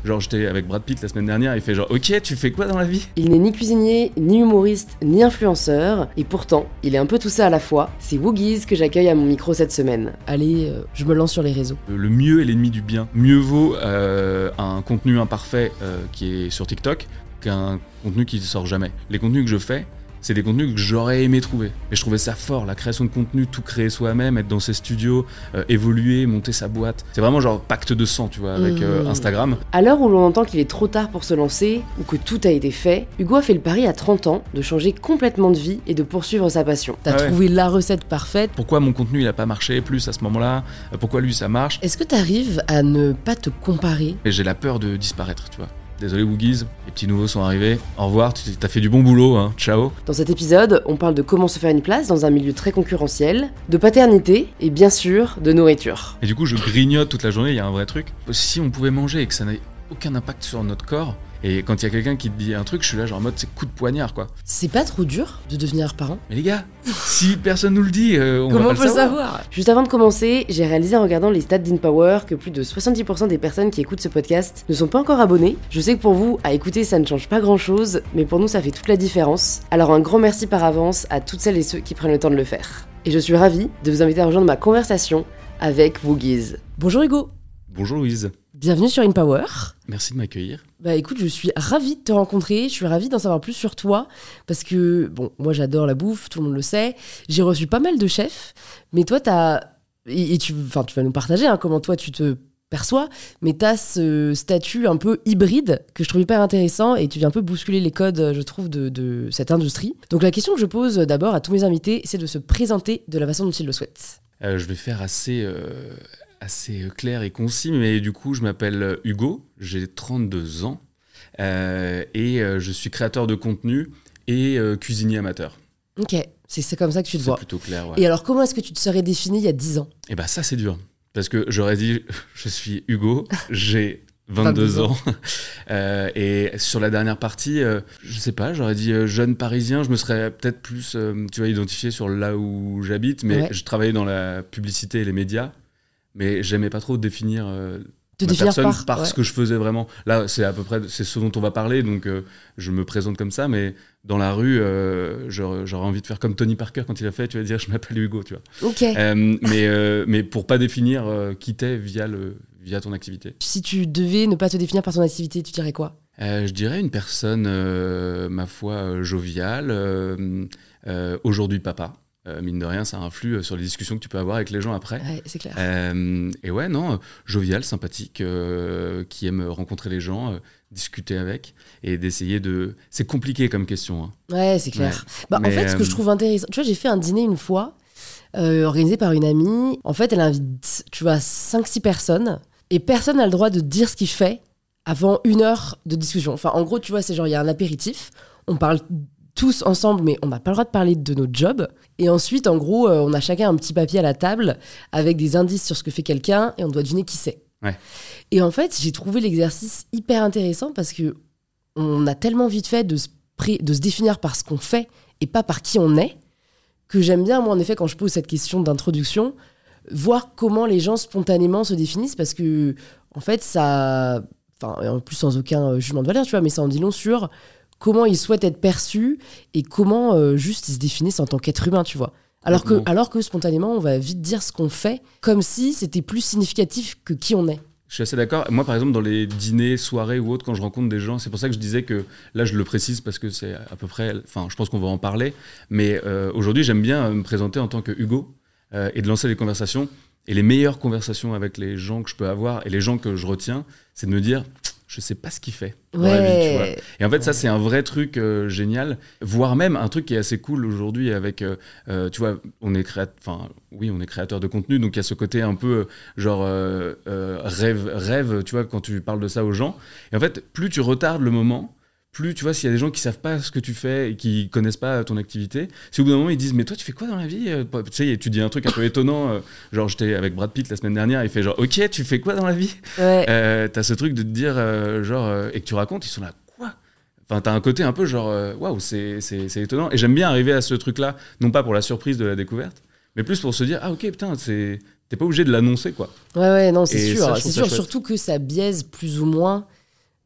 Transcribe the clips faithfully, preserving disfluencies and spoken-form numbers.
Genre j'étais avec Brad Pitt la semaine dernière, il fait genre ok, tu fais quoi dans la vie ? Il n'est ni cuisinier, ni humoriste, ni influenceur, et pourtant, il est un peu tout ça à la fois. C'est Woogies que j'accueille à mon micro cette semaine. Allez, euh, je me lance sur les réseaux. Le mieux est l'ennemi du bien. Mieux vaut euh, un contenu imparfait euh, qui est sur TikTok qu'un contenu qui ne sort jamais. Les contenus que je fais, c'est des contenus que j'aurais aimé trouver. Et je trouvais ça fort, la création de contenu, tout créer soi-même, être dans ses studios, euh, évoluer, monter sa boîte. C'est vraiment genre pacte de sang, tu vois, avec euh, Instagram. À l'heure où l'on entend qu'il est trop tard pour se lancer, ou que tout a été fait, Hugo a fait le pari à trente ans de changer complètement de vie et de poursuivre sa passion. T'as Ah ouais. trouvé la recette parfaite. Pourquoi mon contenu il a pas marché plus à ce moment-là ? Pourquoi lui ça marche ? Est-ce que t'arrives à ne pas te comparer ? Et j'ai la peur de disparaître, tu vois. Désolé Woogies, les petits nouveaux sont arrivés. Au revoir, tu t'as fait du bon boulot, hein. Ciao. Dans cet épisode, on parle de comment se faire une place dans un milieu très concurrentiel, de paternité et bien sûr de nourriture. Et du coup, je grignote toute la journée, il y a un vrai truc. Si on pouvait manger et que ça n'ait aucun impact sur notre corps, et quand il y a quelqu'un qui te dit un truc, je suis là genre en mode c'est coup de poignard quoi. C'est pas trop dur de devenir parent ? Mais les gars, si personne nous le dit, euh, on Comment va pas on peut le savoir. savoir ? Juste avant de commencer, j'ai réalisé en regardant les stats d'InPower que plus de soixante-dix pour cent des personnes qui écoutent ce podcast ne sont pas encore abonnées. Je sais que pour vous, à écouter ça ne change pas grand chose, mais pour nous ça fait toute la différence. Alors un grand merci par avance à toutes celles et ceux qui prennent le temps de le faire. Et je suis ravie de vous inviter à rejoindre ma conversation avec Woogies. Bonjour Hugo. Bonjour Louise. Bienvenue sur InPower. Merci de m'accueillir. Bah écoute, je suis ravie de te rencontrer, je suis ravie d'en savoir plus sur toi, parce que, bon, moi j'adore la bouffe, tout le monde le sait, j'ai reçu pas mal de chefs, mais toi t'as, et, et tu, enfin, tu vas nous partager hein, comment toi tu te perçois, mais t'as ce statut un peu hybride que je trouve hyper intéressant, et tu viens un peu bousculer les codes, je trouve, de, de cette industrie. Donc la question que je pose d'abord à tous mes invités, c'est de se présenter de la façon dont ils le souhaitent. Euh, je vais faire assez... Euh... assez clair et concis, mais du coup, je m'appelle Hugo, j'ai trente-deux ans euh, et euh, je suis créateur de contenu et euh, cuisinier amateur. Ok, c'est, c'est comme ça que tu te c'est vois. C'est plutôt clair, ouais. Et alors, comment est-ce que tu te serais défini il y a dix ans ? Eh ben ça, c'est dur, parce que j'aurais dit, je suis Hugo, j'ai vingt-deux ans, euh, et sur la dernière partie, euh, je sais pas, j'aurais dit euh, jeune parisien, je me serais peut-être plus, euh, tu vois, identifié sur là où j'habite, mais ouais. Je travaillais dans la publicité et les médias. Mais j'aimais pas trop définir euh, ma personne par, par ouais. ce que je faisais vraiment. Là, c'est à peu près c'est ce dont on va parler, donc euh, je me présente comme ça. Mais dans la rue, euh, j'aurais, j'aurais envie de faire comme Tony Parker quand il a fait. Tu vas dire, je m'appelle Hugo, tu vois. Ok. Euh, mais euh, mais pour pas définir euh, qui t'es via le via ton activité. Si tu devais ne pas te définir par ton activité, tu dirais quoi ? euh, Je dirais une personne, euh, ma foi, euh, joviale. Euh, euh, aujourd'hui, papa. Euh, mine de rien, ça influe sur les discussions que tu peux avoir avec les gens après. Ouais, c'est clair. Euh, et ouais, non, jovial, sympathique, euh, qui aime rencontrer les gens, euh, discuter avec, et d'essayer de... C'est compliqué comme question. Hein. Ouais, c'est clair. Ouais. Bah, Mais, en fait, ce que euh... je trouve intéressant... Tu vois, j'ai fait un dîner une fois, euh, organisé par une amie. En fait, elle invite, tu vois, cinq six personnes, et personne n'a le droit de dire ce qu'il fait avant une heure de discussion. Enfin, en gros, tu vois, c'est genre, il y a un apéritif, on parle... tous ensemble, mais on n'a pas le droit de parler de notre job. Et ensuite, en gros, euh, on a chacun un petit papier à la table avec des indices sur ce que fait quelqu'un et on doit deviner qui c'est. Ouais. Et en fait, j'ai trouvé l'exercice hyper intéressant parce que on a tellement vite fait de se, pré- de se définir par ce qu'on fait et pas par qui on est que j'aime bien, moi, en effet, quand je pose cette question d'introduction, voir comment les gens spontanément se définissent parce que, en fait, ça... Enfin, en plus, sans aucun jugement de valeur, tu vois, mais ça en dit long sur... comment ils souhaitent être perçus et comment euh, juste ils se définissent en tant qu'être humain, tu vois. Alors que, alors que spontanément, on va vite dire ce qu'on fait comme si c'était plus significatif que qui on est. Je suis assez d'accord. Moi, par exemple, dans les dîners, soirées ou autres, quand je rencontre des gens, c'est pour ça que je disais que, là, je le précise parce que c'est à peu près... Enfin, je pense qu'on va en parler. Mais euh, aujourd'hui, j'aime bien me présenter en tant que Hugo euh, et de lancer des conversations. Et les meilleures conversations avec les gens que je peux avoir et les gens que je retiens, c'est de me dire... je sais pas ce qu'il fait dans ouais. la vie, tu vois. Et en fait, ça, c'est un vrai truc euh, génial, voire même un truc qui est assez cool aujourd'hui avec, euh, euh, tu vois, on est créateur, enfin, oui, on est créateur de contenu, donc il y a ce côté un peu, euh, genre, euh, euh, rêve, rêve, tu vois, quand tu parles de ça aux gens. Et en fait, plus tu retardes le moment, plus, tu vois, s'il y a des gens qui savent pas ce que tu fais et qui connaissent pas ton activité, si au bout d'un moment ils disent mais toi tu fais quoi dans la vie, tu sais, tu dis un truc un peu étonnant, euh, genre j'étais avec Brad Pitt la semaine dernière, il fait genre ok tu fais quoi dans la vie, ouais. euh, t'as ce truc de te dire euh, genre euh, et que tu racontes, ils sont là quoi, enfin t'as un côté un peu genre waouh wow, c'est, c'est, c'est étonnant, et j'aime bien arriver à ce truc là, non pas pour la surprise de la découverte, mais plus pour se dire ah ok putain c'est, t'es pas obligé de l'annoncer quoi. Ouais ouais non c'est et sûr, ça, c'est sûr, surtout que ça biaise plus ou moins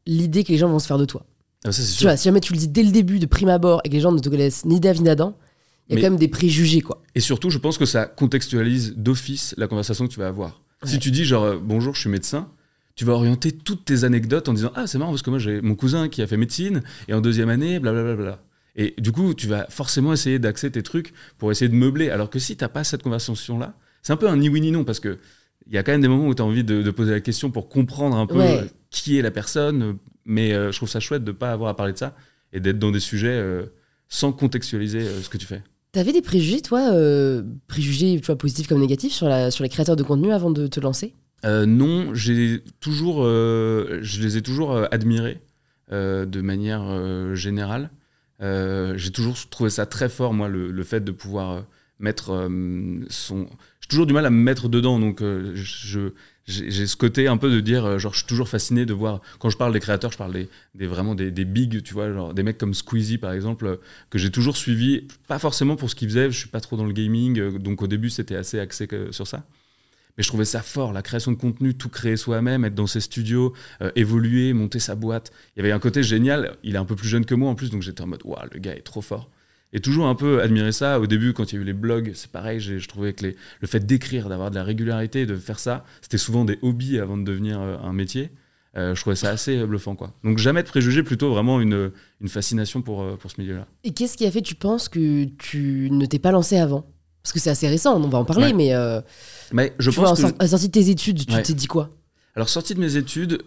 l'idée que les gens vont se faire de toi. Ah, ça, c'est Tu sûr. vois, si jamais tu le dis dès le début, de prime abord, et que les gens ne te connaissent ni d'Ave ni d'Adam, il y a Mais- quand même des préjugés, quoi. Et surtout, je pense que ça contextualise d'office la conversation que tu vas avoir. Ouais. Si tu dis genre euh, bonjour, je suis médecin, tu vas orienter toutes tes anecdotes en disant ah c'est marrant parce que moi j'ai mon cousin qui a fait médecine et en deuxième année blablabla. Bla, bla, bla. Et du coup, tu vas forcément essayer d'axer tes trucs pour essayer de meubler. Alors que si t'as pas cette conversation-là, c'est un peu un ni oui ni non parce que il y a quand même des moments où tu as envie de, de poser la question pour comprendre un peu Ouais. euh, qui est la personne. Mais euh, je trouve ça chouette de pas avoir à parler de ça et d'être dans des sujets euh, sans contextualiser euh, ce que tu fais. T'avais des préjugés, toi, euh, préjugés tu vois, positifs comme négatifs, sur, la, sur les créateurs de contenu avant de te lancer? Euh, non, j'ai toujours, euh, je les ai toujours euh, admirés euh, de manière euh, générale. Euh, j'ai toujours trouvé ça très fort, moi, le, le fait de pouvoir euh, mettre euh, son. J'ai toujours du mal à me mettre dedans, donc euh, je, j'ai, j'ai ce côté un peu de dire, euh, genre, je suis toujours fasciné de voir. Quand je parle des créateurs, je parle des, des vraiment des, des bigs, tu vois, genre des mecs comme Squeezie par exemple, euh, que j'ai toujours suivi, pas forcément pour ce qu'ils faisaient. Je suis pas trop dans le gaming, euh, donc au début c'était assez axé que, sur ça. Mais je trouvais ça fort, la création de contenu, tout créer soi-même, être dans ses studios, euh, évoluer, monter sa boîte. Il y avait un côté génial. Il est un peu plus jeune que moi en plus, donc j'étais en mode waouh, le gars est trop fort. Et toujours un peu admirer ça. Au début, quand il y a eu les blogs, c'est pareil. J'ai, je trouvais que les, le fait d'écrire, d'avoir de la régularité, de faire ça, c'était souvent des hobbies avant de devenir euh, un métier. Euh, je trouvais ça assez euh, bluffant, quoi. Donc jamais de préjugés, plutôt vraiment une, une fascination pour, euh, pour ce milieu-là. Et qu'est-ce qui a fait, tu penses, que tu ne t'es pas lancé avant? Parce que c'est assez récent, on va en parler, Ouais. mais euh, Mais je tu pense vois, en que sor- à la sortie de tes études, tu Ouais. t'es dit quoi? Alors, sorti de mes études,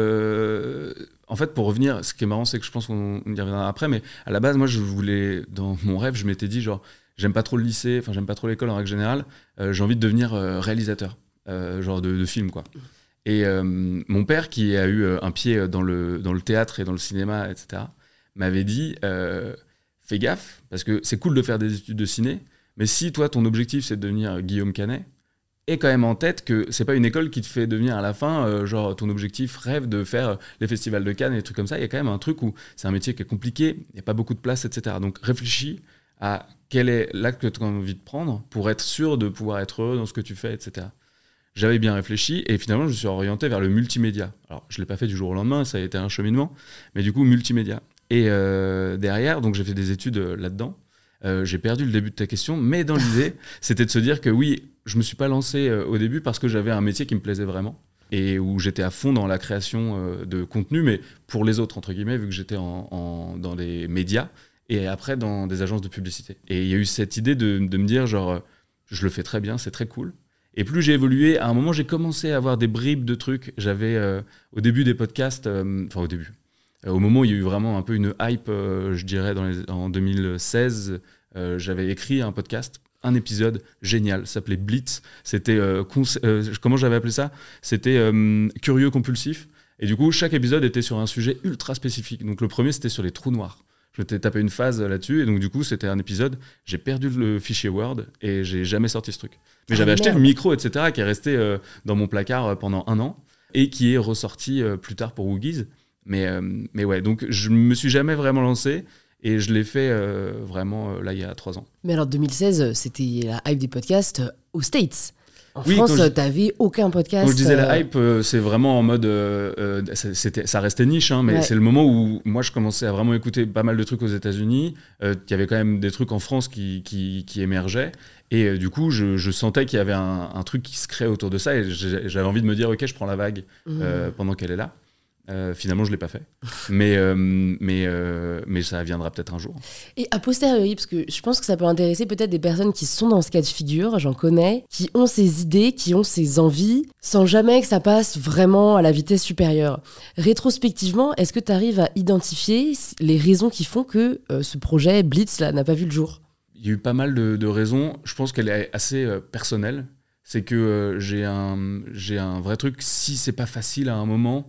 euh, en fait, pour revenir, ce qui est marrant, c'est que je pense qu'on y reviendra après, mais à la base, moi, je voulais, dans mon rêve, je m'étais dit, genre, j'aime pas trop le lycée, enfin, j'aime pas trop l'école en règle générale, euh, j'ai envie de devenir euh, réalisateur, euh, genre de, de film, quoi. Et euh, mon père, qui a eu euh, un pied dans le, dans le théâtre et dans le cinéma, et cetera, m'avait dit, euh, fais gaffe, parce que c'est cool de faire des études de ciné, mais si toi, ton objectif, c'est de devenir Guillaume Canet, et quand même en tête que c'est pas une école qui te fait devenir à la fin, euh, genre ton objectif rêve de faire les festivals de Cannes et des trucs comme ça. Il y a quand même un truc où c'est un métier qui est compliqué, il n'y a pas beaucoup de place, et cetera. Donc réfléchis à quel est l'acte que tu as envie de prendre pour être sûr de pouvoir être heureux dans ce que tu fais, et cetera. J'avais bien réfléchi et finalement je me suis orienté vers le multimédia. Alors je l'ai pas fait du jour au lendemain, ça a été un cheminement, mais du coup multimédia. Et euh, derrière, donc j'ai fait des études euh, là-dedans. Euh, j'ai perdu le début de ta question, mais dans l'idée, c'était de se dire que oui, je me suis pas lancé euh, au début parce que j'avais un métier qui me plaisait vraiment et où j'étais à fond dans la création euh, de contenu, mais pour les autres, entre guillemets, vu que j'étais en, en- dans les médias et après dans des agences de publicité. Et il y a eu cette idée de, de me dire, genre, euh, je le fais très bien, c'est très cool. Et plus j'ai évolué, à un moment, j'ai commencé à avoir des bribes de trucs. J'avais, euh, au début des podcasts, euh, enfin au début, euh, au moment où il y a eu vraiment un peu une hype, euh, je dirais, dans les- en deux mille seize, euh, j'avais écrit un podcast, un épisode génial, ça s'appelait Blitz. C'était, euh, cons- euh, comment j'avais appelé ça? C'était euh, curieux compulsif. Et du coup, chaque épisode était sur un sujet ultra spécifique. Donc le premier, c'était sur les trous noirs. Je m'étais tapé une phase là-dessus, et donc du coup, c'était un épisode. J'ai perdu le fichier Word et j'ai jamais sorti ce truc. Mais Ah, j'avais acheté merde. le micro, et cetera, qui est resté euh, dans mon placard euh, pendant un an et qui est ressorti euh, plus tard pour Woogies. Mais, euh, mais ouais, donc je me suis jamais vraiment lancé et je l'ai fait euh, vraiment euh, là il y a trois ans. Mais alors deux mille seize, c'était la hype des podcasts euh, aux States. En Oui, France, quand je- t'avais aucun podcast. Quand je disais la euh, hype, euh, c'est vraiment en mode. euh, euh, ça- c'était, ça restait niche, hein, mais Ouais. c'est le moment où moi je commençais à vraiment écouter pas mal de trucs aux États-Unis. Euh, Il y avait quand même des trucs en France qui, qui, qui émergeaient. Et euh, du coup, je, je sentais qu'il y avait un, un truc qui se créait autour de ça. Et j'ai- j'avais envie de me dire, OK, je prends la vague euh, mmh. pendant qu'elle est là. Euh, finalement, je ne l'ai pas fait. mais, euh, mais, euh, mais ça viendra peut-être un jour. Et a posteriori, parce que je pense que ça peut intéresser peut-être des personnes qui sont dans ce cas de figure, j'en connais, qui ont ces idées, qui ont ces envies, sans jamais que ça passe vraiment à la vitesse supérieure. Rétrospectivement, est-ce que tu arrives à identifier les raisons qui font que euh, ce projet Blitz là, n'a pas vu le jour? Il y a eu pas mal de, de raisons. Je pense qu'elle est assez euh, personnelle. C'est que euh, j'ai un, j'ai un vrai truc. Si c'est pas facile à un moment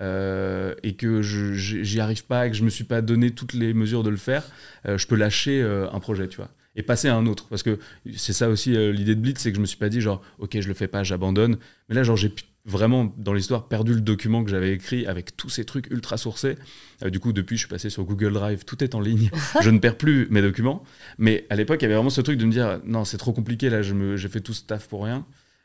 euh, et que je, j'ai- j'y arrive pas et que je me suis pas donné toutes les mesures de le faire, euh, je peux lâcher euh, un projet, tu vois, et passer à un autre. Parce que c'est ça aussi euh, l'idée de Blitz, c'est que je me suis pas dit genre, ok, je le fais pas, j'abandonne. Mais là, genre, j'ai pu- vraiment dans l'histoire perdu le document que j'avais écrit avec tous ces trucs ultra sourcés. Euh, du coup, depuis, je suis passé sur Google Drive, tout est en ligne. Je ne perds plus mes documents. Mais à l'époque, il y avait vraiment ce truc de me dire non, c'est trop compliqué, là, je me, j'ai fait tout ce taf pour rien.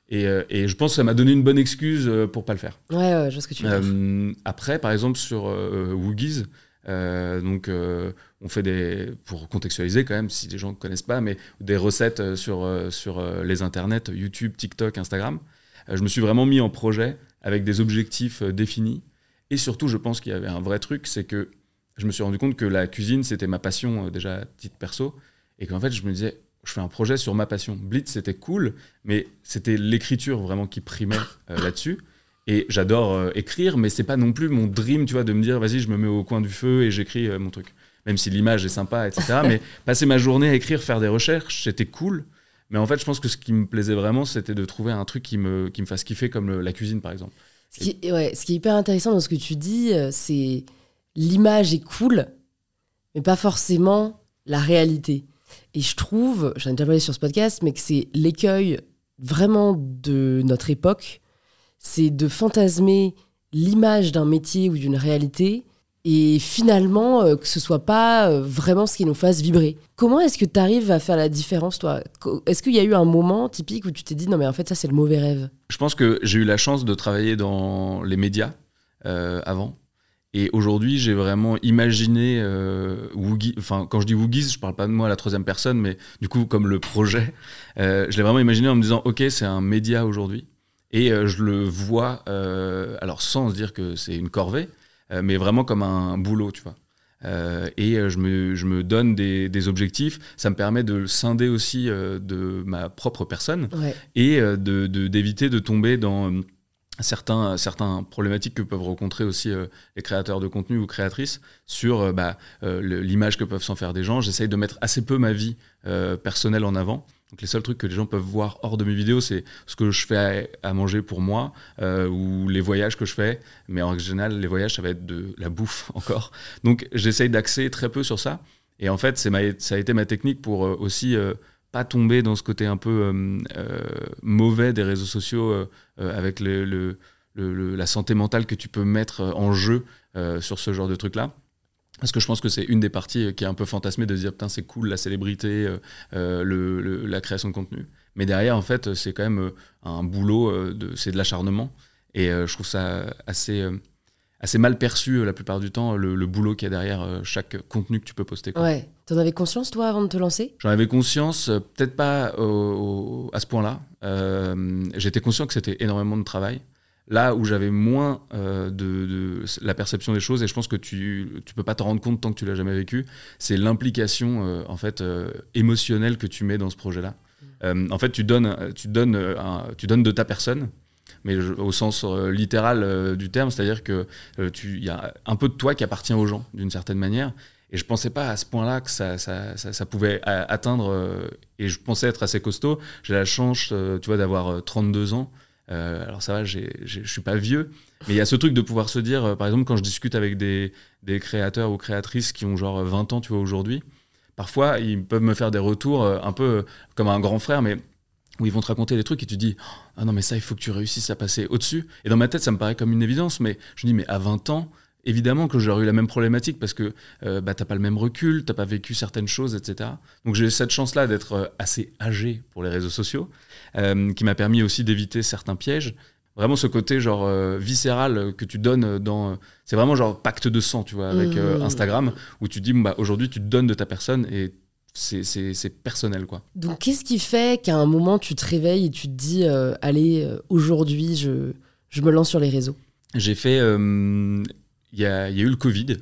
Et, euh, et je pense que ça m'a donné une bonne excuse euh, pour pas le faire. Ouais, ouais, je vois ce que tu veux dire. Euh, après, par exemple, sur euh, Woogies, euh, donc, euh, on fait des, pour contextualiser quand même, si les gens ne connaissent pas, mais des recettes sur, euh, sur euh, les internets, YouTube, TikTok, Instagram. Euh, je me suis vraiment mis en projet avec des objectifs euh, définis. Et surtout, je pense qu'il y avait un vrai truc, c'est que je me suis rendu compte que la cuisine, c'était ma passion euh, déjà à titre perso. Et qu'en fait, je me disais, je fais un projet sur ma passion. Blitz, c'était cool, mais c'était l'écriture vraiment qui primait euh, là-dessus. Et j'adore euh, écrire, mais c'est pas non plus mon dream, tu vois, de me dire, vas-y, je me mets au coin du feu et j'écris euh, mon truc. Même si l'image est sympa, et cetera. Mais passer ma journée à écrire, faire des recherches, c'était cool. Mais en fait, je pense que ce qui me plaisait vraiment, c'était de trouver un truc qui me, qui me fasse kiffer, comme le, la cuisine, par exemple. Ce qui, est, ouais, ce qui est hyper intéressant dans ce que tu dis, euh, c'est l'image est cool, mais pas forcément la réalité. Et je trouve, j'en ai déjà parlé sur ce podcast, mais que c'est l'écueil vraiment de notre époque, c'est de fantasmer l'image d'un métier ou d'une réalité et finalement euh, que ce soit pas euh, vraiment ce qui nous fasse vibrer. Comment est-ce que tu arrives à faire la différence, toi ? Est-ce qu'il y a eu un moment typique où tu t'es dit non mais en fait ça c'est le mauvais rêve ? Je pense que j'ai eu la chance de travailler dans les médias euh, avant. Et aujourd'hui, j'ai vraiment imaginé euh, Woogie, enfin quand je dis Woogies, je parle pas de moi à la troisième personne, mais du coup comme le projet, euh, je l'ai vraiment imaginé en me disant ok, c'est un média aujourd'hui. Et euh, je le vois, euh, alors sans se dire que c'est une corvée, euh, mais vraiment comme un boulot, tu vois. Euh, et euh, je, me, je me donne des, des objectifs. Ça me permet de le scinder aussi euh, de ma propre personne Ouais. et euh, de, de, d'éviter de tomber dans euh, certains, certains problématiques que peuvent rencontrer aussi euh, les créateurs de contenu ou créatrices sur euh, bah, euh, le, l'image que peuvent s'en faire des gens. J'essaye de mettre assez peu ma vie euh, personnelle en avant. Donc les seuls trucs que les gens peuvent voir hors de mes vidéos, c'est ce que je fais à, à manger pour moi euh, ou les voyages que je fais. Mais en général, les voyages, ça va être de la bouffe encore. Donc j'essaye d'axer très peu sur ça. Et en fait, c'est ma, ça a été ma technique pour euh, aussi euh, pas tomber dans ce côté un peu euh, euh, mauvais des réseaux sociaux euh, euh, avec le, le, le, le, la santé mentale que tu peux mettre en jeu euh, sur ce genre de trucs-là. Parce que je pense que c'est une des parties qui est un peu fantasmée de se dire putain c'est cool la célébrité, euh, le, le, la création de contenu. Mais derrière en fait c'est quand même un boulot, euh, de, c'est de l'acharnement. Et euh, je trouve ça assez, euh, assez mal perçu euh, la plupart du temps le, le boulot qu'il y a derrière euh, chaque contenu que tu peux poster, quoi. Ouais. T'en avais conscience toi avant de te lancer ? J'en avais conscience, euh, peut-être pas au, au, à ce point-là. Euh, j'étais conscient que c'était énormément de travail. Là où j'avais moins euh, de, de la perception des choses, et je pense que tu tu peux pas t'en rendre compte tant que tu l'as jamais vécu, c'est l'implication euh, en fait euh, émotionnelle que tu mets dans ce projet-là. Euh, en fait, tu donnes tu donnes un, tu donnes de ta personne, mais je, au sens euh, littéral euh, du terme, c'est-à-dire que euh, tu il y a un peu de toi qui appartient aux gens d'une certaine manière. Et je pensais pas à ce point-là que ça, ça, ça, ça pouvait atteindre. Euh, et je pensais être assez costaud. J'ai la chance, euh, tu vois, d'avoir euh, trente-deux ans. Euh, alors ça va, je suis pas vieux, mais il y a ce truc de pouvoir se dire, euh, par exemple, quand je discute avec des, des créateurs ou créatrices qui ont genre vingt ans, tu vois, aujourd'hui, parfois, ils peuvent me faire des retours euh, un peu euh, comme un grand frère, mais où ils vont te raconter des trucs et tu te dis « Ah non, mais ça, il faut que tu réussisses à passer au-dessus. » Et dans ma tête, ça me paraît comme une évidence, mais je me dis « Mais à vingt ans, évidemment que j'aurais eu la même problématique parce que euh, bah, t'as pas le même recul, t'as pas vécu certaines choses, et cetera. » Donc j'ai cette chance-là d'être euh, assez âgé pour les réseaux sociaux, euh, qui m'a permis aussi d'éviter certains pièges. Vraiment ce côté genre euh, viscéral que tu donnes dans... Euh, c'est vraiment genre pacte de sang, tu vois, avec euh, mmh. Instagram, où tu dis bah, aujourd'hui tu te donnes de ta personne et c'est, c'est, c'est personnel, quoi. Donc qu'est-ce qui fait qu'à un moment tu te réveilles et tu te dis euh, allez, euh, aujourd'hui je, je me lance sur les réseaux ? J'ai fait... Euh, Il y a, y a eu le Covid,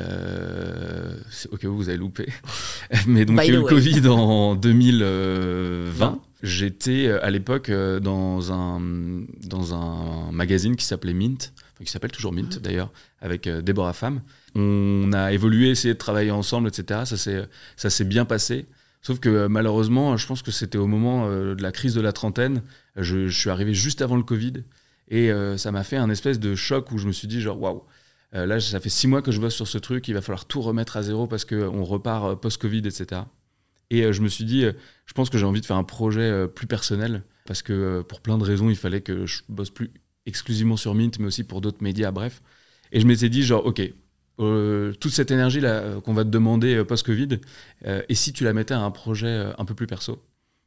euh, au cas où vous avez loupé. Mais donc il y a eu le Covid en deux mille vingt. J'étais à l'époque dans un, dans un magazine qui s'appelait Mint, enfin, qui s'appelle toujours Mint d'ailleurs, avec Déborah Pham. On a évolué, essayé de travailler ensemble, et cetera. Ça s'est, ça s'est bien passé. Sauf que malheureusement, je pense que c'était au moment de la crise de la trentaine. Je, je suis arrivé juste avant le Covid et euh, ça m'a fait un espèce de choc où je me suis dit genre waouh. Euh, là, ça fait six mois que je bosse sur ce truc, il va falloir tout remettre à zéro parce qu'on repart post-Covid, et cetera. Et euh, je me suis dit, euh, je pense que j'ai envie de faire un projet euh, plus personnel parce que euh, pour plein de raisons, il fallait que je bosse plus exclusivement sur Mint, mais aussi pour d'autres médias, bref. Et je m'étais dit, genre, ok, euh, toute cette énergie-là euh, qu'on va te demander euh, post-Covid, euh, et si tu la mettais à un projet euh, un peu plus perso ?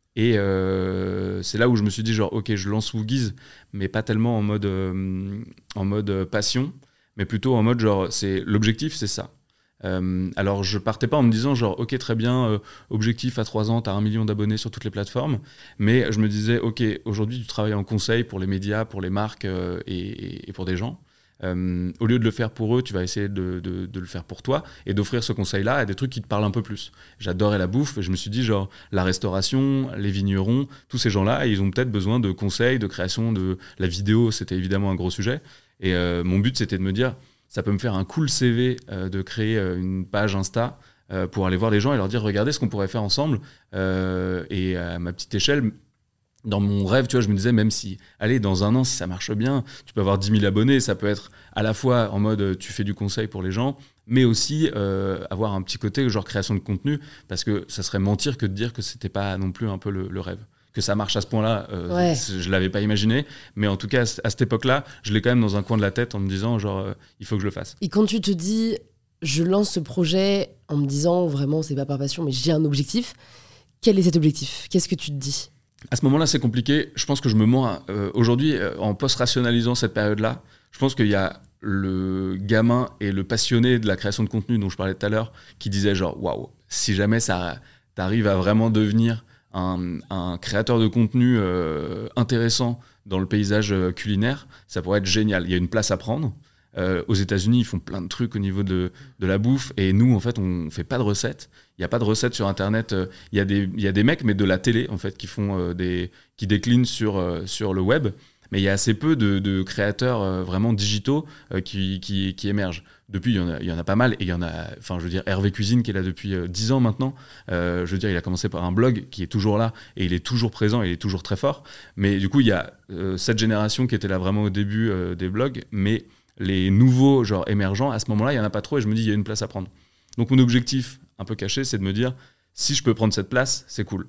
Et euh, c'est là où je me suis dit, genre, ok, je lance Woogies, mais pas tellement en mode, euh, en mode passion, mais plutôt en mode, genre, c'est, l'objectif, c'est ça. Euh, alors, je partais pas en me disant, genre, ok, très bien, euh, objectif à trois ans, t'as un million d'abonnés sur toutes les plateformes, mais je me disais, ok, aujourd'hui, tu travailles en conseil pour les médias, pour les marques euh, et, et pour des gens. Euh, au lieu de le faire pour eux, tu vas essayer de, de, de le faire pour toi et d'offrir ce conseil-là à des trucs qui te parlent un peu plus. J'adorais la bouffe et je me suis dit, genre, la restauration, les vignerons, tous ces gens-là, ils ont peut-être besoin de conseils, de création de la vidéo, c'était évidemment un gros sujet. Et euh, mon but, c'était de me dire, ça peut me faire un cool C V euh, de créer euh, une page Insta euh, pour aller voir les gens et leur dire, regardez ce qu'on pourrait faire ensemble. Euh, et à ma petite échelle, dans mon rêve, tu vois, je me disais, même si, allez, dans un an, si ça marche bien, tu peux avoir dix mille abonnés, ça peut être à la fois en mode, tu fais du conseil pour les gens, mais aussi euh, avoir un petit côté genre création de contenu, parce que ça serait mentir que de dire que c'était pas non plus un peu le, le rêve. Que ça marche à ce point-là, euh, Ouais. je l'avais pas imaginé, mais en tout cas, à cette époque-là, je l'ai quand même dans un coin de la tête en me disant, genre, euh, il faut que je le fasse. Et quand tu te dis, je lance ce projet en me disant, vraiment, c'est pas par passion, mais j'ai un objectif, quel est cet objectif ? Qu'est-ce que tu te dis ? À ce moment-là, c'est compliqué. Je pense que je me mens. Euh, aujourd'hui, euh, en post-rationalisant cette période-là, je pense qu'il y a le gamin et le passionné de la création de contenu dont je parlais tout à l'heure qui disait genre, waouh, si jamais ça t'arrive à vraiment devenir un, un créateur de contenu euh, intéressant dans le paysage culinaire, ça pourrait être génial. Il y a une place à prendre. Euh, aux États-Unis, ils font plein de trucs au niveau de, de la bouffe. Et nous, en fait, on ne fait pas de recettes. Il n'y a pas de recettes sur Internet. Il y a des, il y a des mecs, mais de la télé, en fait, qui, font, euh, des, qui déclinent sur, euh, sur le web. Mais il y a assez peu de, de créateurs euh, vraiment digitaux euh, qui, qui, qui émergent. Depuis, il y en a, il y en a pas mal. Et il y en a, enfin, je veux dire, Hervé Cuisine, qui est là depuis euh, dix ans maintenant. Euh, je veux dire, il a commencé par un blog qui est toujours là. Et il est toujours présent, il est toujours très fort. Mais du coup, il y a euh, cette génération qui était là vraiment au début euh, des blogs. Mais les nouveaux, genre émergents, à ce moment-là, il n'y en a pas trop. Et je me dis, il y a une place à prendre. Donc, mon objectif, un peu caché, c'est de me dire, si je peux prendre cette place, c'est cool.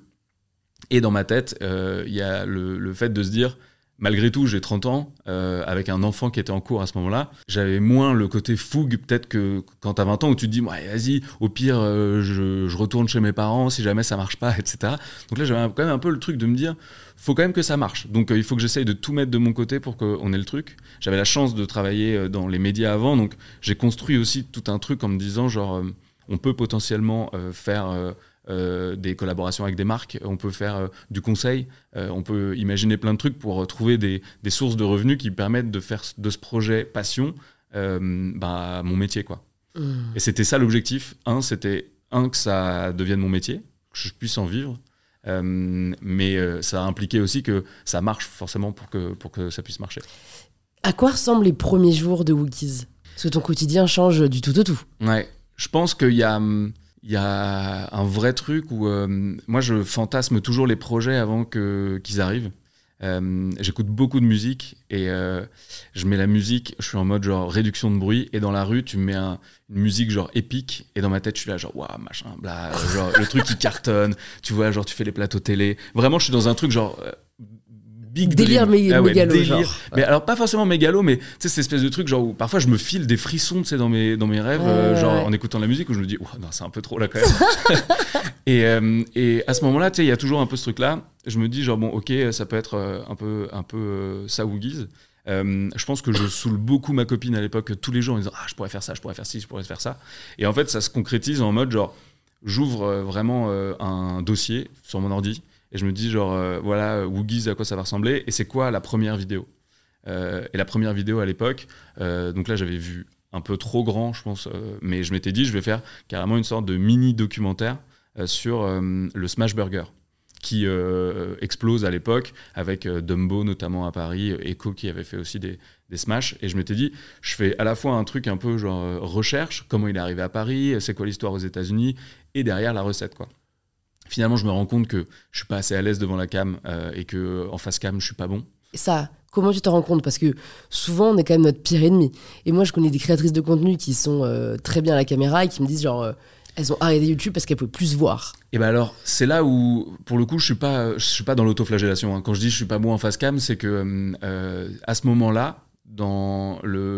Et dans ma tête, il euh, y a le, le fait de se dire, malgré tout, j'ai trente ans, euh, avec un enfant qui était en cours à ce moment-là. J'avais moins le côté fougue, peut-être, que quand t'as vingt ans, où tu te dis, ouais, vas-y, au pire, euh, je, je retourne chez mes parents, si jamais ça marche pas, et cetera. Donc là, j'avais quand même un peu le truc de me dire, faut quand même que ça marche. Donc euh, il faut que j'essaye de tout mettre de mon côté pour qu'on ait le truc. J'avais la chance de travailler dans les médias avant, donc j'ai construit aussi tout un truc en me disant, genre, euh, on peut potentiellement euh, faire... Euh, Euh, des collaborations avec des marques, on peut faire euh, du conseil, euh, on peut imaginer plein de trucs pour euh, trouver des, des sources de revenus qui permettent de faire de ce projet passion euh, bah, mon métier, quoi. Mmh. Et c'était ça l'objectif. Un, c'était un, que ça devienne mon métier, que je puisse en vivre, euh, mais euh, ça a impliqué aussi que ça marche forcément pour que, pour que ça puisse marcher. À quoi ressemblent les premiers jours de Woogies ? Parce que ton quotidien change du tout au tout. Ouais, je pense qu'il y a... Il y a un vrai truc où euh, moi je fantasme toujours les projets avant que, qu'ils arrivent. Euh, j'écoute beaucoup de musique et euh, je mets la musique, je suis en mode genre réduction de bruit, et dans la rue tu mets un, une musique genre épique et dans ma tête je suis là genre waouh machin bla, genre le truc qui cartonne, tu vois, genre tu fais les plateaux télé. Vraiment je suis dans un truc genre euh, big délire mé- ah ouais, mégalo délire. Genre. Mais alors pas forcément mégalo, mais tu sais cette espèce de truc genre où parfois je me file des frissons, tu sais, dans mes dans mes rêves, ouais, euh, genre ouais. en écoutant la musique, où je me dis oh, non c'est un peu trop là quand même. et euh, et à ce moment-là, tu sais, il y a toujours un peu ce truc là. Je me dis genre bon ok, ça peut être euh, un peu un peu euh, ça Woogies. Euh, je pense que je saoule beaucoup ma copine à l'époque tous les jours en disant ah je pourrais faire ça, je pourrais faire ci, je pourrais faire ça. Et en fait ça se concrétise en mode genre j'ouvre euh, vraiment euh, un dossier sur mon ordi. Et je me dis, genre, euh, voilà, Woogies, à quoi ça va ressembler, et c'est quoi la première vidéo euh, Et la première vidéo à l'époque, euh, donc là, j'avais vu un peu trop grand, je pense, euh, mais je m'étais dit, je vais faire carrément une sorte de mini-documentaire euh, sur euh, le Smash Burger, qui euh, explose à l'époque, avec euh, Dumbo, notamment à Paris, Echo, qui avait fait aussi des, des Smash. Et je m'étais dit, je fais à la fois un truc un peu genre euh, recherche, comment il est arrivé à Paris, c'est quoi l'histoire aux États-Unis, et derrière la recette, quoi. Finalement, je me rends compte que je suis pas assez à l'aise devant la cam euh, et que en face cam, je suis pas bon. Ça, comment tu t'en rends compte ? Parce que souvent, on est quand même notre pire ennemi. Et moi, je connais des créatrices de contenu qui sont euh, très bien à la caméra et qui me disent genre, euh, elles ont arrêté YouTube parce qu'elles pouvaient plus se voir. Et ben alors, c'est là où, pour le coup, je suis pas, je suis pas dans l'autoflagellation. Hein. Quand je dis je suis pas bon en face cam, c'est que euh, à ce moment-là, dans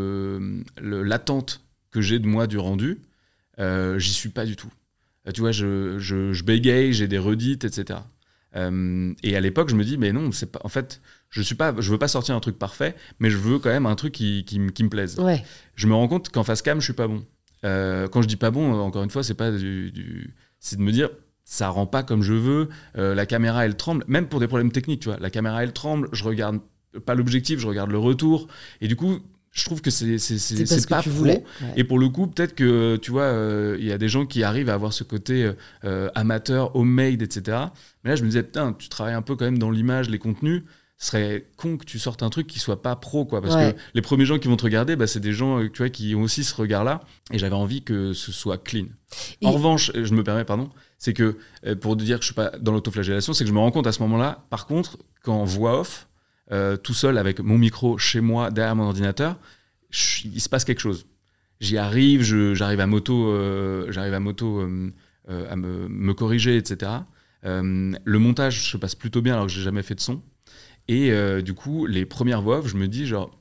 le, le l'attente que j'ai de moi du rendu, euh, j'y suis pas du tout. Tu vois, je, je, je bégaye, j'ai des redites, et cetera. Euh, et à l'époque, je me dis, mais non, c'est pas. En fait, je suis pas, je veux pas sortir un truc parfait, mais je veux quand même un truc qui, qui, qui me plaise. Ouais. Je me rends compte qu'en face cam, je suis pas bon. Euh, quand je dis pas bon, encore une fois, c'est pas du, du... c'est de me dire, ça rend pas comme je veux. Euh, la caméra, elle tremble, même pour des problèmes techniques, tu vois. La caméra, elle tremble. Je regarde pas l'objectif, je regarde le retour, et du coup. Je trouve que c'est, c'est, c'est, C'est, c'est pas que tu pro. voulais. Ouais. Et pour le coup, peut-être que, tu vois, il euh, y a des gens qui arrivent à avoir ce côté euh, amateur, homemade, et cetera. Mais là, je me disais, putain, tu travailles un peu quand même dans l'image, les contenus. Ce serait con que tu sortes un truc qui soit pas pro, quoi. Parce ouais. que les premiers gens qui vont te regarder, bah, c'est des gens tu vois, qui ont aussi ce regard-là. Et j'avais envie que ce soit clean. Et... En revanche, je me permets, pardon, c'est que, pour dire que je suis pas dans l'autoflagellation, c'est que je me rends compte à ce moment-là, par contre, qu'en voix off, euh, tout seul avec mon micro chez moi, derrière mon ordinateur, il se passe quelque chose. J'y arrive, je, j'arrive à moto, euh, j'arrive à moto euh, euh, à me, me corriger, et cetera. Euh, le montage se passe plutôt bien alors que j'ai jamais fait de son. Et euh, du coup, les premières voix off, je me dis genre,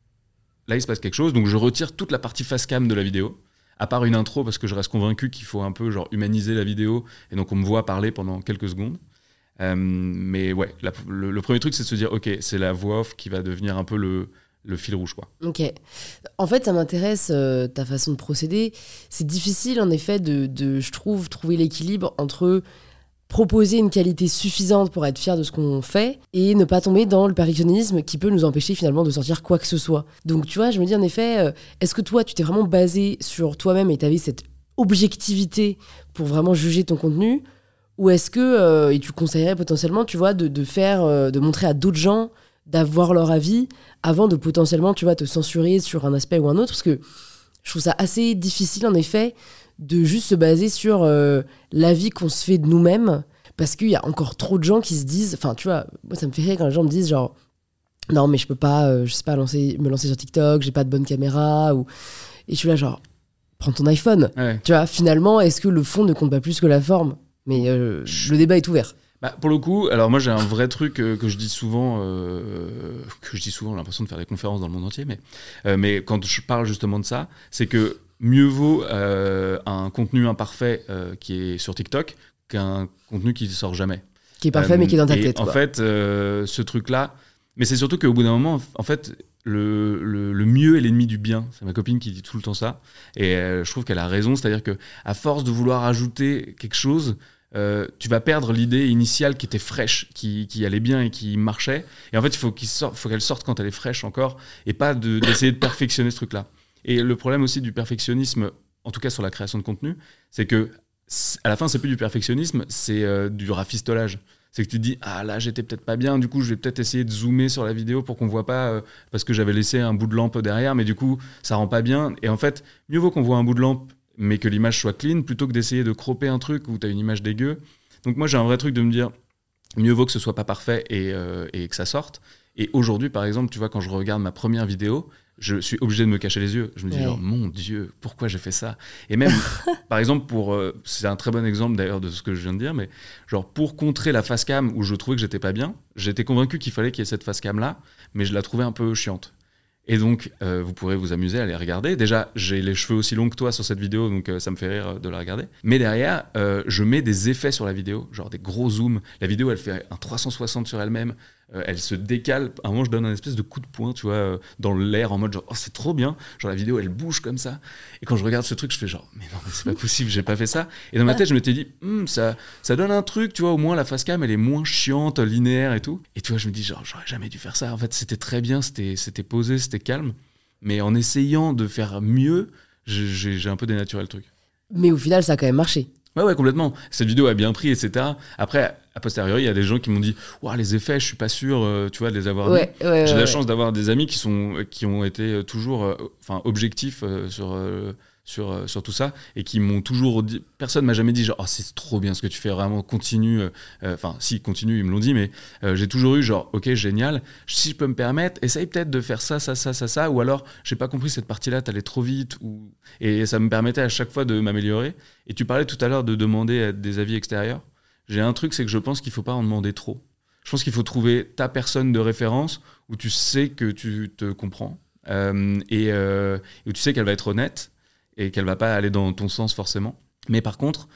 là il se passe quelque chose, donc je retire toute la partie face cam de la vidéo, à part une intro parce que je reste convaincu qu'il faut un peu genre humaniser la vidéo et donc on me voit parler pendant quelques secondes. Euh, mais ouais, la, le, le premier truc c'est de se dire, ok, c'est la voix off qui va devenir un peu le le fil rouge, quoi. Ok. En fait, ça m'intéresse, euh, ta façon de procéder. C'est difficile, en effet, de, de, je trouve, trouver l'équilibre entre proposer une qualité suffisante pour être fier de ce qu'on fait et ne pas tomber dans le perfectionnisme qui peut nous empêcher finalement de sortir quoi que ce soit. Donc, tu vois, je me dis en effet, euh, est-ce que toi, tu t'es vraiment basé sur toi-même et tu avais cette objectivité pour vraiment juger ton contenu, ou est-ce que, euh, et tu conseillerais potentiellement, tu vois, de, de faire, euh, de montrer à d'autres gens d'avoir leur avis avant de potentiellement, tu vois, te censurer sur un aspect ou un autre, parce que je trouve ça assez difficile, en effet, de juste se baser sur euh, l'avis qu'on se fait de nous-mêmes, parce qu'il y a encore trop de gens qui se disent, enfin, tu vois, moi, ça me fait rire quand les gens me disent, genre, non, mais je peux pas, euh, je sais pas, lancer, me lancer sur TikTok, j'ai pas de bonne caméra, ou... et je suis là, genre, prends ton iPhone, ouais. Tu vois, finalement, est-ce que le fond ne compte pas plus que la forme ? Mais euh, le débat est ouvert. Bah, pour le coup, alors moi j'ai un vrai truc euh, que je dis souvent, euh, que je dis souvent, j'ai l'impression de faire des conférences dans le monde entier, mais, euh, mais quand je parle justement de ça, c'est que mieux vaut euh, un contenu imparfait euh, qui est sur TikTok qu'un contenu qui ne sort jamais. Qui est parfait euh, mais qui est dans ta et tête. En quoi. fait, euh, ce truc-là, mais c'est surtout qu'au bout d'un moment, en fait, le, le, le mieux est l'ennemi du bien. C'est ma copine qui dit tout le temps ça, et euh, je trouve qu'elle a raison, c'est-à-dire qu'à force de vouloir ajouter quelque chose, Euh, tu vas perdre l'idée initiale qui était fraîche, qui, qui allait bien et qui marchait. Et en fait, il faut, qu'il sorte, faut qu'elle sorte quand elle est fraîche encore, et pas de, d'essayer de perfectionner ce truc-là. Et le problème aussi du perfectionnisme, en tout cas sur la création de contenu, c'est que à la fin, c'est plus du perfectionnisme, c'est euh, du rafistolage. C'est que tu te dis, ah là, j'étais peut-être pas bien, du coup, je vais peut-être essayer de zoomer sur la vidéo pour qu'on voit pas, euh, parce que j'avais laissé un bout de lampe derrière, mais du coup, ça rend pas bien. Et en fait, mieux vaut qu'on voit un bout de lampe mais que l'image soit clean, plutôt que d'essayer de cropper un truc où tu as une image dégueu. Donc moi, j'ai un vrai truc de me dire, mieux vaut que ce soit pas parfait et, euh, et que ça sorte. Et aujourd'hui, par exemple, tu vois, quand je regarde ma première vidéo, je suis obligé de me cacher les yeux. Je me dis, ouais. genre, mon Dieu, pourquoi j'ai fait ça ? Et même, par exemple, pour, euh, c'est un très bon exemple d'ailleurs de ce que je viens de dire, mais genre, pour contrer la face cam où je trouvais que j'étais pas bien, j'étais convaincu qu'il fallait qu'il y ait cette face cam-là, mais je la trouvais un peu chiante. Et donc, euh, vous pourrez vous amuser à les regarder. Déjà, j'ai les cheveux aussi longs que toi sur cette vidéo, donc euh, ça me fait rire de la regarder. Mais derrière, euh, je mets des effets sur la vidéo, genre des gros zooms. La vidéo, elle fait un trois cent soixante sur elle-même. Euh, elle se décale. À un moment, je donne un espèce de coup de poing, tu vois, euh, dans l'air, en mode genre, oh, c'est trop bien. Genre, la vidéo, elle bouge comme ça. Et quand je regarde ce truc, je fais genre, mais non, mais c'est pas possible, j'ai pas fait ça. Et dans ma tête, je m'étais dit, hm, ça, ça donne un truc, tu vois, au moins la face cam, elle est moins chiante, linéaire et tout. Et tu vois, je me dis, genre, j'aurais jamais dû faire ça. En fait, c'était très bien, c'était, c'était posé, c'était calme. Mais en essayant de faire mieux, j'ai, j'ai un peu dénaturé le truc. Mais au final, ça a quand même marché. Ouais, ouais, complètement. Cette vidéo a bien pris, et cetera. Après, a posteriori, il y a des gens qui m'ont dit « Ouah, les effets, je suis pas sûr, euh, tu vois, de les avoir ouais, mis. Ouais, J'ai ouais, la ouais. chance d'avoir des amis qui, sont, qui ont été toujours euh, enfin, objectifs euh, sur, euh, sur, euh, sur tout ça et qui m'ont toujours dit... Personne m'a jamais dit genre « Oh, c'est trop bien ce que tu fais, vraiment, continue. » Enfin, euh, si, continue, ils me l'ont dit, mais euh, j'ai toujours eu genre « Ok, génial. Si je peux me permettre, essaye peut-être de faire ça, ça, ça, ça, ça. » Ou alors « J'ai pas compris cette partie-là, t'allais trop vite. » ou... Et ça me permettait à chaque fois de m'améliorer. Et tu parlais tout à l'heure de demander des avis extérieurs. J'ai un truc, c'est que je pense qu'il ne faut pas en demander trop. Je pense qu'il faut trouver ta personne de référence où tu sais que tu te comprends euh, et, euh, et où tu sais qu'elle va être honnête et qu'elle ne va pas aller dans ton sens forcément. Mais par contre,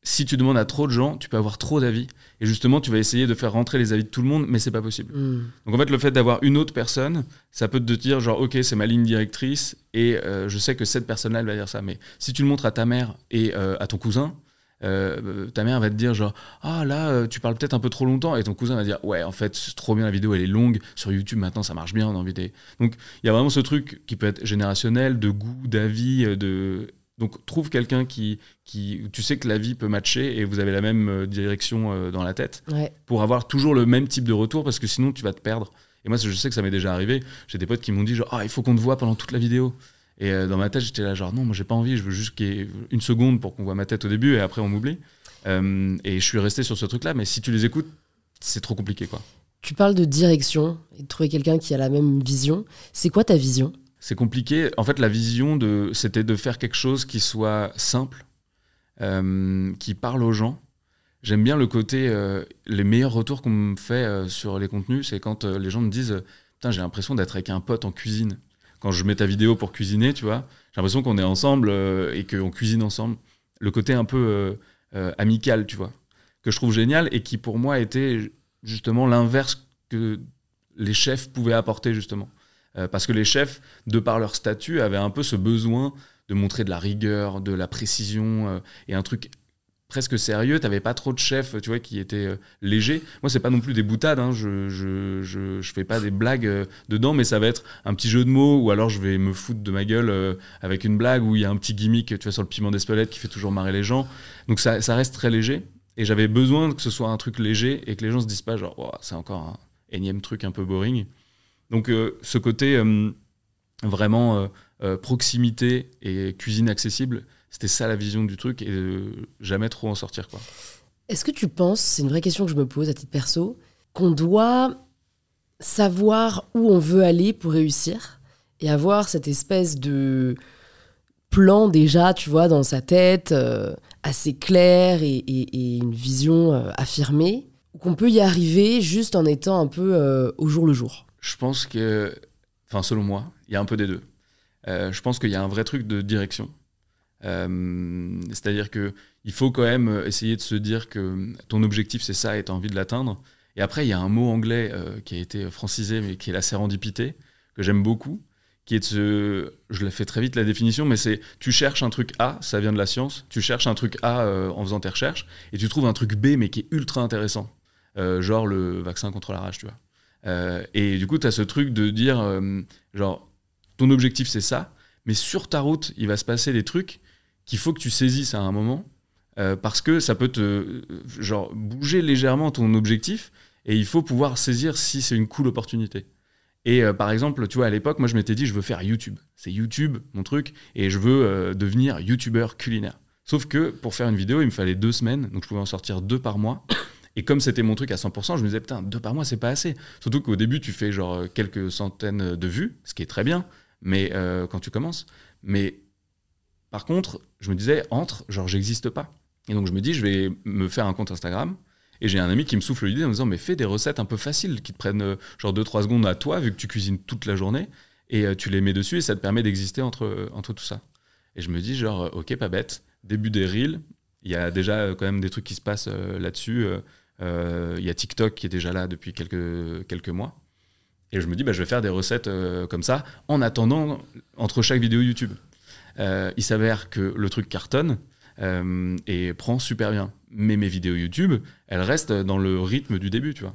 si tu demandes à trop de gens, tu peux avoir trop d'avis. Et justement, tu vas essayer de faire rentrer les avis de tout le monde, mais c'est pas possible. Mm. Donc en fait, le fait d'avoir une autre personne, ça peut te dire genre, ok, c'est ma ligne directrice et euh, je sais que cette personne-là, elle va dire ça. Mais si tu le montres à ta mère et euh, à ton cousin, euh, ta mère va te dire genre, ah là, euh, tu parles peut-être un peu trop longtemps. Et ton cousin va dire, ouais, en fait, c'est trop bien la vidéo, elle est longue. Sur YouTube, maintenant, ça marche bien, on a envie de... Donc il y a vraiment ce truc qui peut être générationnel, de goût, d'avis, de... Donc, trouve quelqu'un qui, qui, tu sais que la vie peut matcher et vous avez la même direction euh, dans la tête ouais. pour avoir toujours le même type de retour parce que sinon, tu vas te perdre. Et moi, je sais que ça m'est déjà arrivé. J'ai des potes qui m'ont dit genre, ah, il faut qu'on te voit pendant toute la vidéo. Et euh, dans ma tête, j'étais là genre, non, moi, j'ai pas envie. Je veux juste qu'il y ait une seconde pour qu'on voit ma tête au début et après, on m'oublie. Euh, et je suis resté sur ce truc-là. Mais si tu les écoutes, c'est trop compliqué, quoi. Tu parles de direction et de trouver quelqu'un qui a la même vision. C'est quoi ta vision ? C'est compliqué. En fait, la vision, de, c'était de faire quelque chose qui soit simple, euh, qui parle aux gens. J'aime bien le côté... Euh, les meilleurs retours qu'on me fait euh, sur les contenus, c'est quand euh, les gens me disent « Putain, j'ai l'impression d'être avec un pote en cuisine. » Quand je mets ta vidéo pour cuisiner, tu vois, j'ai l'impression qu'on est ensemble euh, et qu'on cuisine ensemble. Le côté un peu euh, euh, amical, tu vois, que je trouve génial et qui, pour moi, était justement l'inverse que les chefs pouvaient apporter, justement. Euh, parce que les chefs, de par leur statut, avaient un peu ce besoin de montrer de la rigueur, de la précision euh, et un truc presque sérieux. T'avais pas trop de chefs, tu vois, qui étaient euh, légers. Moi, c'est pas non plus des boutades, hein. je, je, je, je fais pas des blagues euh, dedans, mais ça va être un petit jeu de mots ou alors je vais me foutre de ma gueule euh, avec une blague où il y a un petit gimmick, tu vois, sur le piment d'Espelette qui fait toujours marrer les gens. Donc ça, ça reste très léger. Et j'avais besoin que ce soit un truc léger et que les gens se disent pas genre, oh, c'est encore un énième truc un peu boring. Donc euh, ce côté euh, vraiment euh, euh, proximité et cuisine accessible, c'était ça la vision du truc et euh, jamais trop en sortir, quoi. Est-ce que tu penses, c'est une vraie question que je me pose à titre perso, qu'on doit savoir où on veut aller pour réussir et avoir cette espèce de plan déjà, tu vois, dans sa tête, euh, assez clair et, et, et une vision euh, affirmée, ou qu'on peut y arriver juste en étant un peu euh, au jour le jour ? Je pense que, enfin selon moi, il y a un peu des deux. Euh, je pense qu'il y a un vrai truc de direction. Euh, c'est-à-dire qu'il faut quand même essayer de se dire que ton objectif c'est ça et tu as envie de l'atteindre. Et après, il y a un mot anglais euh, qui a été francisé, mais qui est la sérendipité, que j'aime beaucoup, qui est de ce... Je la fais très vite la définition, mais c'est tu cherches un truc A, ça vient de la science, tu cherches un truc A euh, en faisant tes recherches, et tu trouves un truc B, mais qui est ultra intéressant. Euh, genre le vaccin contre la rage, tu vois. Euh, et du coup, tu as ce truc de dire, euh, genre, ton objectif, c'est ça, mais sur ta route, il va se passer des trucs qu'il faut que tu saisisses à un moment, euh, parce que ça peut te euh, genre, bouger légèrement ton objectif, et il faut pouvoir saisir si c'est une cool opportunité. Et euh, par exemple, tu vois, à l'époque, moi, je m'étais dit, je veux faire YouTube. C'est YouTube, mon truc, et je veux euh, devenir youtubeur culinaire. Sauf que, pour faire une vidéo, il me fallait deux semaines, donc je pouvais en sortir deux par mois. Et comme c'était mon truc à cent pour cent, je me disais, putain, deux par mois, c'est pas assez. Surtout qu'au début, tu fais genre quelques centaines de vues, ce qui est très bien, mais euh, quand tu commences. Mais par contre, je me disais, entre, genre, j'existe pas. Et donc, je me dis, je vais me faire un compte Instagram. Et j'ai un ami qui me souffle l'idée en me disant, mais fais des recettes un peu faciles, qui te prennent euh, genre deux trois secondes à toi, vu que tu cuisines toute la journée. Et euh, tu les mets dessus et ça te permet d'exister entre, euh, entre tout ça. Et je me dis, genre, ok, pas bête. Début des reels, il y a déjà euh, quand même des trucs qui se passent euh, là-dessus. Euh, Il euh, y a TikTok qui est déjà là depuis quelques, quelques mois. Et je me dis, bah, je vais faire des recettes euh, comme ça, en attendant, entre chaque vidéo YouTube. Euh, il s'avère que le truc cartonne euh, et prend super bien. Mais mes vidéos YouTube, elles restent dans le rythme du début, tu vois.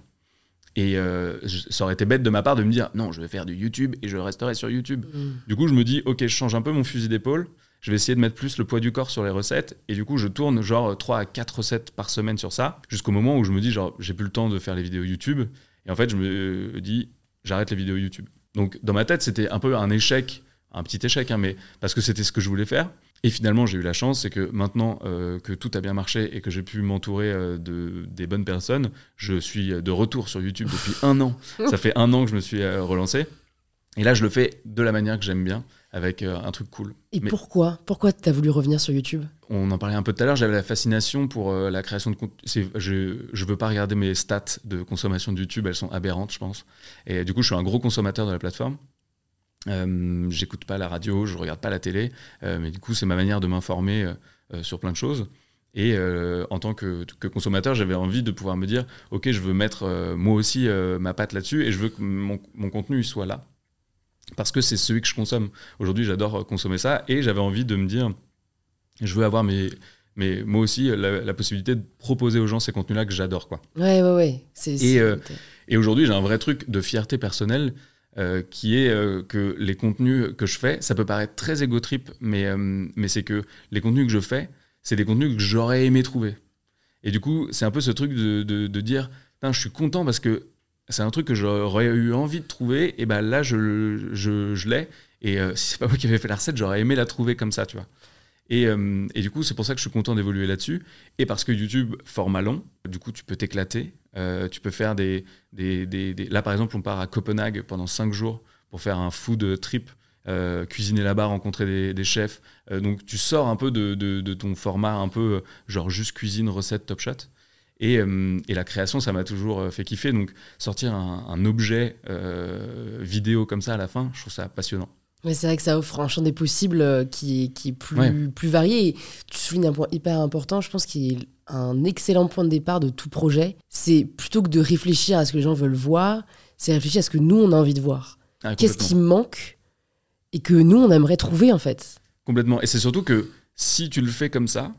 Et euh, ça aurait été bête de ma part de me dire, non, je vais faire du YouTube et je resterai sur YouTube. Mmh. Du coup, je me dis, ok, je change un peu mon fusil d'épaule. Je vais essayer de mettre plus le poids du corps sur les recettes. Et du coup, je tourne genre trois à quatre recettes par semaine sur ça, jusqu'au moment où je me dis, genre, j'ai plus le temps de faire les vidéos YouTube. Et en fait, je me dis, j'arrête les vidéos YouTube. Donc, dans ma tête, c'était un peu un échec, un petit échec, hein, mais parce que c'était ce que je voulais faire. Et finalement, j'ai eu la chance, c'est que maintenant euh, que tout a bien marché et que j'ai pu m'entourer euh, de, des bonnes personnes, je suis de retour sur YouTube depuis un an. Ça fait un an que je me suis euh, relancé. Et là, je le fais de la manière que j'aime bien, avec euh, un truc cool. Et Mais pourquoi Pourquoi tu as voulu revenir sur YouTube ? On en parlait un peu tout à l'heure, j'avais la fascination pour euh, la création de contenu. Je ne veux pas regarder mes stats de consommation de YouTube, elles sont aberrantes, je pense. Et du coup, je suis un gros consommateur de la plateforme. Euh, j'écoute pas la radio, je regarde pas la télé, euh, mais du coup, c'est ma manière de m'informer euh, sur plein de choses. Et euh, en tant que, que consommateur, j'avais envie de pouvoir me dire, ok, je veux mettre euh, moi aussi euh, ma patte là-dessus et je veux que mon, mon contenu soit là. Parce que c'est celui que je consomme. Aujourd'hui, j'adore consommer ça et j'avais envie de me dire, je veux avoir mes, mes, moi aussi la, la possibilité de proposer aux gens ces contenus-là que j'adore, quoi. Ouais, ouais, ouais. C'est, et, c'est... Euh, et aujourd'hui, j'ai un vrai truc de fierté personnelle euh, qui est euh, que les contenus que je fais, ça peut paraître très égo-trip, mais, euh, mais c'est que les contenus que je fais, c'est des contenus que j'aurais aimé trouver. Et du coup, c'est un peu ce truc de, de, de dire, je suis content parce que c'est un truc que j'aurais eu envie de trouver, et ben là, je, je, je l'ai. Et euh, si c'est pas moi qui avais fait la recette, j'aurais aimé la trouver comme ça, tu vois. Et, euh, et du coup, c'est pour ça que je suis content d'évoluer là-dessus. Et parce que YouTube, format long, du coup, tu peux t'éclater. Euh, tu peux faire des, des, des, des... Là, par exemple, on part à Copenhague pendant cinq jours pour faire un food trip, euh, cuisiner là-bas, rencontrer des, des chefs. Euh, donc, tu sors un peu de, de, de ton format un peu genre juste cuisine, recette, Top Shot. Et, euh, et la création, ça m'a toujours fait kiffer. Donc, sortir un, un objet euh, vidéo comme ça à la fin, je trouve ça passionnant. Mais c'est vrai que ça offre un champ des possibles qui, qui est plus, ouais. plus varié. Et tu soulignes un point hyper important, je pense qu'il est un excellent point de départ de tout projet. C'est plutôt que de réfléchir à ce que les gens veulent voir, c'est réfléchir à ce que nous, on a envie de voir. Ah, Qu'est-ce qui manque et que nous, on aimerait trouver, en fait. Complètement. Et c'est surtout que si tu le fais comme ça,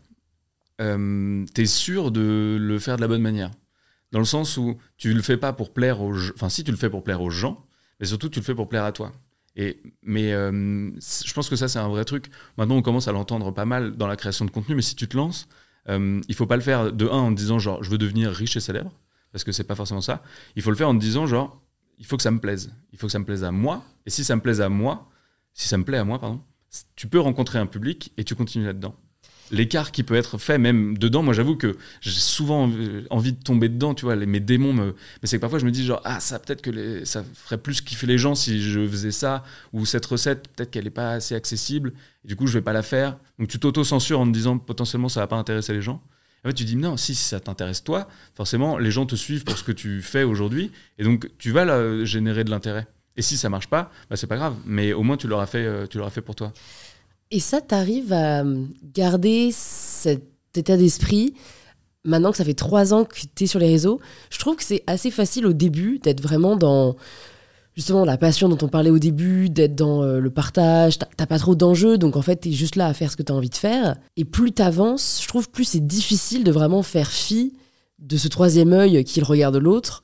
euh, t'es sûr de le faire de la bonne manière. Dans le sens où tu le fais pas pour plaire aux gens. Enfin, si tu le fais pour plaire aux gens, mais surtout tu le fais pour plaire à toi. Et, mais euh, je pense que ça, c'est un vrai truc. Maintenant, on commence à l'entendre pas mal dans la création de contenu, mais si tu te lances, euh, il faut pas le faire de un en te disant genre je veux devenir riche et célèbre, parce que c'est pas forcément ça. Il faut le faire en te disant genre il faut que ça me plaise. Il faut que ça me plaise à moi. Et si ça me plaise à moi, si ça me plaît à moi, pardon, tu peux rencontrer un public et tu continues là-dedans. L'écart qui peut être fait même dedans, moi j'avoue que j'ai souvent envie de tomber dedans, tu vois, les, mes démons me... mais c'est que parfois je me dis genre ah ça peut-être que les... ça ferait plus kiffer les gens si je faisais ça, ou cette recette peut-être qu'elle est pas assez accessible et du coup je vais pas la faire, donc tu t'auto-censures en te disant potentiellement ça va pas intéresser les gens. En fait tu dis non, si, si ça t'intéresse toi, forcément les gens te suivent pour ce que tu fais aujourd'hui et donc tu vas là, générer de l'intérêt, et si ça marche pas, bah c'est pas grave, mais au moins tu l'auras fait, tu l'auras fait pour toi. Et ça, t'arrives à garder cet état d'esprit maintenant que ça fait trois ans que t'es sur les réseaux. Je trouve que c'est assez facile au début d'être vraiment dans justement la passion dont on parlait au début, d'être dans euh, le partage. T'as, t'as pas trop d'enjeux, donc en fait t'es juste là à faire ce que t'as envie de faire. Et plus t'avances, je trouve plus c'est difficile de vraiment faire fi de ce troisième œil qui est le regard de l'autre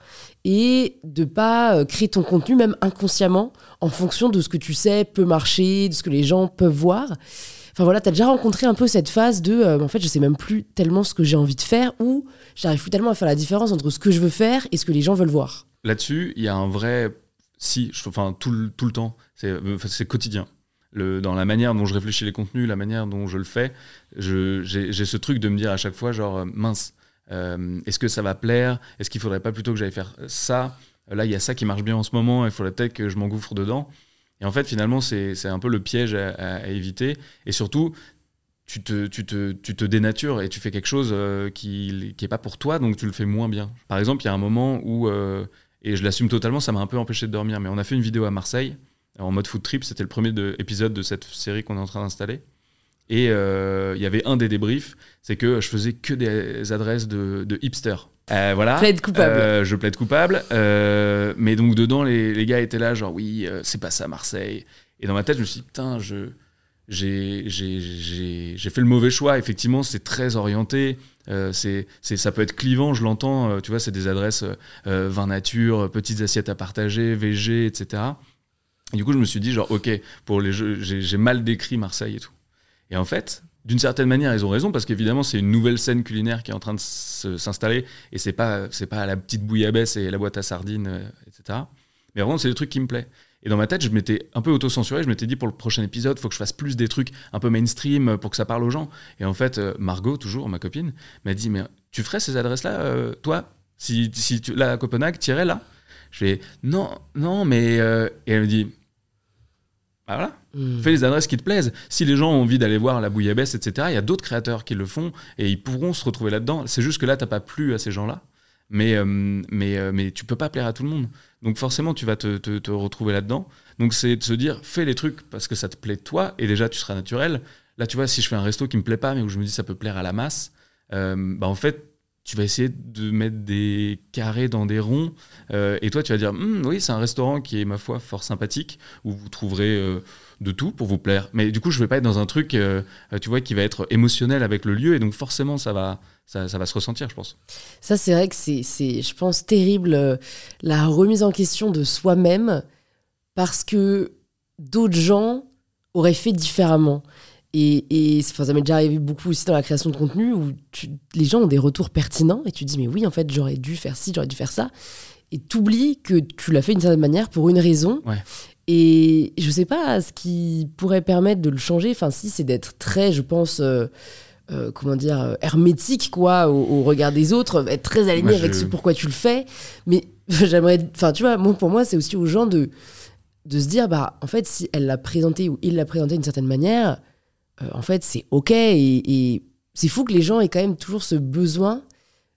et de pas créer ton contenu même inconsciemment en fonction de ce que tu sais peut marcher, de ce que les gens peuvent voir. Enfin voilà, t'as déjà rencontré un peu cette phase de euh, en fait je sais même plus tellement ce que j'ai envie de faire, ou j'arrive plus tellement à faire la différence entre ce que je veux faire et ce que les gens veulent voir. Là-dessus, il y a un vrai si, je, enfin tout le, tout le temps, c'est, c'est quotidien. Le, dans la manière dont je réfléchis les contenus, la manière dont je le fais, je, j'ai, j'ai ce truc de me dire à chaque fois genre mince, Euh, est-ce que ça va plaire ? Est-ce qu'il faudrait pas plutôt que j'aille faire ça ? Là, il y a ça qui marche bien en ce moment, il faudrait peut-être que je m'engouffre dedans. Et en fait, finalement, c'est, c'est un peu le piège à, à, à éviter. Et surtout, tu te, tu, te, tu te dénatures et tu fais quelque chose euh, qui n'est pas pour toi, donc tu le fais moins bien. Par exemple, il y a un moment où, euh, et je l'assume totalement, ça m'a un peu empêché de dormir, mais on a fait une vidéo à Marseille, en mode food trip, c'était le premier de, épisode de cette série qu'on est en train d'installer. Et il euh, y avait un des débriefs, c'est que je faisais que des adresses de, de hipsters. Euh, voilà. Plaide coupable. Euh, je plaide coupable. Euh, mais donc dedans, les, les gars étaient là, genre oui, euh, c'est pas ça Marseille. Et dans ma tête, je me suis dit, putain, je, j'ai, j'ai, j'ai, j'ai fait le mauvais choix. Effectivement, c'est très orienté. Euh, c'est, c'est, ça peut être clivant, je l'entends. Euh, tu vois, c'est des adresses euh, vin nature, petites assiettes à partager, V G, et cetera. Et du coup, je me suis dit, genre, ok, pour les jeux, j'ai, j'ai mal décrit Marseille et tout. Et en fait, d'une certaine manière, ils ont raison, parce qu'évidemment, c'est une nouvelle scène culinaire qui est en train de se, s'installer, et c'est pas, c'est pas la petite bouillabaisse et la boîte à sardines, euh, et cetera. Mais vraiment, c'est des trucs qui me plaisent. Et dans ma tête, je m'étais un peu auto-censuré, je m'étais dit, pour le prochain épisode, il faut que je fasse plus des trucs un peu mainstream pour que ça parle aux gens. Et en fait, Margot, toujours, ma copine, m'a dit, mais tu ferais ces adresses-là, euh, toi, si, si tu, là, à Copenhague, tu irais là ? Je fais, non, non, mais... Euh... Et elle me dit... Bah voilà, mmh. Fais les adresses qui te plaisent. Si les gens ont envie d'aller voir la bouillabaisse, et cetera, il y a d'autres créateurs qui le font et ils pourront se retrouver là-dedans. C'est juste que là, t'as pas plu à ces gens-là, mais, euh, mais, euh, mais tu peux pas plaire à tout le monde. Donc forcément, tu vas te, te, te retrouver là-dedans. Donc c'est de se dire, fais les trucs parce que ça te plaît toi et déjà tu seras naturel. Là, tu vois, si je fais un resto qui me plaît pas, mais où je me dis ça peut plaire à la masse, euh, bah en fait, tu vas essayer de mettre des carrés dans des ronds, euh, et toi, tu vas dire, hm, oui, c'est un restaurant qui est, ma foi, fort sympathique, où vous trouverez euh, de tout pour vous plaire. Mais du coup, je vais pas être dans un truc, euh, tu vois, qui va être émotionnel avec le lieu, et donc forcément, ça va, ça, ça va se ressentir, je pense. Ça, c'est vrai que c'est, c'est je pense, terrible, euh, la remise en question de soi-même, parce que d'autres gens auraient fait différemment. Et, et enfin, ça m'est déjà arrivé beaucoup aussi dans la création de contenu où tu, les gens ont des retours pertinents et tu te dis mais oui en fait j'aurais dû faire ci, j'aurais dû faire ça et t'oublies que tu l'as fait d'une certaine manière pour une raison. Ouais. Et je sais pas ce qui pourrait permettre de le changer, enfin si c'est d'être très je pense euh, euh, comment dire euh, hermétique quoi au, au regard des autres, être très aligné Moi, avec je... ce pourquoi tu le fais, mais j'aimerais enfin tu vois moi, pour moi c'est aussi aux gens de, de se dire bah en fait si elle l'a présenté ou il l'a présenté d'une certaine manière, Euh, en fait, c'est OK. Et, et c'est fou que les gens aient quand même toujours ce besoin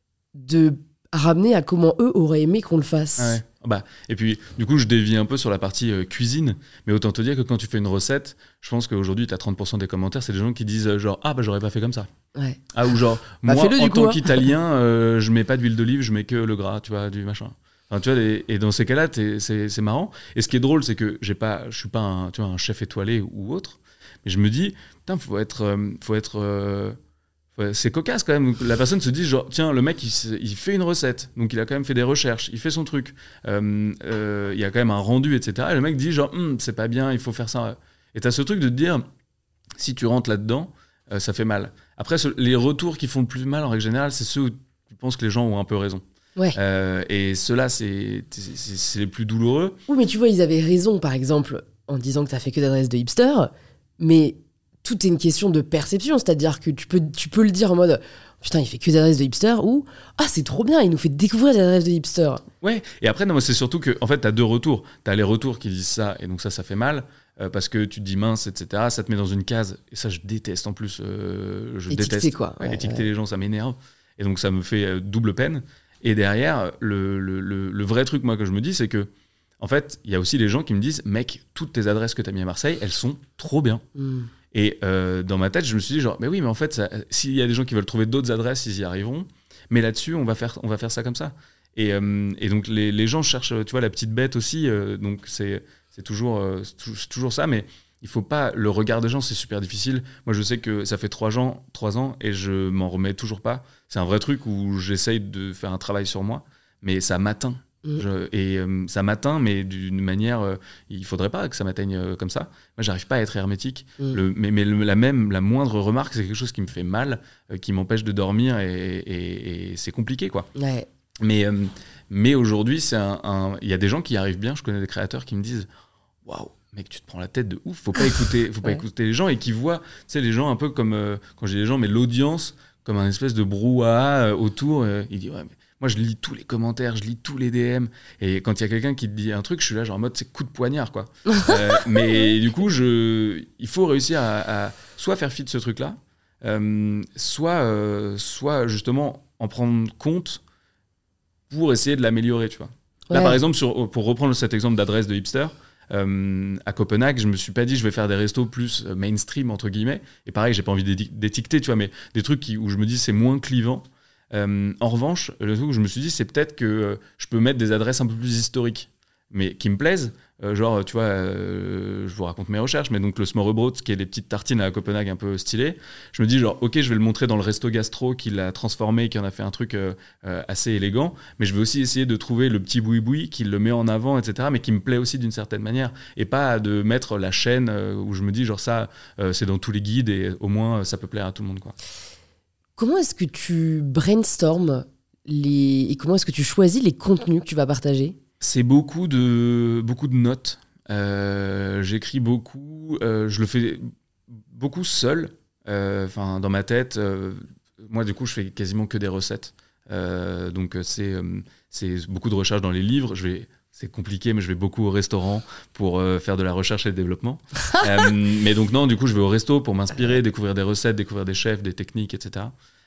de ramener à comment eux auraient aimé qu'on le fasse. Ah ouais. Bah, et puis, du coup, je dévie un peu sur la partie euh, cuisine. Mais autant te dire que quand tu fais une recette, je pense qu'aujourd'hui, tu as trente pour cent des commentaires, c'est des gens qui disent euh, genre, ah bah j'aurais pas fait comme ça. Ouais. Ah, ou genre, Bah, moi, fais-le, en du tant coup, hein. qu'Italien, euh, je mets pas d'huile d'olive, je mets que le gras, tu vois, du machin. Enfin, tu vois, et, et dans ces cas-là, t'es- c'est, c'est marrant. Et ce qui est drôle, c'est que j'ai pas, je suis pas un, tu vois, un chef étoilé ou autre. Mais je me dis, putain, faut être. euh, faut être euh, faut- c'est cocasse quand même. La personne se dit, genre, tiens, le mec, il, se- il fait une recette. Donc, il a quand même fait des recherches. Il fait son truc. Euh, euh, il y a quand même un rendu, et cetera. Et le mec dit, genre, Hum, c'est pas bien, il faut faire ça. Et t'as ce truc de te dire, si tu rentres là-dedans, euh, ça fait mal. Après, ce- les retours qui font le plus mal, en règle générale, c'est ceux où tu penses que les gens ont un peu raison. Ouais. Euh, et ceux-là, c'est, c'est, c'est- c'est les plus douloureux. Oui, mais tu vois, ils avaient raison, par exemple, en disant que t'as fait que d'adresses de hipster, mais tout est une question de perception, c'est-à-dire que tu peux, tu peux le dire en mode putain, il fait que d'adresses de hipster ou ah, c'est trop bien, il nous fait découvrir des adresses de hipster. Ouais, et après, non, moi, c'est surtout que, en fait, t'as deux retours. T'as les retours qui disent ça, et donc ça, ça fait mal, euh, parce que tu te dis mince, et cetera. Ça te met dans une case, et ça, je déteste en plus. euh, je Étiqueter, déteste. quoi. Ouais, Ouais, étiqueter ouais. les gens, ça m'énerve. Et donc, ça me fait euh, double peine. Et derrière, le, le, le, le vrai truc, moi, que je me dis, c'est que, en fait, il y a aussi les gens qui me disent, mec, toutes tes adresses que t'as mis à Marseille, elles sont trop bien. Mm. Et euh, dans ma tête, je me suis dit, genre, mais oui, mais en fait, ça- s'il y a des gens qui veulent trouver d'autres adresses, ils y arriveront. Mais là-dessus, on va faire, on va faire ça comme ça. Et, euh, et donc, les, les gens cherchent, tu vois, la petite bête aussi. euh, donc, c'est, c'est, toujours, euh, c'est tou- c'est toujours ça. Mais il faut pas. Le regard des gens, c'est super difficile. Moi, je sais que ça fait trois ans, trois ans et je m'en remets toujours pas. C'est un vrai truc où j'essaye de faire un travail sur moi, mais ça m'atteint. Mm. Je- et euh, ça m'atteint, mais d'une manière. euh, il faudrait pas que ça m'atteigne euh, comme ça. Moi, j'arrive pas à être hermétique. Mm. Le, mais mais le- la même, la moindre remarque, c'est quelque chose qui me fait mal, euh, qui m'empêche de dormir, et, et- et c'est compliqué, quoi. Ouais. Mais, euh, mais aujourd'hui, c'est un, un- il y a des gens qui y arrivent bien. Je connais des créateurs qui me disent, waouh, mec, tu te prends la tête de ouf. Faut pas écouter, faut pas Ouais. écouter les gens, et qui voient, tu sais, les gens un peu comme euh, quand j'ai les gens, mais l'audience comme un espèce de brouhaha euh, autour. euh, il dit ouais, mais moi je lis tous les commentaires, je lis tous les D M, et quand il y a quelqu'un qui te dit un truc, je suis là genre en mode c'est coup de poignard, quoi. Euh, mais du coup, je, il faut réussir à, à soit faire fi de ce truc-là, euh, soit, euh, soit justement en prendre compte pour essayer de l'améliorer, tu vois. Là, Ouais. par exemple, sur, pour reprendre cet exemple d'adresse de hipster, euh, à Copenhague, je me suis pas dit je vais faire des restos plus euh, mainstream, entre guillemets. Et pareil, j'ai pas envie d'éti- d'étiqueter, tu vois, mais des trucs qui, où je me dis c'est moins clivant. Euh, en revanche, le truc où je me suis dit, c'est peut-être que euh, je peux mettre des adresses un peu plus historiques, mais qui me plaisent. Euh, genre, tu vois, euh, je vous raconte mes recherches, mais donc le smørrebrød, qui est les petites tartines à Copenhague un peu stylées, je me dis, genre, ok, je vais le montrer dans le resto gastro qui l'a transformé, qui en a fait un truc euh, euh, assez élégant, mais je vais aussi essayer de trouver le petit boui-boui qui le met en avant, et cetera, mais qui me plaît aussi d'une certaine manière, et pas de mettre la chaîne euh, où je me dis, genre, ça, euh, c'est dans tous les guides, et au moins, ça peut plaire à tout le monde, quoi. Comment est-ce que tu brainstormes les... et comment est-ce que tu choisis les contenus que tu vas partager? C'est beaucoup de, beaucoup de notes. Euh, j'écris beaucoup. Euh, je le fais beaucoup seul. Enfin, dans ma tête. Euh, moi, du coup, je fais quasiment que des recettes. Euh, donc, c'est, euh, c'est beaucoup de recherche dans les livres. Je vais, c'est compliqué, mais je vais beaucoup au restaurant pour euh, faire de la recherche et le développement. euh, mais donc, non, du coup, je vais au resto pour m'inspirer, découvrir des recettes, découvrir des chefs, des techniques, et cetera.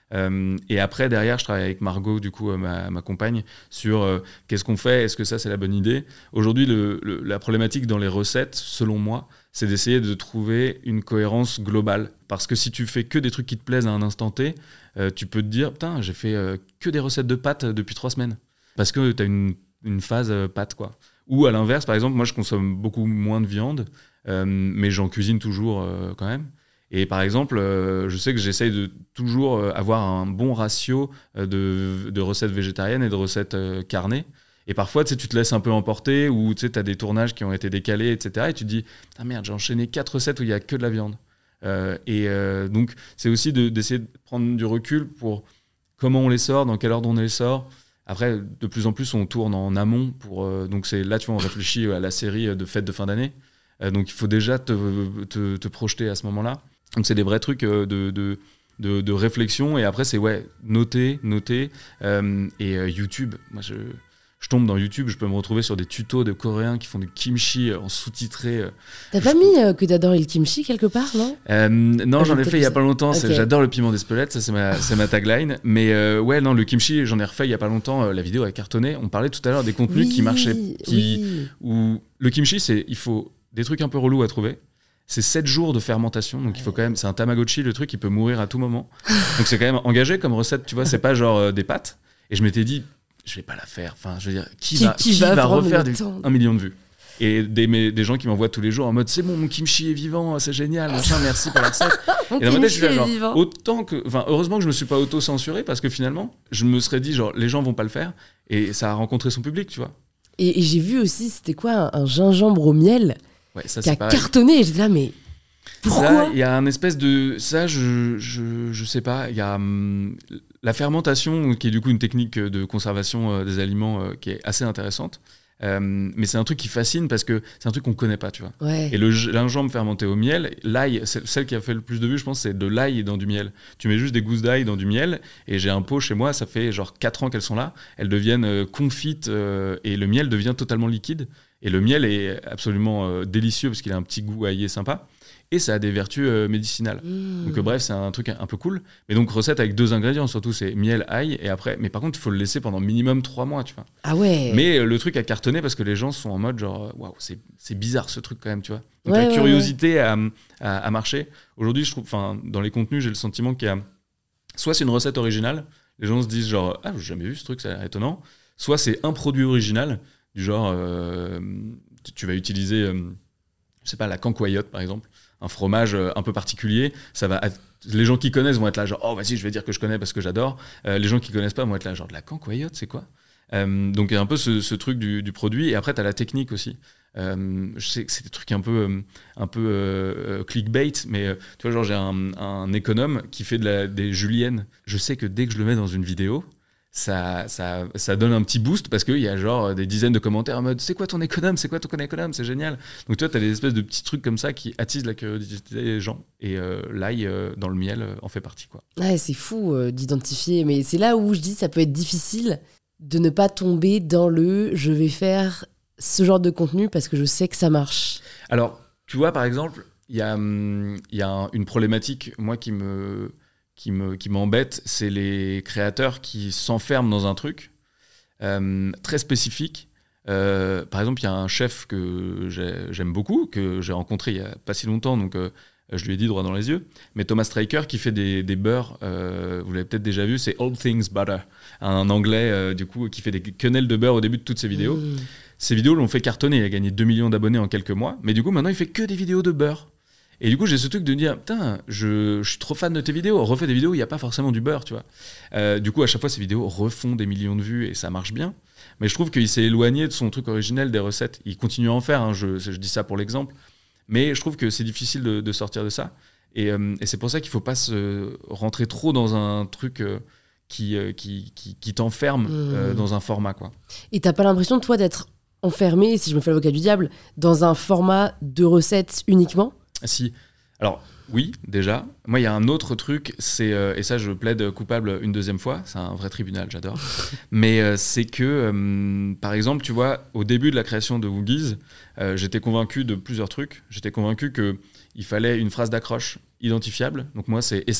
Euh, et après, derrière, je travaille avec Margot, du coup, euh, ma, ma compagne, sur euh, qu'est-ce qu'on fait, est-ce que ça, c'est la bonne idée. Aujourd'hui, le, le, la problématique dans les recettes, selon moi, c'est d'essayer de trouver une cohérence globale. Parce que si tu fais que des trucs qui te plaisent à un instant T, euh, tu peux te dire, putain, j'ai fait euh, que des recettes de pâtes depuis trois semaines. Parce que tu as une, une phase euh, pâtes, quoi. Ou à l'inverse, par exemple, moi, je consomme beaucoup moins de viande, euh, mais j'en cuisine toujours euh, quand même. Et par exemple, euh, je sais que j'essaye de toujours euh, avoir un bon ratio euh, de, de recettes végétariennes et de recettes euh, carnées. Et parfois, tu sais, tu te laisses un peu emporter ou tu sais, as des tournages qui ont été décalés, et cetera. Et tu te dis, ah merde, j'ai enchaîné quatre recettes où il n'y a que de la viande. Euh, et euh, donc, c'est aussi de, d'essayer de prendre du recul pour comment on les sort, dans quelle ordre on les sort. Après, de plus en plus, on tourne en amont. Pour, euh, donc c'est, là, tu vois, on réfléchit à la série de fêtes de fin d'année. Euh, donc, il faut déjà te, te, te projeter à ce moment-là. Donc c'est des vrais trucs de, de, de, de réflexion. Et après, c'est ouais, noter, noter. Euh, et euh, YouTube, moi, je, je tombe dans YouTube, je peux me retrouver sur des tutos de Coréens qui font du kimchi en sous-titré. T'as pas mis euh, que t'adorais le kimchi quelque part, non euh, Non, ah, j'en ai fait il y a pas longtemps. Okay. C'est, j'adore le piment d'Espelette, ça c'est ma, c'est ma tagline. Mais euh, ouais, non, le kimchi, j'en ai refait il y a pas longtemps. Euh, la vidéo a cartonné. On parlait tout à l'heure des contenus oui, qui marchaient. Qui, oui. Où le kimchi, c'est, il faut des trucs un peu relous à trouver. C'est sept jours de fermentation, donc il faut quand même. C'est un Tamagotchi, le truc, il peut mourir à tout moment. Donc c'est quand même engagé comme recette, tu vois. C'est pas genre euh, des pâtes. Et je m'étais dit, je vais pas la faire. Enfin, je veux dire, qui, qui va, qui qui va, va refaire du, un million de vues? Et des, mes, des gens qui m'envoient tous les jours en mode, c'est bon, mon kimchi est vivant, c'est génial, machin, merci pour la recette. Et dans ma tête, je suis là, genre, autant que, enfin, heureusement que je me suis pas auto-censuré parce que finalement, je me serais dit, genre, les gens vont pas le faire et ça a rencontré son public, tu vois. Et, et j'ai vu aussi, c'était quoi, un, un gingembre au miel. Ouais, ça, qui a pareil. Cartonné, et j'étais là, mais pourquoi? Il y a un espèce de... Ça, je, je, je sais pas, il y a hum, la fermentation, qui est du coup une technique de conservation euh, des aliments euh, qui est assez intéressante, euh, mais c'est un truc qui fascine parce que c'est un truc qu'on connaît pas, tu vois. Ouais. Et le gingembre fermenté au miel, l'ail, celle qui a fait le plus de vues, je pense, c'est de l'ail dans du miel. Tu mets juste des gousses d'ail dans du miel, et j'ai un pot chez moi, ça fait genre quatre ans qu'elles sont là, elles deviennent euh, confites, euh, et le miel devient totalement liquide. Et le miel est absolument euh, délicieux parce qu'il a un petit goût aillé sympa. Et ça a des vertus euh, médicinales. Mmh. Donc euh, bref, c'est un truc un, un peu cool. Mais donc recette avec deux ingrédients, surtout c'est miel, ail, et après. Mais par contre, il faut le laisser pendant minimum trois mois, tu vois. Ah ouais. Mais euh, le truc a cartonné parce que les gens sont en mode genre, waouh, c'est, c'est bizarre ce truc quand même, tu vois. Donc ouais, la ouais, curiosité ouais. A, a, a marché. Aujourd'hui, je trouve, enfin, dans les contenus, j'ai le sentiment qu'il y a soit c'est une recette originale, les gens se disent genre, ah, j'ai jamais vu ce truc, ça a l'air étonnant. Soit c'est un produit original, du genre, euh, tu vas utiliser, euh, je sais pas, la cancoyote par exemple. Un fromage un peu particulier, ça va. Les gens qui connaissent vont être là, genre, oh, vas-y, je vais dire que je connais parce que j'adore. Euh, les gens qui connaissent pas vont être là, genre, de la cancoyote, c'est quoi? euh, Donc, il y a un peu ce, ce truc du, du produit. Et après, tu as la technique aussi. Euh, je sais que c'est des trucs un peu, un peu euh, clickbait, mais euh, tu vois, genre, j'ai un, un économe qui fait de la, des juliennes. Je sais que dès que je le mets dans une vidéo, Ça, ça, ça donne un petit boost parce qu'il y a genre des dizaines de commentaires en mode c'est quoi ton économe, c'est quoi ton économe, c'est génial. Donc tu vois, tu as des espèces de petits trucs comme ça qui attisent la curiosité des gens et euh, l'ail euh, dans le miel euh, en fait partie, quoi. Ouais, c'est fou euh, d'identifier, mais c'est là où je dis ça peut être difficile de ne pas tomber dans le je vais faire ce genre de contenu parce que je sais que ça marche. Alors, tu vois, par exemple, il y a, hum, y a un, une problématique, moi, qui me... qui me, qui m'embête, c'est les créateurs qui s'enferment dans un truc euh, très spécifique. Euh, par exemple, il y a un chef que j'ai, j'aime beaucoup, que j'ai rencontré il n'y a pas si longtemps, donc euh, je lui ai dit droit dans les yeux, mais Thomas Stryker qui fait des, des beurres, euh, vous l'avez peut-être déjà vu, c'est All Things Butter, un anglais euh, du coup, qui fait des quenelles de beurre au début de toutes ses vidéos. Mmh. Ces vidéos l'ont fait cartonner, il a gagné deux millions d'abonnés en quelques mois, mais du coup maintenant il fait que des vidéos de beurre. Et du coup, j'ai ce truc de me dire, putain, je, je suis trop fan de tes vidéos, refais des vidéos où il n'y a pas forcément du beurre, tu vois. Euh, du coup, à chaque fois, ces vidéos refont des millions de vues et ça marche bien. Mais je trouve qu'il s'est éloigné de son truc originel des recettes. Il continue à en faire, hein, je, je dis ça pour l'exemple. Mais je trouve que c'est difficile de, de sortir de ça. Et, euh, et c'est pour ça qu'il ne faut pas se rentrer trop dans un truc euh, qui, euh, qui, qui, qui t'enferme mmh. euh, dans un format, quoi. Et t'as pas l'impression, toi, d'être enfermé, si je me fais l'avocat du diable, dans un format de recettes uniquement ? Si. Alors, oui, déjà. Moi, il y a un autre truc, c'est, euh, et ça, je plaide coupable une deuxième fois, c'est un vrai tribunal, j'adore. Mais euh, c'est que, euh, par exemple, tu vois, au début de la création de Woogies, euh, j'étais convaincu de plusieurs trucs. J'étais convaincu qu'il fallait une phrase d'accroche identifiable. Donc, moi, c'est « et ça part ».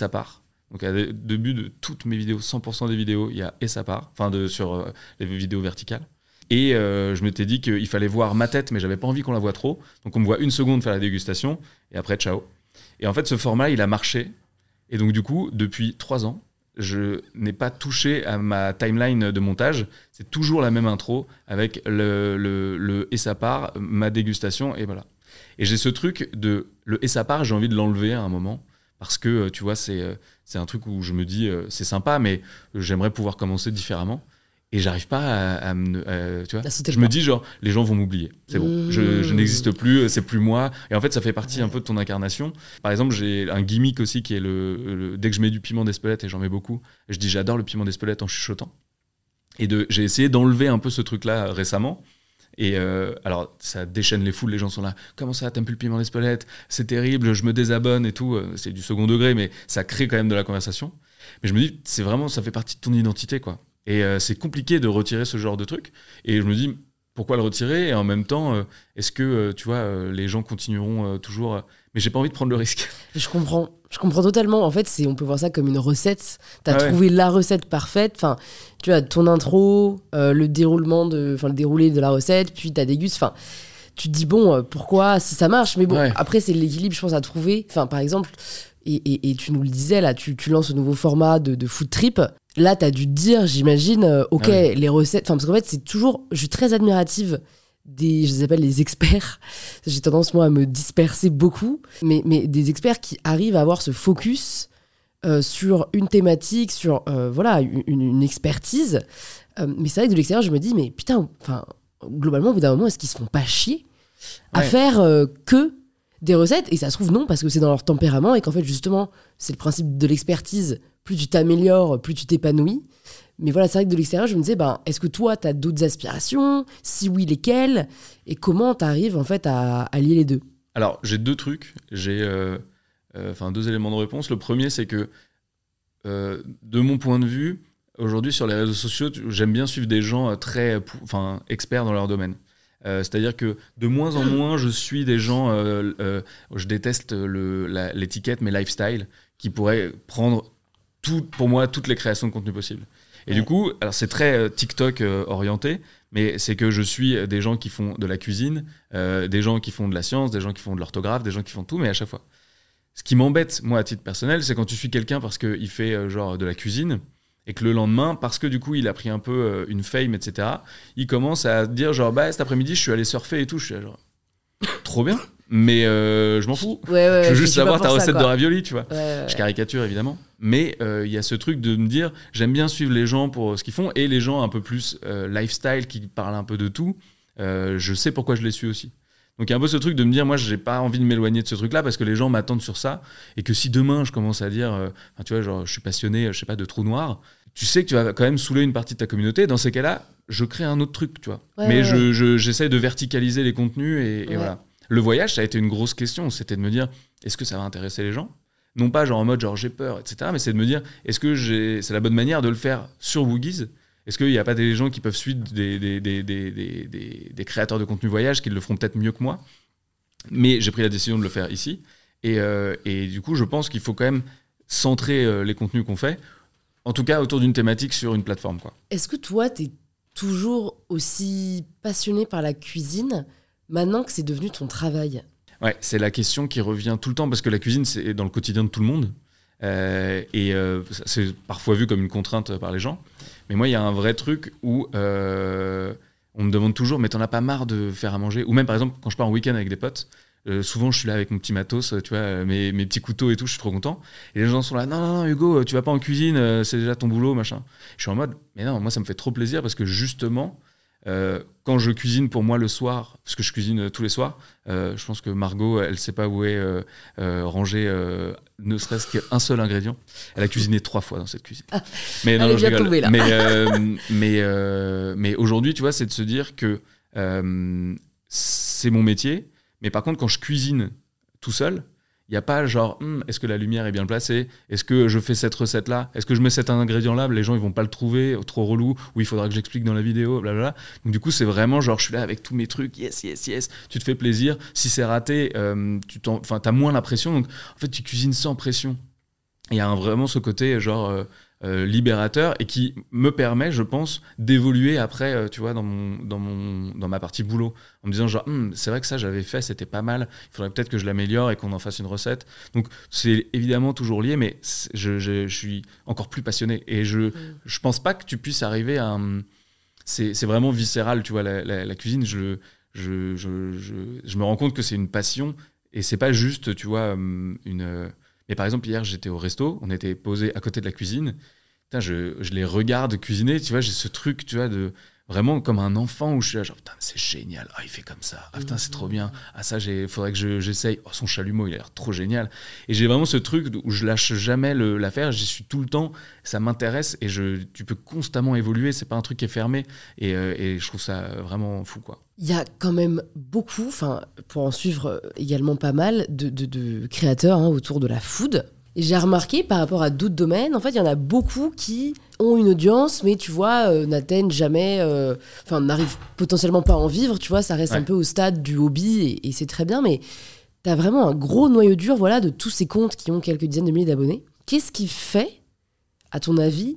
Donc, au début de toutes mes vidéos, cent pour cent des vidéos, il y a et sa part, enfin, de, sur euh, les vidéos verticales. Et euh, je m'étais dit qu'il fallait voir ma tête, mais j'avais pas envie qu'on la voie trop. Donc, on me voit une seconde faire la dégustation, et après, ciao. Et en fait, ce format, il a marché. Et donc, du coup, depuis trois ans, je n'ai pas touché à ma timeline de montage. C'est toujours la même intro avec le, le, le et sa part, ma dégustation, et voilà. Et j'ai ce truc de le et sa part, j'ai envie de l'enlever à un moment parce que tu vois, c'est, c'est un truc où je me dis c'est sympa, mais j'aimerais pouvoir commencer différemment. Et j'arrive pas à, à me. À, tu vois, je me dis, genre, les gens vont m'oublier. C'est bon. Mmh. Je, je n'existe plus, c'est plus moi. Et en fait, ça fait partie ouais. un peu de ton incarnation. Par exemple, j'ai un gimmick aussi qui est le. le dès que je mets du piment d'Espelette, et j'en mets beaucoup, je dis, j'adore le piment d'Espelette en chuchotant. Et de, j'ai essayé d'enlever un peu ce truc-là récemment. Et euh, alors, ça déchaîne les foules. Les gens sont là. Comment ça, t'aimes plus le piment d'Espelette ? C'est terrible, je me désabonne et tout. C'est du second degré, mais ça crée quand même de la conversation. Mais je me dis, c'est vraiment, ça fait partie de ton identité, quoi. Et euh, c'est compliqué de retirer ce genre de truc. Et je me dis, pourquoi le retirer ? Et en même temps, euh, est-ce que, euh, tu vois, euh, les gens continueront euh, toujours... Euh... Mais j'ai pas envie de prendre le risque. Je comprends. Je comprends totalement. En fait, c'est, on peut voir ça comme une recette. T'as ah trouvé ouais. la recette parfaite. Enfin, tu as ton intro, euh, le déroulement, de, enfin, le déroulé de la recette, puis ta déguste. Enfin, tu te dis, bon, euh, pourquoi si ça marche ? Mais bon, ouais. après, c'est l'équilibre, je pense, à trouver. Enfin, par exemple... Et, et, et tu nous le disais, là, tu, tu lances ce nouveau format de, de food trip. Là, tu as dû te dire, j'imagine, euh, OK, ah oui. les recettes... Enfin, parce qu'en fait, c'est toujours... Je suis très admirative des... Je les appelle les experts. J'ai tendance, moi, à me disperser beaucoup. Mais, mais des experts qui arrivent à avoir ce focus euh, sur une thématique, sur, euh, voilà, une, une expertise. Euh, mais c'est vrai que de l'extérieur, je me dis, mais putain, enfin, globalement, au bout d'un moment, est-ce qu'ils se font pas chier à ouais. faire euh, que... des recettes, et ça se trouve non, parce que c'est dans leur tempérament, et qu'en fait, justement, c'est le principe de l'expertise, plus tu t'améliores, plus tu t'épanouis. Mais voilà, c'est vrai que de l'extérieur, je me disais, ben, est-ce que toi, t'as d'autres aspirations ? Si oui, lesquelles ? Et comment t'arrives, en fait, à allier les deux ? Alors, j'ai deux trucs, j'ai euh, euh, enfin, deux éléments de réponse. Le premier, c'est que, euh, de mon point de vue, aujourd'hui, sur les réseaux sociaux, j'aime bien suivre des gens très, enfin, experts dans leur domaine. Euh, c'est-à-dire que de moins en moins, je suis des gens, euh, euh, je déteste le, la, l'étiquette, mais lifestyle, qui pourraient prendre tout, pour moi toutes les créations de contenu possibles. Et ouais. du coup, alors c'est très euh, TikTok euh, orienté, mais c'est que je suis des gens qui font de la cuisine, euh, des gens qui font de la science, des gens qui font de l'orthographe, des gens qui font tout, mais à chaque fois. Ce qui m'embête, moi, à titre personnel, c'est quand tu suis quelqu'un parce qu'il fait euh, genre de la cuisine, et que le lendemain, parce que du coup, il a pris un peu euh, une fame, et cetera, il commence à dire genre, bah, cet après-midi, je suis allé surfer et tout. Je suis là, genre, trop bien, mais euh, je m'en fous. Ouais, ouais, je veux juste savoir ta ça, recette quoi. de ravioli, tu vois. Ouais, ouais. Je caricature, évidemment. Mais il euh, y a ce truc de me dire, j'aime bien suivre les gens pour ce qu'ils font, et les gens un peu plus euh, lifestyle, qui parlent un peu de tout, euh, je sais pourquoi je les suis aussi. Donc il y a un peu ce truc de me dire, moi, j'ai pas envie de m'éloigner de ce truc-là parce que les gens m'attendent sur ça, et que si demain, je commence à dire, euh, tu vois, genre, je suis passionné, je sais pas, de trous noirs, tu sais que tu vas quand même saouler une partie de ta communauté. Dans ces cas-là, je crée un autre truc, tu vois. Ouais, Mais ouais, je, ouais. Je, j'essaie de verticaliser les contenus et, et ouais. voilà. Le voyage, ça a été une grosse question. C'était de me dire, est-ce que ça va intéresser les gens ? Non pas genre en mode genre j'ai peur, et cetera. Mais c'est de me dire, est-ce que j'ai... c'est la bonne manière de le faire sur Woogies ? Est-ce qu'il n'y a pas des gens qui peuvent suivre des, des, des, des, des, des, des créateurs de contenu voyage qui le feront peut-être mieux que moi ? Mais j'ai pris la décision de le faire ici. Et, euh, et du coup, je pense qu'il faut quand même centrer euh, les contenus qu'on fait. En tout cas, autour d'une thématique sur une plateforme, quoi. Est-ce que toi, t'es toujours aussi passionné par la cuisine maintenant que c'est devenu ton travail ? Ouais, c'est la question qui revient tout le temps parce que la cuisine, c'est dans le quotidien de tout le monde. Euh, et euh, c'est parfois vu comme une contrainte par les gens. Mais moi, il y a un vrai truc où euh, on me demande toujours, mais t'en as pas marre de faire à manger ? Ou même, par exemple, quand je pars en week-end avec des potes, Euh, souvent je suis là avec mon petit matos, tu vois, mes, mes petits couteaux et tout, je suis trop content. Et les gens sont là, non, non, non, Hugo, tu vas pas en cuisine, euh, c'est déjà ton boulot, machin. Je suis en mode, mais non, moi ça me fait trop plaisir parce que justement, euh, quand je cuisine pour moi le soir, parce que je cuisine euh, tous les soirs, euh, je pense que Margot, elle sait pas où est euh, euh, rangé euh, ne serait-ce qu'un seul ingrédient. Elle a cuisiné trois fois dans cette cuisine. Ah, mais non, non, je rigole. Tombée, là. Mais, euh, mais, euh, mais aujourd'hui, tu vois, c'est de se dire que euh, c'est mon métier. Mais par contre, quand je cuisine tout seul, il n'y a pas genre, hm, est-ce que la lumière est bien placée ? Est-ce que je fais cette recette-là ? Est-ce que je mets cet ingrédient-là ? Les gens, ils ne vont pas le trouver, trop relou, ou il faudra que j'explique dans la vidéo, blablabla. Donc du coup, c'est vraiment genre, je suis là avec tous mes trucs, yes, yes, yes. Tu te fais plaisir. Si c'est raté, euh, tu t'as moins la pression. Donc en fait, tu cuisines sans pression. Il y a un, vraiment ce côté genre euh, euh, libérateur et qui me permet, je pense, d'évoluer après, euh, tu vois, dans, mon, dans, mon, dans ma partie boulot. En me disant genre, hm, c'est vrai que ça, j'avais fait, c'était pas mal. Il faudrait peut-être que je l'améliore et qu'on en fasse une recette. Donc, c'est évidemment toujours lié, mais je, je, je suis encore plus passionné. Et je, mmh. je pense pas que tu puisses arriver à... Un, c'est, c'est vraiment viscéral, tu vois, la, la, la cuisine. Je, je, je, je, je me rends compte que c'est une passion et c'est pas juste, tu vois, une... Mais par exemple, hier, j'étais au resto, on était posé à côté de la cuisine. Putain, je, je les regarde cuisiner, tu vois, j'ai ce truc, tu vois, de vraiment comme un enfant où je suis là, genre, putain, c'est génial, ah, il fait comme ça, ah, putain, c'est trop bien, ah, ça, il faudrait que je, j'essaye, oh, son chalumeau, il a l'air trop génial. Et j'ai vraiment ce truc où je lâche jamais le, l'affaire, j'y suis tout le temps, ça m'intéresse et je, tu peux constamment évoluer, c'est pas un truc qui est fermé et, euh, et je trouve ça vraiment fou, quoi. Il y a quand même beaucoup, enfin, pour en suivre également pas mal, de, de, de créateurs hein, autour de la food. Et j'ai remarqué par rapport à d'autres domaines, en fait, il y en a beaucoup qui ont une audience, mais tu vois, euh, n'atteignent jamais, enfin, euh, n'arrivent potentiellement pas à en vivre, tu vois, ça reste ouais. un peu au stade du hobby et, et c'est très bien, mais t'as vraiment un gros noyau dur, voilà, de tous ces comptes qui ont quelques dizaines de milliers d'abonnés. Qu'est-ce qui fait, à ton avis,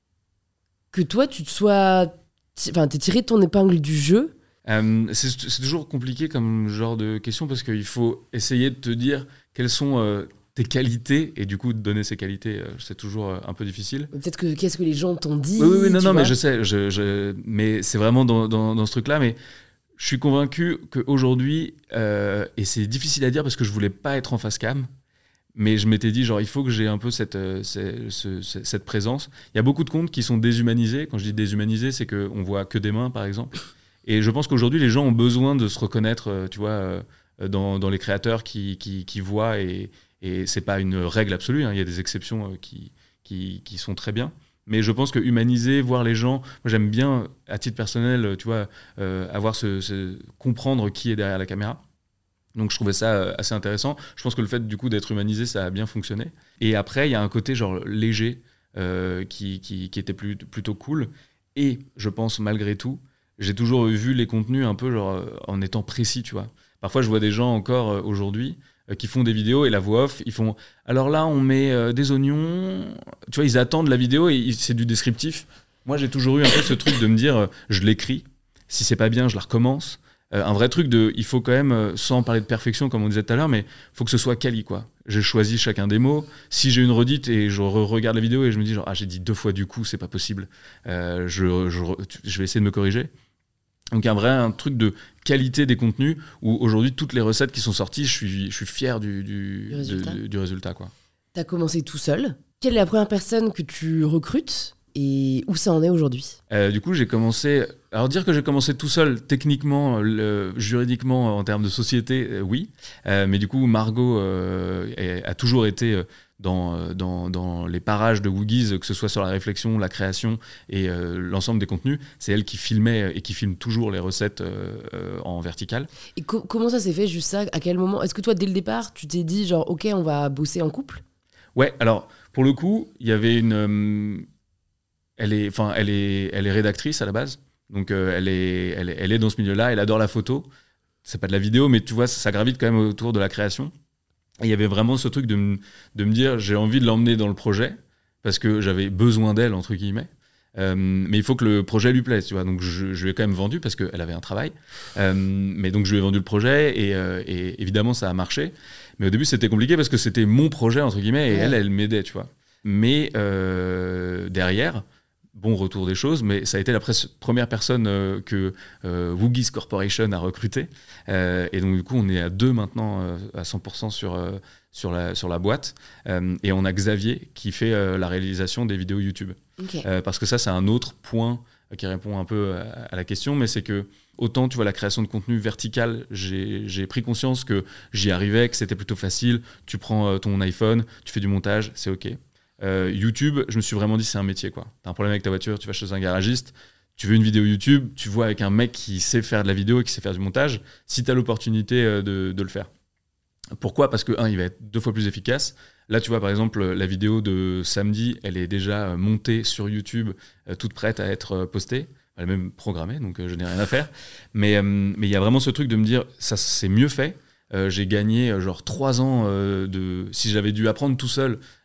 que toi, tu te sois, enfin, t'es tiré de ton épingle du jeu? Euh, c'est, c'est toujours compliqué comme genre de question parce qu'il faut essayer de te dire quelles sont euh, tes qualités et du coup de donner ces qualités, euh, c'est toujours euh, un peu difficile. Peut-être que qu'est-ce que les gens t'ont dit. Oui, oui, oui non, non, vois mais je sais, je, je, mais c'est vraiment dans, dans, dans ce truc-là. Mais je suis convaincu qu'aujourd'hui, euh, et c'est difficile à dire parce que je voulais pas être en face cam, mais je m'étais dit genre il faut que j'ai un peu cette, euh, cette, ce, cette présence. Il y a beaucoup de comptes qui sont déshumanisés. Quand je dis déshumanisés, c'est qu'on voit que des mains, par exemple. Et je pense qu'aujourd'hui, les gens ont besoin de se reconnaître, tu vois, dans, dans les créateurs qui, qui, qui voient. Et, et c'est pas une règle absolue. Hein, il y a des exceptions qui, qui, qui sont très bien. Mais je pense que humaniser, voir les gens, moi j'aime bien, à titre personnel, tu vois, euh, avoir ce, ce, comprendre qui est derrière la caméra. Donc je trouvais ça assez intéressant. Je pense que le fait du coup d'être humanisé, ça a bien fonctionné. Et après, il y a un côté genre léger euh, qui, qui, qui était plus, plutôt cool. Et je pense malgré tout, j'ai toujours vu les contenus un peu genre en étant précis, tu vois. Parfois, je vois des gens encore euh, aujourd'hui euh, qui font des vidéos et la voix off, ils font « alors là, on met euh, des oignons ». Tu vois, ils attendent la vidéo et c'est du descriptif. Moi, j'ai toujours eu un peu ce truc de me dire euh, « je l'écris, si c'est pas bien, je la recommence ». Euh, un vrai truc de, il faut quand même, euh, sans parler de perfection comme on disait tout à l'heure, mais il faut que ce soit quali, quoi. J'ai choisi chacun des mots. Si j'ai une redite et je re-regarde la vidéo et je me dis genre, ah, j'ai dit deux fois du coup, c'est pas possible. Euh, je, je, je vais essayer de me corriger. Donc un vrai un truc de qualité des contenus où aujourd'hui toutes les recettes qui sont sorties, je suis, je suis fier du, du, du résultat. De, du résultat, quoi. T'as commencé tout seul. Quelle est la première personne que tu recrutes et où ça en est aujourd'hui ? euh, Du coup, j'ai commencé... Alors dire que j'ai commencé tout seul, techniquement, le, juridiquement, en termes de société, euh, oui. Euh, mais du coup, Margot euh, est, a toujours été... Euh, Dans, dans, dans les parages de Woogies, que ce soit sur la réflexion, la création et euh, l'ensemble des contenus, c'est elle qui filmait et qui filme toujours les recettes euh, euh, en vertical. Et co- comment ça s'est fait, juste ça ? À quel moment ? Est-ce que toi, dès le départ, tu t'es dit genre, ok, on va bosser en couple ? Ouais, alors, pour le coup, il y avait une... Euh, elle, est, enfin, elle, est, elle est rédactrice à la base, donc euh, elle, est, elle, est, elle est dans ce milieu-là, elle adore la photo. C'est pas de la vidéo, mais tu vois, ça, ça gravite quand même autour de la création. Et il y avait vraiment ce truc de me, de me dire j'ai envie de l'emmener dans le projet parce que j'avais besoin d'elle, entre guillemets. Euh, mais il faut que le projet lui plaise, tu vois. Donc je, je lui ai quand même vendu parce qu'elle avait un travail. Euh, mais donc je lui ai vendu le projet et, euh, et évidemment ça a marché. Mais au début c'était compliqué parce que c'était mon projet, entre guillemets, et ouais. elle, elle m'aidait, tu vois. Mais euh, derrière, bon retour des choses, mais ça a été la pres- première personne euh, que euh, Woogies Corporation a recrutée. Euh, et donc, du coup, on est à deux maintenant, euh, à cent pour cent sur, euh, sur, la, sur la boîte. Euh, et on a Xavier qui fait euh, la réalisation des vidéos YouTube. Okay. Euh, parce que ça, c'est un autre point qui répond un peu à, à la question, mais c'est que autant, tu vois, la création de contenu vertical, j'ai, j'ai pris conscience que j'y arrivais, que c'était plutôt facile. Tu prends euh, ton iPhone, tu fais du montage, c'est OK. Euh, YouTube, je me suis vraiment dit c'est un métier, quoi. T'as un problème avec ta voiture, tu vas chez un garagiste, tu veux une vidéo YouTube, tu vois avec un mec qui sait faire de la vidéo et qui sait faire du montage, si t'as l'opportunité de, de le faire. Pourquoi ? Parce que un, il va être deux fois plus efficace. Là, tu vois, par exemple, la vidéo de samedi, elle est déjà montée sur YouTube, toute prête à être postée. Elle est même programmée, donc je n'ai rien à faire. Mais euh, mais il y a vraiment ce truc de me dire ça, c'est mieux fait. Euh, j'ai gagné euh, genre trois ans euh, de... Si j'avais dû apprendre tout seul,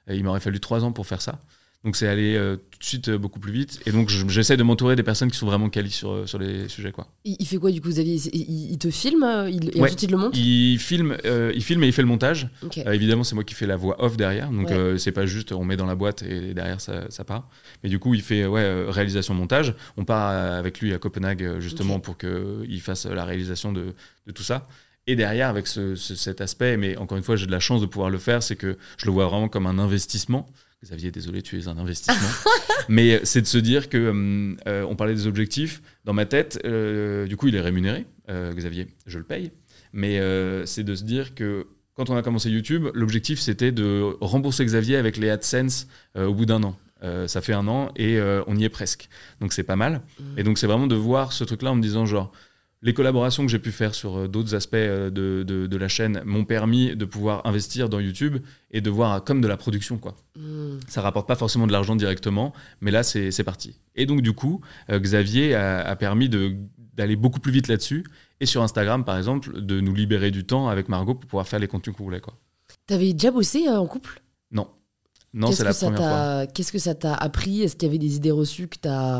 Et il m'aurait fallu trois ans pour faire ça. Donc c'est allé euh, tout de suite euh, beaucoup plus vite. Et donc je- j'essaie de m'entourer des personnes qui sont vraiment qualies sur, euh, sur les sujets, quoi. Il, il fait quoi du coup, Xavier? il, il- il te filme euh, il, et Ouais. ensuite il le monte? Il filme, euh, il filme et il fait le montage. Ok. Euh, évidemment, c'est moi qui fais la voix off derrière. Donc Ouais. euh, c'est pas juste on met dans la boîte et derrière ça, ça part. Mais du coup, il fait ouais, euh, réalisation-montage. On part euh, avec lui à Copenhague euh, justement Ok. pour qu'il fasse la réalisation de, de tout ça. Et derrière, avec ce, ce- cet aspect, mais encore une fois, j'ai de la chance de pouvoir le faire, c'est que je le vois vraiment comme un investissement. Xavier, désolé, tu es un investissement. Mais c'est de se dire que hum, euh, on parlait des objectifs. Dans ma tête, euh, du coup, il est rémunéré, euh, Xavier, je le paye. Mais euh, c'est de se dire que quand on a commencé YouTube, l'objectif c'était de rembourser Xavier avec les AdSense euh, au bout d'un an. Euh, ça fait un an et euh, on y est presque. Donc c'est pas mal. Mmh. Et donc c'est vraiment de voir ce truc-là en me disant genre, les collaborations que j'ai pu faire sur euh, d'autres aspects euh, de, de, de la chaîne m'ont permis de pouvoir investir dans YouTube et de voir euh, comme de la production, quoi. Mmh. Ça rapporte pas forcément de l'argent directement, mais là c'est c'est parti. Et donc du coup, euh, Xavier a, a permis de d'aller beaucoup plus vite là-dessus. Et sur Instagram, par exemple, de nous libérer du temps avec Margot pour pouvoir faire les contenus qu'on voulait, quoi. T'avais déjà bossé euh, en couple? Non. Non, Qu'est-ce c'est que la ça première fois. t'a- Qu'est-ce que ça t'a appris? Est-ce qu'il y avait des idées reçues que t'as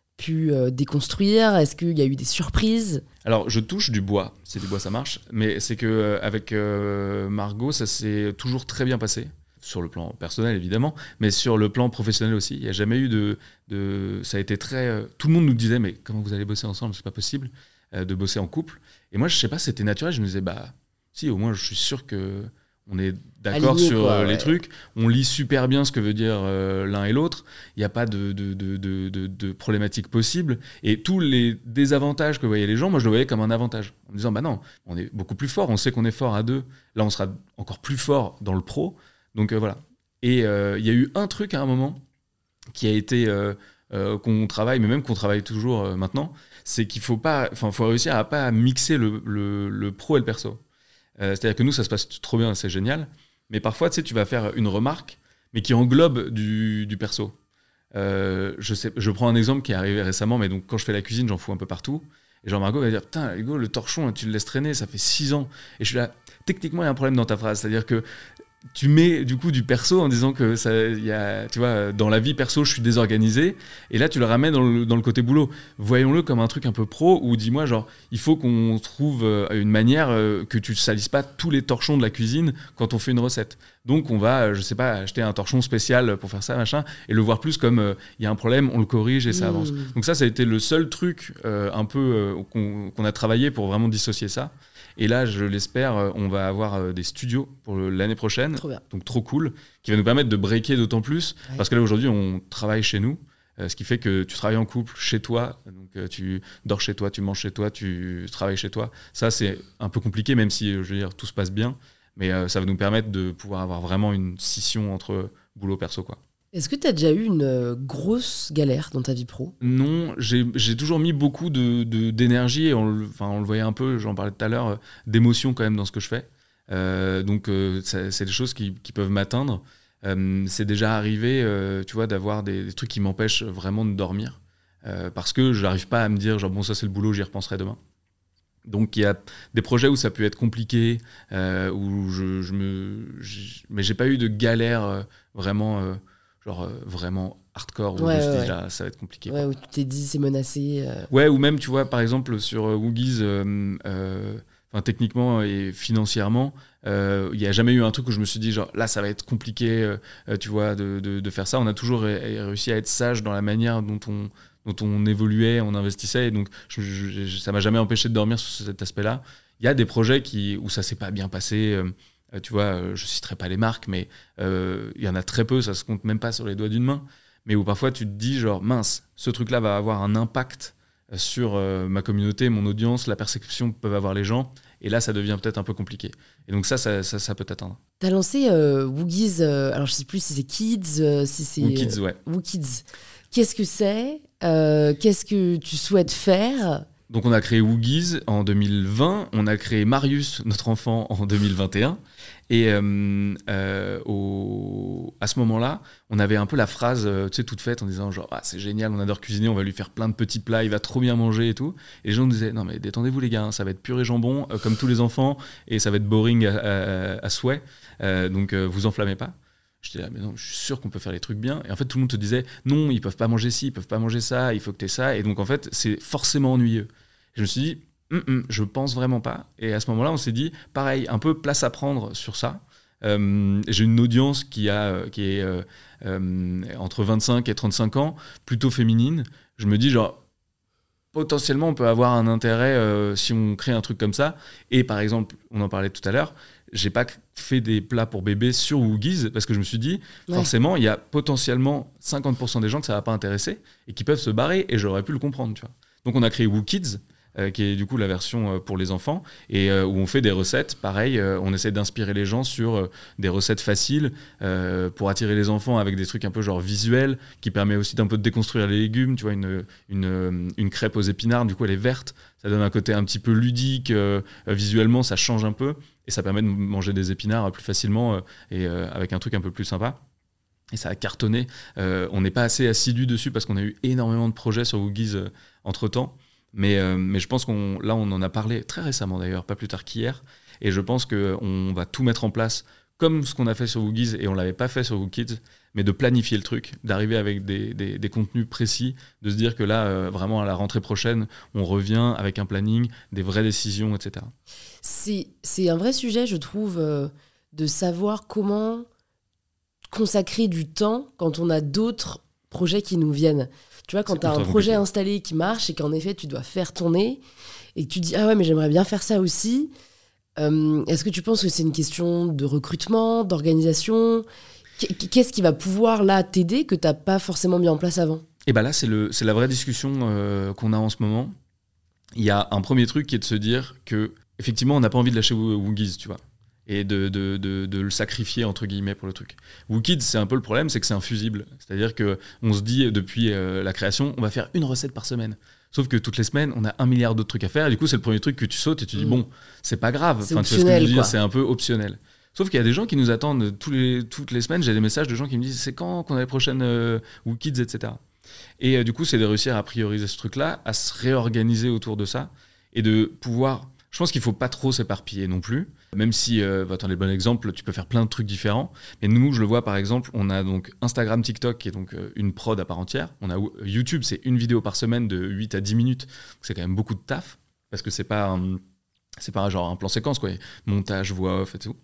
pu euh, déconstruire? Est-ce qu'il y a eu des surprises? Alors, je touche du bois. C'est du bois, ça marche. Mais c'est que euh, avec euh, Margot, ça s'est toujours très bien passé. Sur le plan personnel, évidemment, mais sur le plan professionnel aussi. Il n'y a jamais eu de, de... Ça a été très... euh, Tout le monde nous disait, mais comment vous allez bosser ensemble? C'est pas possible euh, de bosser en couple. Et moi, je sais pas, c'était naturel. Je me disais, bah, si, au moins, je suis sûr que on est d'accord Aligné, sur quoi, euh, ouais. les trucs. On lit super bien ce que veut dire euh, l'un et l'autre. Il n'y a pas de, de, de, de, de, de problématiques possibles. Et tous les désavantages que voyaient les gens, moi, je le voyais comme un avantage. En me disant, bah non, on est beaucoup plus fort. On sait qu'on est fort à deux. Là, on sera encore plus fort dans le pro. Donc euh, voilà. Et il euh, y a eu un truc à un moment qui a été euh, euh, qu'on travaille, mais même qu'on travaille toujours euh, maintenant, c'est qu'il faut pas, enfin, faut réussir à pas mixer le, le, le pro et le perso. Euh, c'est-à-dire que nous, ça se passe trop bien, c'est génial. Mais parfois, tu sais, tu vas faire une remarque, mais qui englobe du, du perso. Euh, je sais, je prends un exemple qui est arrivé récemment, mais donc quand je fais la cuisine, j'en fous un peu partout. Et Jean-Margot va dire, putain, Hugo, le torchon, tu le laisses traîner, ça fait six ans. Et je suis là, techniquement, il y a un problème dans ta phrase, c'est-à-dire que tu mets du coup du perso en disant que ça, y a, tu vois, dans la vie perso, je suis désorganisé, et là tu le ramènes dans le, dans le côté boulot. Voyons-le comme un truc un peu pro, où dis-moi genre, il faut qu'on trouve euh, une manière euh, que tu ne salisses pas tous les torchons de la cuisine quand on fait une recette. Donc on va, euh, je sais pas, acheter un torchon spécial pour faire ça, machin, et le voir plus comme, il euh, y a un problème, on le corrige et ça Mmh. avance. Donc ça, ça a été le seul truc euh, un peu euh, qu'on, qu'on a travaillé pour vraiment dissocier ça. Et là, je l'espère, euh, on va avoir euh, des studios pour le- l'année prochaine. Trop bien. Donc trop cool, qui va nous permettre de breaker d'autant plus, Ouais. parce que là aujourd'hui on travaille chez nous, euh, ce qui fait que tu travailles en couple chez toi, donc euh, tu dors chez toi, tu manges chez toi, tu travailles chez toi. Ça c'est un peu compliqué, même si euh, je veux dire tout se passe bien, mais euh, ça va nous permettre de pouvoir avoir vraiment une scission entre boulot perso, quoi. Est-ce que t'as déjà eu une euh, grosse galère dans ta vie pro? Non, j'ai j'ai toujours mis beaucoup de, de- d'énergie, et on, le- enfin, on le voyait un peu, j'en parlais tout à l'heure, euh, d'émotion quand même dans ce que je fais. Euh, donc euh, ça- c'est des choses qui, qui peuvent m'atteindre. Euh, c'est déjà arrivé, euh, tu vois, d'avoir des, des trucs qui m'empêchent vraiment de dormir, euh, parce que je n'arrive pas à me dire, genre bon, ça c'est le boulot, j'y repenserai demain. Donc il y a des projets où ça peut être compliqué, euh, où je, je me, je- mais j'ai pas eu de galère euh, vraiment, euh, genre euh, vraiment hardcore où Ouais, je me suis ouais, dit ouais. là ça va être compliqué, quoi. Ouais, où tu t'es dit c'est menacé. euh. Ouais, ou même, tu vois, par exemple, sur euh, Woogies, euh, euh, enfin, techniquement et financièrement, euh, il n'y a jamais eu un truc où je me suis dit, genre, là, ça va être compliqué, euh, euh, tu vois, de, de, de faire ça. On a toujours ré- réussi à être sage dans la manière dont on, dont on évoluait, on investissait. Et donc, je, je, je- ça m'a jamais empêché de dormir sur cet aspect-là. Il y a des projets qui, où ça s'est pas bien passé. euh, euh, tu vois, euh, je citerai pas les marques, mais euh, il y en a très peu, ça se compte même pas sur les doigts d'une main. Mais où parfois tu te dis, genre, mince, ce truc-là va avoir un impact sur euh, ma communauté, mon audience, la perception que peuvent avoir les gens. Et là, ça devient peut-être un peu compliqué. Et donc ça, ça, ça, ça peut t'atteindre. T'as lancé euh, Woogies, euh, alors je sais plus si c'est Kids, euh, si c'est... Ou Kids, ouais. Woo Kids. Qu'est-ce que c'est? Euh, Qu'est-ce que tu souhaites faire? Donc on a créé Woogies en deux mille vingt, on a créé Marius, notre enfant, en deux mille vingt et un. Et euh, euh, au... à ce moment-là, on avait un peu la phrase, euh, tu sais, toute faite en disant genre ah, c'est génial, on adore cuisiner, on va lui faire plein de petits plats, il va trop bien manger et tout. Et les gens nous disaient non mais détendez-vous les gars, hein, ça va être purée jambon euh, comme tous les enfants et ça va être boring à, à, à souhait, euh, donc euh, vous enflammez pas. J'étais là, mais non, je suis sûr qu'on peut faire les trucs bien. Et en fait, tout le monde te disait, non, ils peuvent pas manger ci, ils peuvent pas manger ça, il faut que tu aies ça. Et donc, en fait, c'est forcément ennuyeux. Et je me suis dit, hum, hum, je pense vraiment pas. Et à ce moment-là, on s'est dit, pareil, un peu place à prendre sur ça. Euh, j'ai une audience qui, a, qui est euh, euh, entre vingt-cinq et trente-cinq ans, plutôt féminine. Je me dis, genre, potentiellement, on peut avoir un intérêt euh, si on crée un truc comme ça. Et par exemple, on en parlait tout à l'heure, j'ai pas fait des plats pour bébés sur Woogies parce que je me suis dit, ouais. forcément, il y a potentiellement cinquante pour cent des gens que ça va pas intéresser et qui peuvent se barrer, et j'aurais pu le comprendre, tu vois. Donc on a créé WooKids, euh, qui est du coup la version euh, pour les enfants, et euh, où on fait des recettes, pareil, euh, on essaie d'inspirer les gens sur euh, des recettes faciles euh, pour attirer les enfants avec des trucs un peu genre visuels, qui permet aussi d'un peu de déconstruire les légumes, tu vois, une, une, une crêpe aux épinards, du coup elle est verte, ça donne un côté un petit peu ludique, euh, visuellement ça change un peu, et ça permet de manger des épinards plus facilement euh, et euh, avec un truc un peu plus sympa. Et ça a cartonné. Euh, on n'est pas assez assidu dessus parce qu'on a eu énormément de projets sur Woogies euh, entre-temps. Mais, euh, mais je pense qu'on là, on en a parlé très récemment d'ailleurs, pas plus tard qu'hier. Et je pense qu'on va tout mettre en place comme ce qu'on a fait sur Woogies, et on ne l'avait pas fait sur WooKids, mais de planifier le truc, d'arriver avec des, des, des contenus précis, de se dire que là, euh, vraiment à la rentrée prochaine, on revient avec un planning, des vraies décisions, et cetera. C'est, c'est un vrai sujet, je trouve, euh, de savoir comment consacrer du temps quand on a d'autres projets qui nous viennent. Tu vois, quand tu as un projet installé qui marche et qu'en effet, tu dois faire tourner et que tu dis « Ah ouais, mais j'aimerais bien faire ça aussi », euh, est-ce que tu penses que c'est une question de recrutement, d'organisation ? Qu'est-ce qui va pouvoir là t'aider que tu n'as pas forcément mis en place avant ? Et bien là, c'est, le, c'est la vraie discussion euh, qu'on a en ce moment. Il y a un premier truc qui est de se dire que effectivement, on n'a pas envie de lâcher Woogies, tu vois, et de, de, de, de le sacrifier, entre guillemets, pour le truc. WooKids, c'est un peu le problème, c'est que c'est infusible. C'est-à-dire qu'on se dit, depuis euh, la création, on va faire une recette par semaine. Sauf que toutes les semaines, on a un milliard d'autres trucs à faire. Et du coup, c'est le premier truc que tu sautes et tu dis, mmh. bon, c'est pas grave. C'est enfin, optionnel, tu vois ce que je veux dire, quoi. c'est un peu optionnel. Sauf qu'il y a des gens qui nous attendent tous les, toutes les semaines. J'ai des messages de gens qui me disent, c'est quand qu'on a les prochaines euh, WooKids, et cetera. Et euh, du coup, c'est de réussir à prioriser ce truc-là, à se réorganiser autour de ça et de pouvoir... Je pense qu'il ne faut pas trop s'éparpiller non plus, même si, euh, bah, attends, les bons exemples, tu peux faire plein de trucs différents. Mais nous, je le vois par exemple, on a donc Instagram, TikTok, qui est donc euh, une prod à part entière. On a YouTube, c'est une vidéo par semaine de huit à dix minutes. C'est quand même beaucoup de taf, parce que c'est pas, un, c'est pas genre un plan séquence, quoi. Montage, voix off et tout.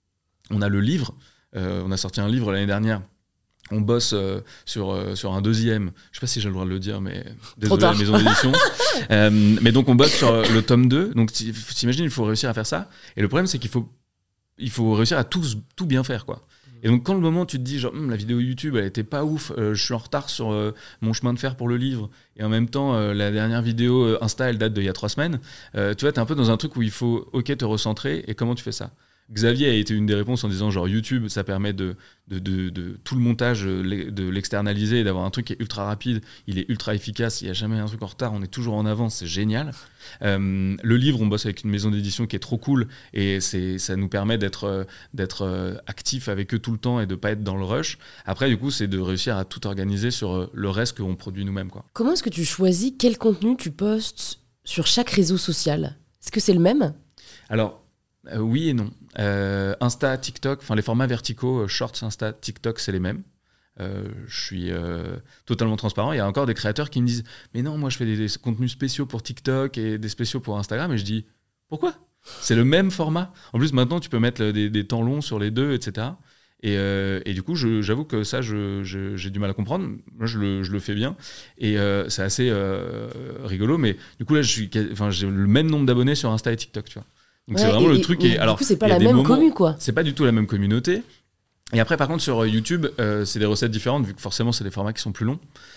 On a le livre, euh, on a sorti un livre l'année dernière. On bosse euh, sur, euh, sur un deuxième, je sais pas si j'ai le droit de le dire, mais désolé à la maison d'édition. euh, mais donc on bosse sur euh, le tome deux, donc t'imagines, il faut réussir à faire ça. Et le problème, c'est qu'il faut, il faut réussir à tout, tout bien faire, quoi. Et donc quand le moment tu te dis, genre, hm, la vidéo YouTube, elle était pas ouf, euh, je suis en retard sur euh, mon chemin de fer pour le livre, et en même temps, euh, la dernière vidéo euh, Insta, elle date d'il y a trois semaines, euh, tu vois, t'es un peu dans un truc où il faut, ok, te recentrer, et comment tu fais ça ? Xavier a été une des réponses en disant genre YouTube, ça permet de, de, de, de tout le montage de l'externaliser et d'avoir un truc qui est ultra rapide, il est ultra efficace, il n'y a jamais un truc en retard, on est toujours en avance, c'est génial. Euh, le livre, on bosse avec une maison d'édition qui est trop cool et c'est, ça nous permet d'être, d'être actif avec eux tout le temps et de ne pas être dans le rush. Après, du coup, c'est de réussir à tout organiser sur le reste qu'on produit nous-mêmes, quoi. Comment est-ce que tu choisis quel contenu tu postes sur chaque réseau social ? Est-ce que c'est le même ? Alors, Euh, oui et non. Euh, Insta, TikTok, enfin les formats verticaux, euh, Shorts, Insta, TikTok, c'est les mêmes. Euh, je suis euh, totalement transparent. Il y a encore des créateurs qui me disent « Mais non, moi je fais des, des contenus spéciaux pour TikTok et des spéciaux pour Instagram. » Et je dis « Pourquoi ? C'est le même format. En plus, maintenant, tu peux mettre des, des temps longs sur les deux, et cetera. » Et, euh, et du coup, je, j'avoue que ça, je, je, j'ai du mal à comprendre. Moi, je le, je le fais bien. Et euh, c'est assez euh, rigolo. Mais du coup, là, je suis, enfin, j'ai le même nombre d'abonnés sur Insta et TikTok, tu vois. Donc ouais, c'est vraiment et, le truc. Et, et, alors, du coup, c'est pas la même commu, quoi. C'est pas du tout la même communauté. Et après, par contre, sur YouTube, euh, c'est des recettes différentes, vu que forcément, c'est des formats qui sont plus longs.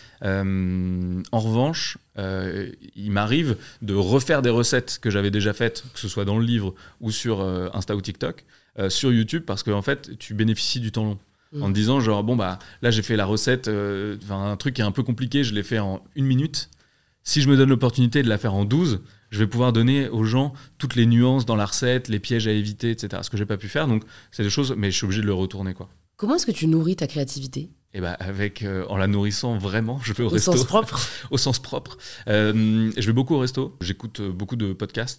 Euh, en revanche, euh, il m'arrive de refaire des recettes que j'avais déjà faites, que ce soit dans le livre ou sur euh, Insta ou TikTok, euh, sur YouTube, parce qu'en fait, tu bénéficies du temps long. Mmh. En te disant, genre, bon, bah, là, j'ai fait la recette, euh, un truc qui est un peu compliqué, je l'ai fait en une minute. Si je me donne l'opportunité de la faire en douze, je vais pouvoir donner aux gens toutes les nuances dans la recette, les pièges à éviter, et cetera. Ce que j'ai pas pu faire, donc c'est des choses, mais je suis obligé de le retourner, quoi. Comment est-ce que tu nourris ta créativité ? Eh ben avec, euh, en la nourrissant vraiment, je vais au, au resto. Au sens propre. Au sens propre. Euh, je vais beaucoup au resto. J'écoute beaucoup de podcasts.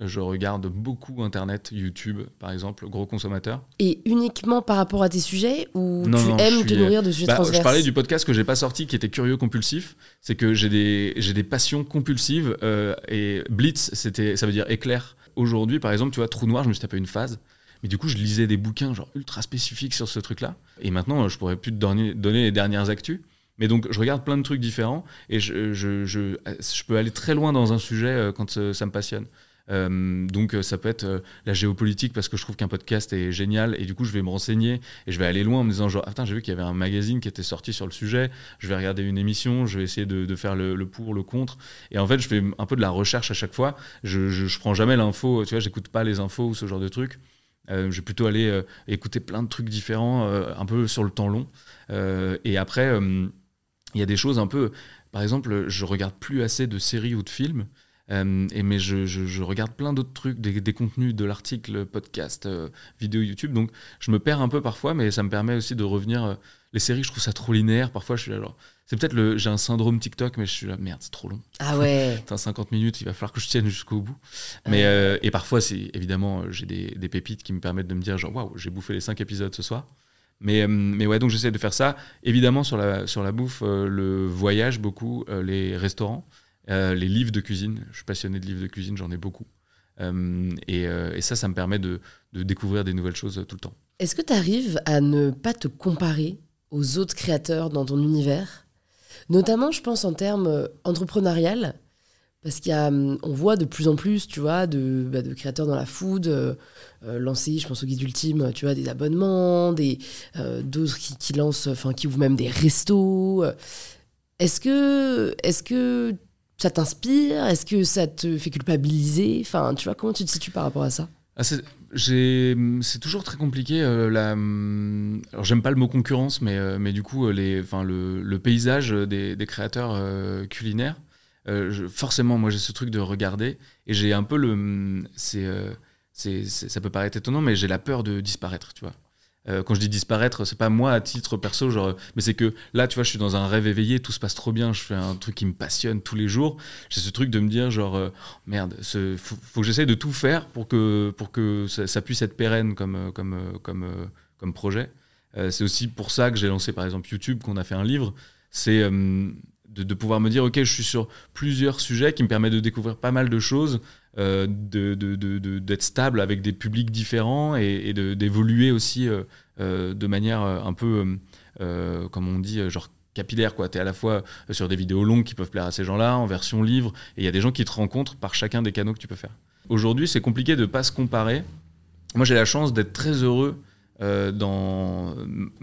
Je regarde beaucoup Internet, YouTube, par exemple, gros consommateur. Et uniquement par rapport à tes sujets ou non, tu non, aimes suis... te nourrir de sujets bah, transverses? Je parlais du podcast que j'ai pas sorti, qui était Curieux Compulsif. C'est que j'ai des, j'ai des passions compulsives. Euh, et Blitz, c'était, ça veut dire éclair. Aujourd'hui, par exemple, tu vois, Trou Noir, je me suis tapé une phase. Mais du coup, je lisais des bouquins genre ultra spécifiques sur ce truc-là. Et maintenant, je pourrais plus te donner, donner les dernières actus. Mais donc, je regarde plein de trucs différents. Et je, je, je, je peux aller très loin dans un sujet quand ça, ça me passionne. Euh, donc ça peut être euh, la géopolitique parce que je trouve qu'un podcast est génial et du coup je vais me renseigner et je vais aller loin en me disant genre ah, putain, j'ai vu qu'il y avait un magazine qui était sorti sur le sujet, je vais regarder une émission, je vais essayer de, de faire le, le pour, le contre, et en fait je fais un peu de la recherche à chaque fois. Je, je, je prends jamais l'info, tu vois, j'écoute pas les infos ou ce genre de trucs. Euh, je vais plutôt aller euh, écouter plein de trucs différents euh, un peu sur le temps long, euh, et après il euh, y a des choses un peu, par exemple je regarde plus assez de séries ou de films. Euh, et mais je, je, je regarde plein d'autres trucs, des, des contenus de l'article, podcast, euh, vidéo YouTube, donc je me perds un peu parfois, mais ça me permet aussi de revenir. Euh, les séries, je trouve ça trop linéaire, parfois je suis là genre, c'est peut-être le, j'ai un syndrome TikTok, mais je suis là, merde, c'est trop long. Ah ouais. Putain, cinquante minutes, il va falloir que je tienne jusqu'au bout. Mais, euh, et parfois, c'est, évidemment, j'ai des, des pépites qui me permettent de me dire genre, waouh, j'ai bouffé les cinq épisodes ce soir. Mais, euh, mais ouais, donc j'essaie de faire ça. Évidemment, sur la, sur la bouffe, euh, le voyage beaucoup, euh, les restaurants. Euh, les livres de cuisine, je suis passionné de livres de cuisine, j'en ai beaucoup. Euh, et, euh, et ça, ça me permet de, de découvrir des nouvelles choses tout le temps. Est-ce que tu arrives à ne pas te comparer aux autres créateurs dans ton univers ? Notamment, je pense en termes entrepreneurial, parce qu'il y a, on voit de plus en plus, tu vois, de, bah, de créateurs dans la food euh, euh, lancer, je pense au Guide Ultime, tu vois, des abonnements, des, euh, d'autres qui, qui lancent, enfin, qui ouvrent même des restos. Est-ce que, est-ce que ça t'inspire ? Est-ce que ça te fait culpabiliser ? Enfin, tu vois, comment tu te situes par rapport à ça ? Ah, c'est, j'ai, c'est toujours très compliqué. Euh, la, alors, j'aime pas le mot concurrence, mais, euh, mais du coup, les, enfin, le, le paysage des, des créateurs euh, culinaires, euh, je, forcément, moi, j'ai ce truc de regarder et j'ai un peu le. C'est, euh, c'est, c'est, ça peut paraître étonnant, mais j'ai la peur de disparaître, tu vois. Euh, quand je dis disparaître, c'est pas moi à titre perso, genre, mais c'est que là, tu vois, je suis dans un rêve éveillé, tout se passe trop bien, je fais un truc qui me passionne tous les jours. J'ai ce truc de me dire, genre, euh, merde, ce, faut, faut que j'essaye de tout faire pour que, pour que ça, ça puisse être pérenne comme, comme, comme, comme projet. Euh, c'est aussi pour ça que j'ai lancé, par exemple, YouTube, qu'on a fait un livre. C'est euh, de, de pouvoir me dire, ok, je suis sur plusieurs sujets qui me permettent de découvrir pas mal de choses. Euh, de, de, de, de, d'être stable avec des publics différents et, et de, d'évoluer aussi euh, euh, de manière un peu, euh, comme on dit, genre capillaire, quoi. Tu es à la fois sur des vidéos longues qui peuvent plaire à ces gens-là, en version livre, et il y a des gens qui te rencontrent par chacun des canaux que tu peux faire. Aujourd'hui, c'est compliqué de ne pas se comparer. Moi, j'ai la chance d'être très heureux euh, dans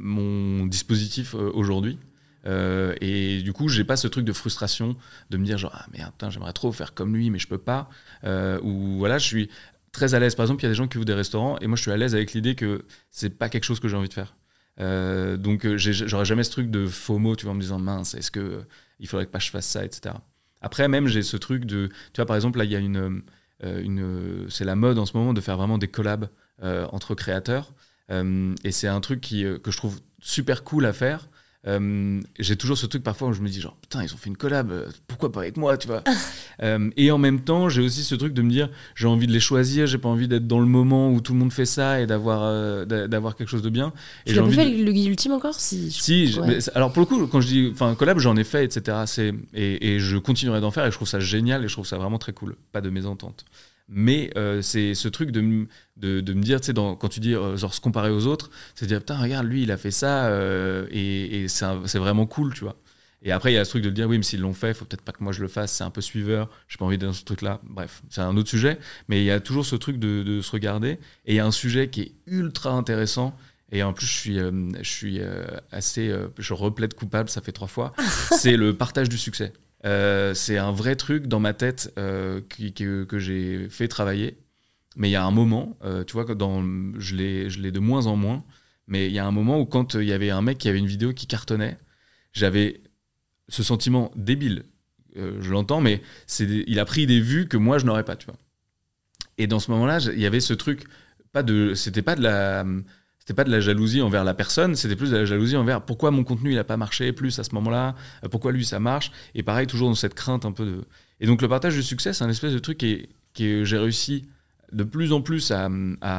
mon dispositif euh, aujourd'hui. Euh, et du coup, j'ai pas ce truc de frustration de me dire genre ah merde, putain, j'aimerais trop faire comme lui, mais je peux pas. Euh, ou voilà, je suis très à l'aise. Par exemple, il y a des gens qui ouvrent des restaurants et moi, je suis à l'aise avec l'idée que c'est pas quelque chose que j'ai envie de faire. Euh, donc, j'ai, j'aurais jamais ce truc de FOMO, tu vois, en me disant mince, est-ce que euh, il faudrait que pas je fasse ça, et cetera. Après, même j'ai ce truc de, tu vois, par exemple, là, il y a une, euh, une, c'est la mode en ce moment de faire vraiment des collabs euh, entre créateurs. Euh, et c'est un truc qui, euh, que je trouve super cool à faire. Euh, j'ai toujours ce truc parfois où je me dis genre putain, ils ont fait une collab, euh, pourquoi pas avec moi, tu vois. euh, et en même temps j'ai aussi ce truc de me dire j'ai envie de les choisir, j'ai pas envie d'être dans le moment où tout le monde fait ça et d'avoir, euh, d'avoir quelque chose de bien. Et tu j'ai l'as envie fait de... le Guide Ultime encore si, je... si ouais. mais, alors pour le coup quand je dis enfin collab j'en ai fait, etc. C'est, et, et je continuerai d'en faire et je trouve ça génial et je trouve ça vraiment très cool, pas de mésentente. Mais euh, c'est ce truc de, de, de me dire, tu sais, quand tu dis euh, genre se comparer aux autres, c'est de dire putain, regarde, lui, il a fait ça euh, et, et c'est, un, c'est vraiment cool, tu vois. Et après, il y a ce truc de dire, oui, mais s'ils l'ont fait, il faut peut-être pas que moi je le fasse, c'est un peu suiveur, j'ai pas envie d'être dans ce truc-là. Bref, c'est un autre sujet, mais il y a toujours ce truc de, de se regarder. Et il y a un sujet qui est ultra intéressant. Et en plus, je suis, euh, je suis euh, assez. Euh, je replaide coupable, ça fait trois fois. C'est le partage du succès. Euh, c'est un vrai truc dans ma tête euh, qui, que, que j'ai fait travailler. Mais il y a un moment, euh, tu vois, dans, je, l'ai, je l'ai de moins en moins, mais il y a un moment où quand il y avait un mec qui avait une vidéo qui cartonnait, j'avais ce sentiment débile. Euh, je l'entends, mais c'est, il a pris des vues que moi, je n'aurais pas, tu vois. Et dans ce moment-là, il y avait ce truc, pas de, c'était pas de la... C'était pas de la jalousie envers la personne, c'était plus de la jalousie envers pourquoi mon contenu il a pas marché plus à ce moment-là, pourquoi lui ça marche, et pareil toujours dans cette crainte un peu de. Et donc le partage du succès, c'est un espèce de truc qui est, que j'ai réussi de plus en plus à,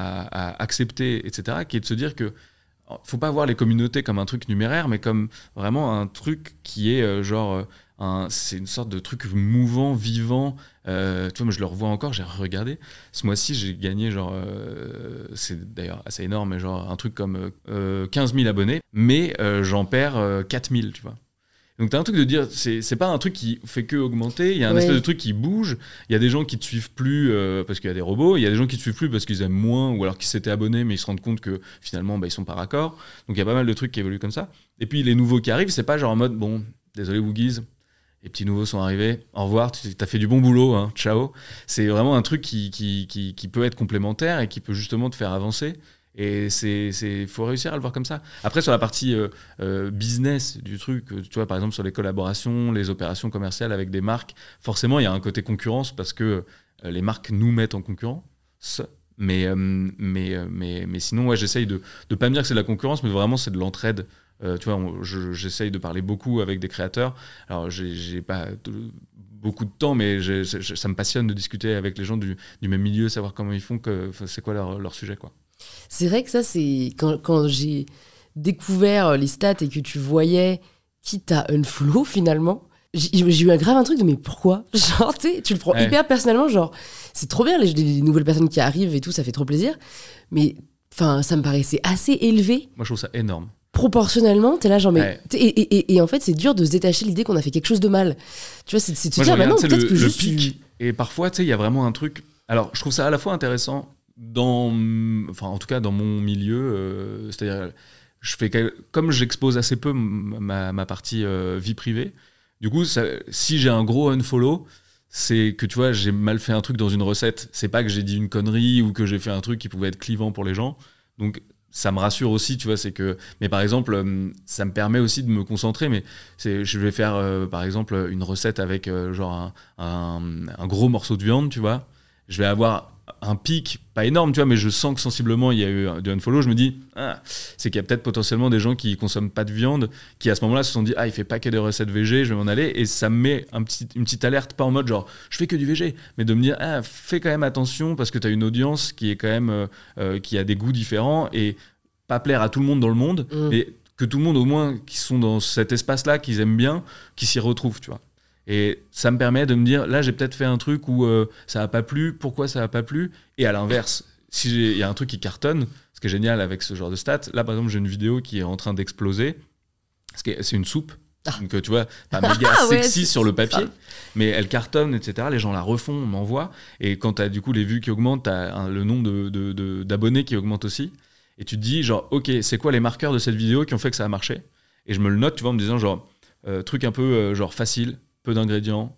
à, à accepter, et cetera, qui est de se dire que faut pas voir les communautés comme un truc numéraire, mais comme vraiment un truc qui est euh, genre, un, c'est une sorte de truc mouvant, vivant. Euh, tu vois, moi je le revois encore, j'ai regardé. Ce mois-ci, j'ai gagné genre, euh, c'est d'ailleurs assez énorme, mais genre un truc comme euh, quinze mille abonnés, mais euh, j'en perds euh, quatre mille, tu vois. Donc t'as un truc de dire, c'est, c'est pas un truc qui fait que augmenter, il y a un ouais. espèce de truc qui bouge, il y a des gens qui te suivent plus euh, parce qu'il y a des robots, il y a des gens qui te suivent plus parce qu'ils aiment moins, ou alors qu'ils s'étaient abonnés mais ils se rendent compte que finalement bah, ils sont pas raccords. Donc il y a pas mal de trucs qui évoluent comme ça. Et puis les nouveaux qui arrivent, c'est pas genre en mode, bon, désolé Woogies, les petits nouveaux sont arrivés, au revoir, tu as fait du bon boulot, hein, ciao. C'est vraiment un truc qui, qui, qui, qui peut être complémentaire et qui peut justement te faire avancer. Et c'est, c'est, faut réussir à le voir comme ça. Après, sur la partie euh, euh, business du truc, tu vois, par exemple, sur les collaborations, les opérations commerciales avec des marques, forcément, il y a un côté concurrence parce que euh, les marques nous mettent en concurrence. Mais, euh, mais, mais, mais sinon, ouais, j'essaye de ne pas me dire que c'est de la concurrence, mais vraiment, c'est de l'entraide. Euh, tu vois, on, je, j'essaye de parler beaucoup avec des créateurs. Alors, j'ai, j'ai pas de, beaucoup de temps, mais j'ai, j'ai, ça me passionne de discuter avec les gens du, du même milieu, savoir comment ils font, que, c'est quoi leur, leur sujet, quoi. C'est vrai que ça, c'est quand, quand j'ai découvert les stats et que tu voyais qui t'a unfollow finalement, j'ai, j'ai eu un grave un truc de mais pourquoi ? Genre, tu le prends ouais. hyper personnellement, genre, c'est trop bien les, les nouvelles personnes qui arrivent et tout, ça fait trop plaisir, mais enfin, ça me paraissait assez élevé. Moi, je trouve ça énorme. Proportionnellement, t'es là genre mais ouais. et, et, et, et en fait c'est dur de se détacher l'idée qu'on a fait quelque chose de mal. Tu vois, c'est, c'est de se dire bah non, peut-être le, que le juste pic, tu... et parfois tu sais il y a vraiment un truc. Alors je trouve ça à la fois intéressant dans, enfin en tout cas dans mon milieu, euh, c'est-à-dire je fais comme j'expose assez peu ma, ma partie euh, vie privée. Du coup, ça, si j'ai un gros unfollow, c'est que tu vois j'ai mal fait un truc dans une recette. C'est pas que j'ai dit une connerie ou que j'ai fait un truc qui pouvait être clivant pour les gens. Donc ça me rassure aussi, tu vois, c'est que... Mais par exemple, ça me permet aussi de me concentrer, mais c'est, je vais faire, euh, par exemple, une recette avec euh, genre un, un, un gros morceau de viande, tu vois. Je vais avoir un pic, pas énorme, tu vois, mais je sens que sensiblement, il y a eu du unfollow. Je me dis, ah, c'est qu'il y a peut-être potentiellement des gens qui consomment pas de viande, qui à ce moment-là se sont dit, ah, il fait pas que des recettes végé, je vais m'en aller. Et ça me met un petit, une petite alerte, pas en mode genre, je fais que du végé, mais de me dire, ah, fais quand même attention parce que tu as une audience qui est quand même, euh, euh, qui a des goûts différents et pas plaire à tout le monde dans le monde, mmh. mais que tout le monde, au moins, qui sont dans cet espace-là, qu'ils aiment bien, qui s'y retrouvent, tu vois. Et ça me permet de me dire, là, j'ai peut-être fait un truc où euh, ça n'a pas plu, pourquoi ça n'a pas plu ? Et à l'inverse, s'il y a un truc qui cartonne, ce qui est génial avec ce genre de stats, là, par exemple, j'ai une vidéo qui est en train d'exploser, c'est une soupe, ah. donc tu vois, pas méga sexy ouais, sur le papier, ça. Mais elle cartonne, et cetera. Les gens la refont, on m'envoie, et quand tu as du coup les vues qui augmentent, tu as le nombre de, de, de, d'abonnés qui augmente aussi, et tu te dis, genre, ok, c'est quoi les marqueurs de cette vidéo qui ont fait que ça a marché ? Et je me le note, tu vois, en me disant, genre, euh, truc un peu, euh, genre, facile, peu d'ingrédients,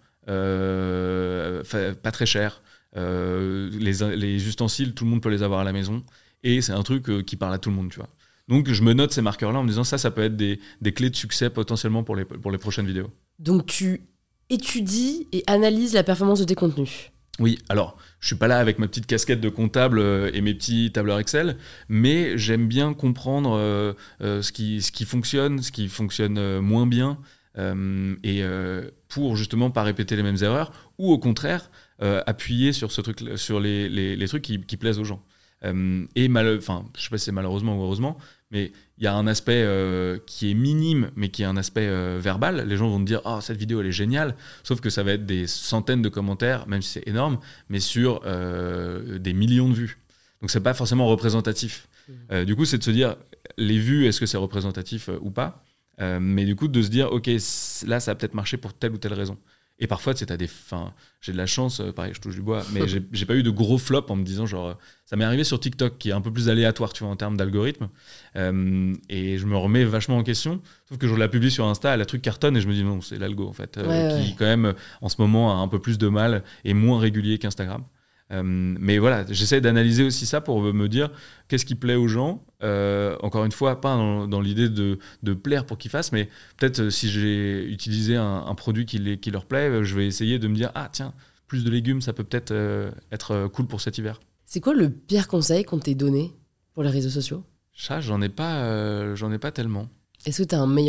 euh, fa- pas très cher, euh, les, les ustensiles, tout le monde peut les avoir à la maison, et c'est un truc euh, qui parle à tout le monde, tu vois. Donc je me note ces marqueurs-là en me disant ça, ça peut être des, des clés de succès potentiellement pour les, pour les prochaines vidéos. Donc tu étudies et analyses la performance de tes contenus. Oui, alors je suis pas là avec ma petite casquette de comptable euh, et mes petits tableurs Excel, mais j'aime bien comprendre euh, euh, ce, qui, ce qui fonctionne, ce qui fonctionne euh, moins bien, Euh, et euh, pour justement pas répéter les mêmes erreurs ou au contraire euh, appuyer sur ce truc, sur les, les, les trucs qui, qui plaisent aux gens. Euh, et mal, enfin, je sais pas si c'est malheureusement ou heureusement, mais il y a un aspect euh, qui est minime, mais qui est un aspect euh, verbal. Les gens vont te dire, oh, cette vidéo elle est géniale, sauf que ça va être des centaines de commentaires, même si c'est énorme, mais sur euh, des millions de vues. Donc c'est pas forcément représentatif. Mmh. Euh, du coup, c'est de se dire, les vues, est-ce que c'est représentatif euh, ou pas ? Euh, mais du coup, de se dire, ok, là, ça a peut-être marché pour telle ou telle raison. Et parfois, tu sais, t'as des, fin, j'ai de la chance, euh, pareil, je touche du bois, mais j'ai, j'ai pas eu de gros flops en me disant, genre, euh, ça m'est arrivé sur TikTok, qui est un peu plus aléatoire, tu vois, en termes d'algorithme. Euh, et je me remets vachement en question. Sauf que je la publie sur Insta, la truc cartonne, et je me dis, non, c'est l'algo, en fait, euh, ouais, qui, ouais. quand même, en ce moment, a un peu plus de mal et moins régulier qu'Instagram. Euh, mais voilà, j'essaie d'analyser aussi ça pour me dire qu'est-ce qui plaît aux gens. Euh, encore une fois, pas dans, dans l'idée de, de plaire pour qu'ils fassent, mais peut-être euh, si j'ai utilisé un, un produit qui, les, qui leur plaît, je vais essayer de me dire, ah tiens, plus de légumes, ça peut peut-être euh, être cool pour cet hiver. C'est quoi le pire conseil qu'on t'ait donné pour les réseaux sociaux ? Ça, j'en ai pas, euh, j'en ai pas tellement. Est-ce que tu as un meilleur conseil ?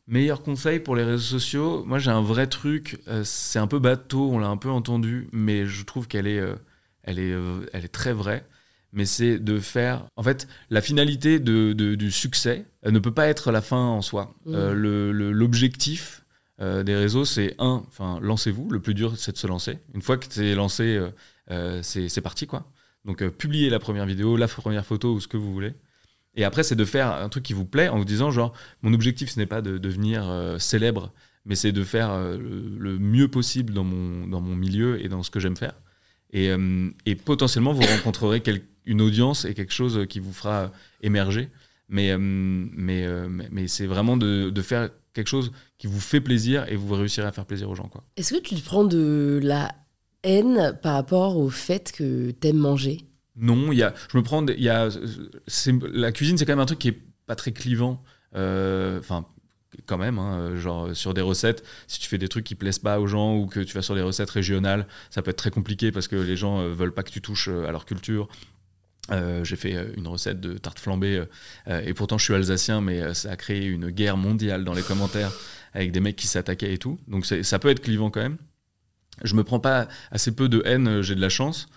Meilleur conseil pour les réseaux sociaux, moi j'ai un vrai truc, euh, c'est un peu bateau, on l'a un peu entendu, mais je trouve qu'elle est, euh, elle est, euh, elle est très vraie. Mais c'est de faire... En fait, la finalité de, de, du succès euh, ne peut pas être la fin en soi. Mmh. Euh, le, le, l'objectif euh, des réseaux, c'est un, enfin, lancez-vous. Le plus dur, c'est de se lancer. Une fois que tu es lancé, euh, euh, c'est, c'est parti, quoi. Donc, euh, publiez la première vidéo, la première photo ou ce que vous voulez. Et après, c'est de faire un truc qui vous plaît en vous disant, genre, mon objectif, ce n'est pas de devenir euh, célèbre, mais c'est de faire euh, le, le mieux possible dans mon, dans mon milieu et dans ce que j'aime faire. Et, euh, et potentiellement, vous rencontrerez quel, une audience et quelque chose qui vous fera émerger. Mais, euh, mais, euh, mais c'est vraiment de, de faire quelque chose qui vous fait plaisir et vous réussirez à faire plaisir aux gens, quoi. Est-ce que tu te prends de la haine par rapport au fait que t'aimes manger ? Non, il y a, je me prends... Il y a, c'est, la cuisine, c'est quand même un truc qui est pas très clivant. Enfin... Euh, quand même, hein, genre sur des recettes, si tu fais des trucs qui plaisent pas aux gens ou que tu vas sur des recettes régionales, ça peut être très compliqué parce que les gens euh, veulent pas que tu touches à leur culture. Euh, j'ai fait une recette de tarte flambée euh, et pourtant je suis alsacien, mais ça a créé une guerre mondiale dans les commentaires avec des mecs qui s'attaquaient et tout. Donc c'est, ça peut être clivant quand même. Je me prends pas assez peu de haine, j'ai de la chance.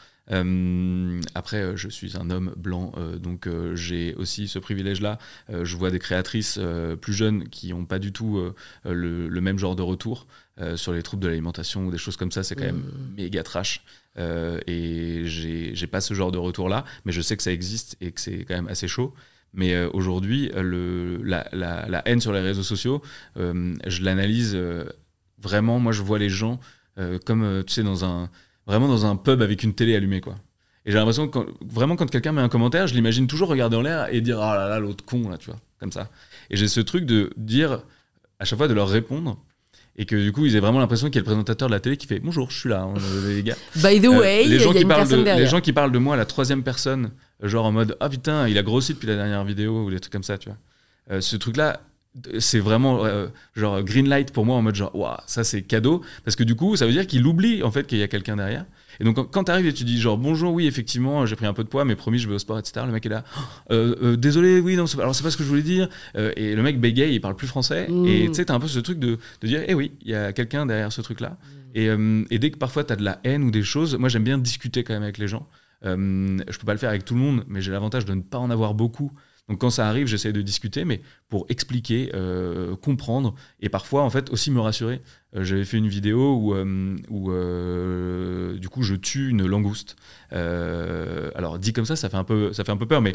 Euh, après, je suis un homme blanc, euh, donc euh, j'ai aussi ce privilège-là. Euh, je vois des créatrices euh, plus jeunes qui n'ont pas du tout euh, le, le même genre de retour euh, sur les troubles de l'alimentation ou des choses comme ça. C'est quand même mmh. méga trash. Euh, et j'ai, j'ai pas ce genre de retour-là, mais je sais que ça existe et que c'est quand même assez chaud. Mais euh, aujourd'hui, le, la, la, la haine sur les réseaux sociaux, euh, je l'analyse euh, vraiment. Moi, je vois les gens euh, comme, euh, tu sais, dans un... vraiment dans un pub avec une télé allumée, quoi. Et j'ai l'impression que quand, vraiment quand quelqu'un met un commentaire, je l'imagine toujours regarder en l'air et dire ah là là l'autre con là, tu vois, comme ça. Et j'ai ce truc de dire à chaque fois de leur répondre et que du coup ils aient vraiment l'impression qu'il y a le présentateur de la télé qui fait bonjour, je suis là, hein, les gars. By the way, il euh, y a une personne de, derrière. Les gens qui parlent de moi à la troisième personne, genre en mode ah oh, putain il a grossi depuis la dernière vidéo ou des trucs comme ça, tu vois. Euh, ce truc là. C'est vraiment euh, genre green light pour moi en mode genre waouh ça c'est cadeau parce que du coup ça veut dire qu'il oublie en fait qu'il y a quelqu'un derrière et donc quand, quand t'arrives et tu dis genre bonjour oui effectivement j'ai pris un peu de poids mais promis je vais au sport etc, le mec est là euh, euh, désolé oui non c'est, alors c'est pas ce que je voulais dire euh, et le mec bégaye il parle plus français mmh. et tu sais t'as un peu ce truc de, de dire eh oui il y a quelqu'un derrière ce truc là mmh. et, euh, et dès que parfois t'as de la haine ou des choses, moi j'aime bien discuter quand même avec les gens. Euh, je peux pas le faire avec tout le monde mais j'ai l'avantage de ne pas en avoir beaucoup. Donc quand ça arrive, j'essaie de discuter, mais pour expliquer, euh, comprendre, et parfois en fait aussi me rassurer. Euh, j'avais fait une vidéo où, euh, où euh, du coup je tue une langouste. Euh, alors dit comme ça, ça fait un peu, ça fait un peu peur, mais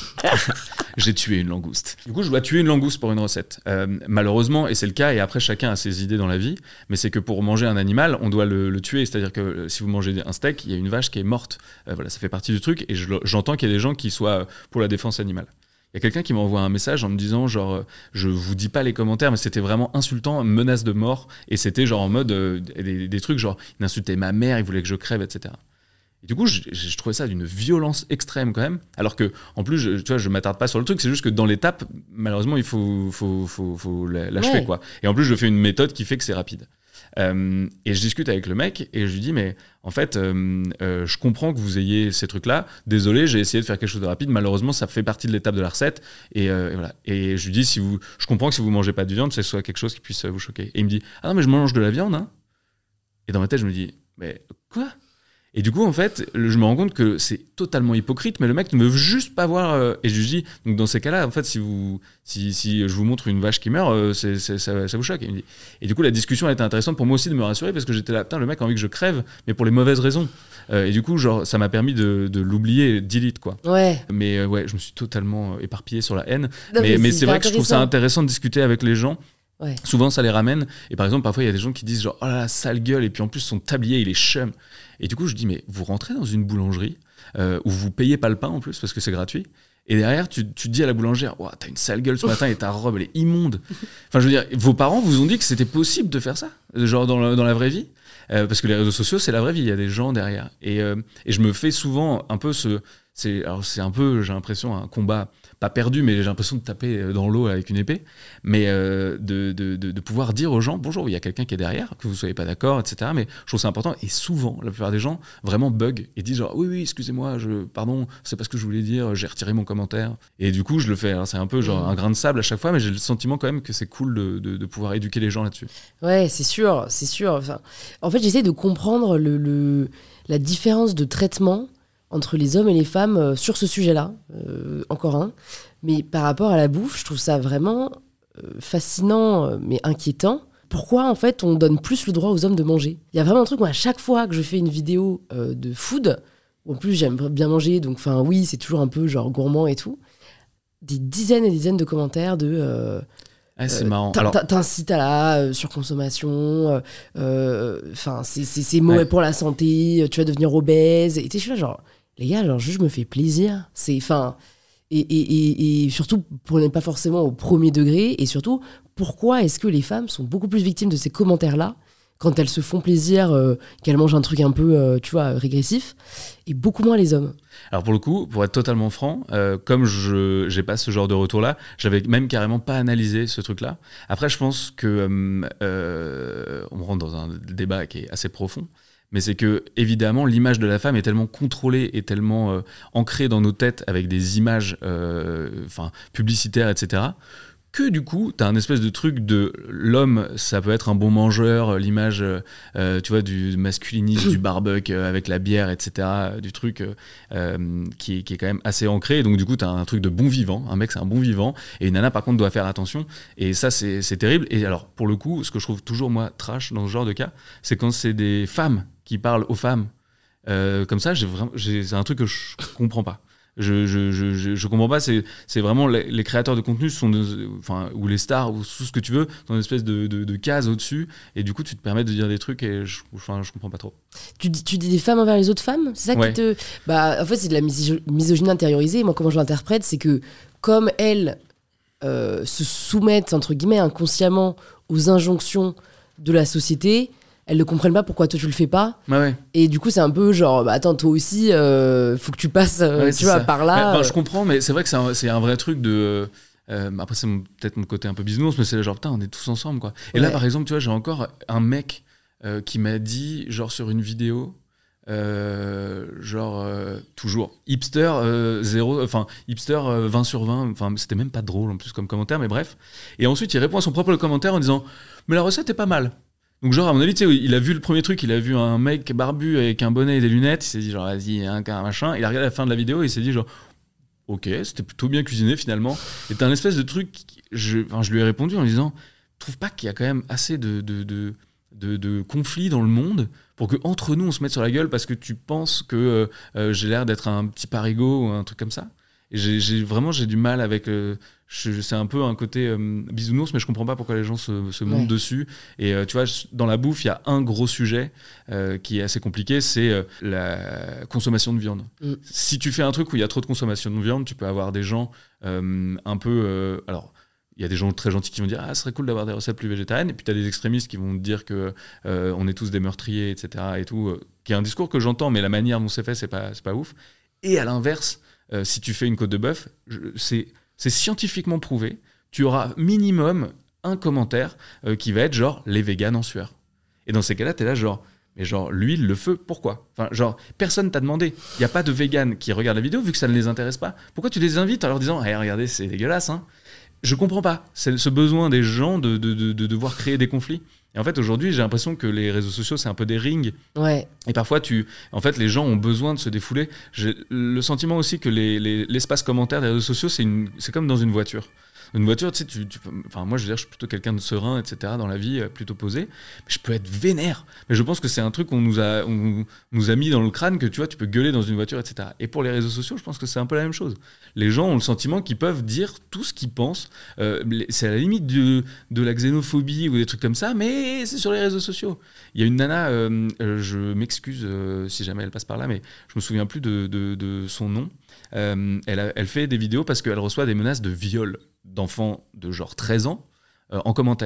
j'ai tué une langouste. Du coup, je dois tuer une langouste pour une recette. Euh, malheureusement, et c'est le cas, et après chacun a ses idées dans la vie, mais c'est que pour manger un animal, on doit le, le tuer. C'est-à-dire que si vous mangez un steak, il y a une vache qui est morte. Euh, voilà, ça fait partie du truc, et je, j'entends qu'il y a des gens qui soient pour la défense animale. Il y a quelqu'un qui m'envoie un message en me disant genre je vous dis pas les commentaires mais c'était vraiment insultant, menace de mort et c'était genre en mode euh, des, des trucs genre il insultait ma mère, il voulait que je crève etc. Et du coup je, je trouvais ça d'une violence extrême quand même alors que en plus je, tu vois je m'attarde pas sur le truc, c'est juste que dans l'étape malheureusement il faut faut faut, faut l'achever ouais. quoi. Et en plus je fais une méthode qui fait que c'est rapide. Euh, et je discute avec le mec et je lui dis mais en fait euh, euh, je comprends que vous ayez ces trucs là, désolé j'ai essayé de faire quelque chose de rapide, malheureusement ça fait partie de l'étape de la recette et, euh, et voilà. Et je lui dis si vous, je comprends que si vous mangez pas de viande c'est soit quelque chose qui puisse vous choquer. Et il me dit ah non mais je mange de la viande hein. Et dans ma tête je me dis mais quoi? Et du coup, en fait, je me rends compte que c'est totalement hypocrite, mais le mec ne veut juste pas voir. Euh, et je lui dis, donc dans ces cas-là, en fait, si, vous, si, si je vous montre une vache qui meurt, euh, c'est, c'est, ça, ça vous choque. Et, il me dit, et du coup, la discussion a été intéressante pour moi aussi de me rassurer, parce que j'étais là, putain, le mec a envie que je crève, mais pour les mauvaises raisons. Euh, et du coup, genre, ça m'a permis de, de l'oublier, delete, quoi. Ouais. Mais euh, ouais, je me suis totalement éparpillé sur la haine. Non, mais, mais, mais c'est, c'est vrai que je trouve ça intéressant de discuter avec les gens. Ouais. Souvent ça les ramène et par exemple parfois il y a des gens qui disent genre oh là là sale gueule et puis en plus son tablier il est chum et du coup je dis mais vous rentrez dans une boulangerie euh, où vous payez pas le pain en plus parce que c'est gratuit et derrière tu, tu dis à la boulangère oh, t'as une sale gueule ce matin et ta robe elle est immonde. Enfin je veux dire vos parents vous ont dit que c'était possible de faire ça genre dans la, dans la vraie vie euh, parce que les réseaux sociaux c'est la vraie vie, il y a des gens derrière et, euh, et je me fais souvent un peu ce c'est, alors c'est un peu j'ai l'impression un combat pas perdu, mais j'ai l'impression de taper dans l'eau avec une épée, mais euh, de, de, de, de pouvoir dire aux gens, bonjour, il y a quelqu'un qui est derrière, que vous soyez pas d'accord, et cetera. Mais je trouve ça important, et souvent, la plupart des gens vraiment bug et disent genre, oui, oui, excusez-moi, je, pardon, c'est pas ce que je voulais dire, j'ai retiré mon commentaire. Et du coup, je le fais, alors, c'est un peu genre un grain de sable à chaque fois, mais j'ai le sentiment quand même que c'est cool de, de, de pouvoir éduquer les gens là-dessus. Ouais, c'est sûr, c'est sûr. Enfin, en fait, j'essaie de comprendre le, le, la différence de traitement entre les hommes et les femmes euh, sur ce sujet-là, euh, encore un. Mais par rapport à la bouffe, je trouve ça vraiment euh, fascinant, euh, mais inquiétant. Pourquoi, en fait, on donne plus le droit aux hommes de manger ? Il y a vraiment un truc, moi, à chaque fois que je fais une vidéo euh, de food, où en plus j'aime bien manger, donc enfin oui, c'est toujours un peu genre gourmand et tout, des dizaines et des dizaines de commentaires de... Euh, Ah, c'est euh, marrant. t'in- Alors, T'incites à la euh, surconsommation, enfin, euh, euh, c'est, c'est, c'est mauvais ouais. pour la santé, tu vas devenir obèse. Et tu sais, je suis là, genre, les gars, genre, juste je me fais plaisir. C'est, enfin, et, et, et, et surtout, prenez pas forcément au premier degré. Et surtout, pourquoi est-ce que les femmes sont beaucoup plus victimes de ces commentaires-là quand elles se font plaisir, euh, qu'elles mangent un truc un peu, euh, tu vois, régressif, et beaucoup moins les hommes. Alors pour le coup, pour être totalement franc, euh, comme je j'ai pas ce genre de retour-là, j'avais même carrément pas analysé ce truc-là. Après, je pense que euh, euh, on rentre dans un débat qui est assez profond, mais c'est que évidemment l'image de la femme est tellement contrôlée et tellement euh, ancrée dans nos têtes avec des images, euh, enfin publicitaires, et cetera, que du coup, t'as un espèce de truc de l'homme, ça peut être un bon mangeur, l'image, euh, tu vois, du masculinisme, du barbecue euh, avec la bière, et cetera, du truc euh, qui, est, qui est quand même assez ancré. Et donc, du coup, t'as un truc de bon vivant. Un mec, c'est un bon vivant. Et une nana, par contre, doit faire attention. Et ça, c'est, c'est terrible. Et alors, pour le coup, ce que je trouve toujours, moi, trash dans ce genre de cas, c'est quand c'est des femmes qui parlent aux femmes. Euh, comme ça, j'ai vraiment, j'ai, c'est un truc que je comprends pas. Je, je, je, je, je comprends pas, c'est, c'est vraiment les, les créateurs de contenu sont de, enfin, ou les stars ou tout ce que tu veux dans une espèce de, de, de case au-dessus et du coup tu te permets de dire des trucs et je, enfin, je comprends pas trop. Tu dis, tu dis des femmes envers les autres femmes ? C'est ça Ouais. qui te... Bah, en fait, c'est de la miso- misogynie intériorisée. Moi, comment je l'interprète, c'est que comme elles euh, se soumettent, entre guillemets, inconsciemment aux injonctions de la société, elles ne comprennent pas pourquoi toi tu le fais pas. Bah ouais. Et du coup, c'est un peu genre, bah, attends, toi aussi, euh, faut que tu passes euh, Ouais, tu vois, ça. par là. Enfin, je comprends, mais c'est vrai que c'est un, c'est un vrai truc de. Euh, après, c'est mon, peut-être mon côté un peu bisounours, mais c'est genre, putain, on est tous ensemble, quoi. Et Ouais. là, par exemple, tu vois, j'ai encore un mec euh, qui m'a dit, genre, sur une vidéo, euh, genre, euh, toujours, hipster euh, zéro, enfin, hipster euh, vingt sur vingt, enfin, c'était même pas drôle en plus comme commentaire, mais bref. Et ensuite, il répond à son propre commentaire en disant, mais la recette est pas mal. Donc genre à mon avis, tu sais, il a vu le premier truc, il a vu un mec barbu avec un bonnet et des lunettes, il s'est dit genre vas-y, un, un machin, il a regardé la fin de la vidéo et il s'est dit genre ok, c'était plutôt bien cuisiné finalement. Et t'as un espèce de truc, je, enfin, je lui ai répondu en lui disant, je trouve pas qu'il y a quand même assez de, de, de, de, de conflits dans le monde pour que entre nous on se mette sur la gueule parce que tu penses que euh, j'ai l'air d'être un petit parigot ou un truc comme ça. Et j'ai, j'ai vraiment j'ai du mal avec euh, je, c'est un peu un côté euh, bisounours, mais je comprends pas pourquoi les gens se, se montent Ouais. dessus. Et euh, tu vois, dans la bouffe, il y a un gros sujet euh, qui est assez compliqué, c'est euh, la consommation de viande. Mm. Si tu fais un truc où il y a trop de consommation de viande, tu peux avoir des gens euh, un peu euh, alors il y a des gens très gentils qui vont dire ah, ce serait cool d'avoir des recettes plus végétariennes, et puis tu as des extrémistes qui vont te dire que euh, on est tous des meurtriers, et cetera. Et tout, euh, qui est un discours que j'entends, mais la manière dont c'est fait, c'est pas c'est pas ouf. Et à l'inverse, euh, si tu fais une côte de bœuf, je, c'est c'est scientifiquement prouvé, tu auras minimum un commentaire euh, qui va être genre les véganes en sueur. Et dans ces cas-là, t'es là genre mais genre l'huile, le feu, pourquoi ? Enfin genre personne t'a demandé. Il y a pas de véganes qui regardent la vidéo vu que ça ne les intéresse pas. Pourquoi tu les invites en leur disant hey, regardez, c'est dégueulasse hein ? Je comprends pas. C'est ce besoin des gens de, de, de, de devoir créer des conflits. Et en fait, aujourd'hui, j'ai l'impression que les réseaux sociaux, c'est un peu des rings. Ouais. Et parfois, tu, en fait, les gens ont besoin de se défouler. J'ai le sentiment aussi que les, les, l'espace commentaire des réseaux sociaux, c'est, une, c'est comme dans une voiture. Une voiture, tu sais, tu, tu, enfin, moi, je veux dire, je suis plutôt quelqu'un de serein, et cetera, dans la vie, plutôt posé. Mais je peux être vénère. Mais je pense que c'est un truc qu'on nous a, on nous a mis dans le crâne que, tu vois, tu peux gueuler dans une voiture, et cetera. Et pour les réseaux sociaux, je pense que c'est un peu la même chose. Les gens ont le sentiment qu'ils peuvent dire tout ce qu'ils pensent. Euh, c'est à la limite de, de la xénophobie ou des trucs comme ça, mais c'est sur les réseaux sociaux. Il y a une nana, euh, je m'excuse euh, si jamais elle passe par là, mais je me souviens plus de, de, de son nom. Euh, elle, a, elle fait des vidéos parce qu'elle reçoit des menaces de viol d'enfants de genre treize ans euh, en commentaire.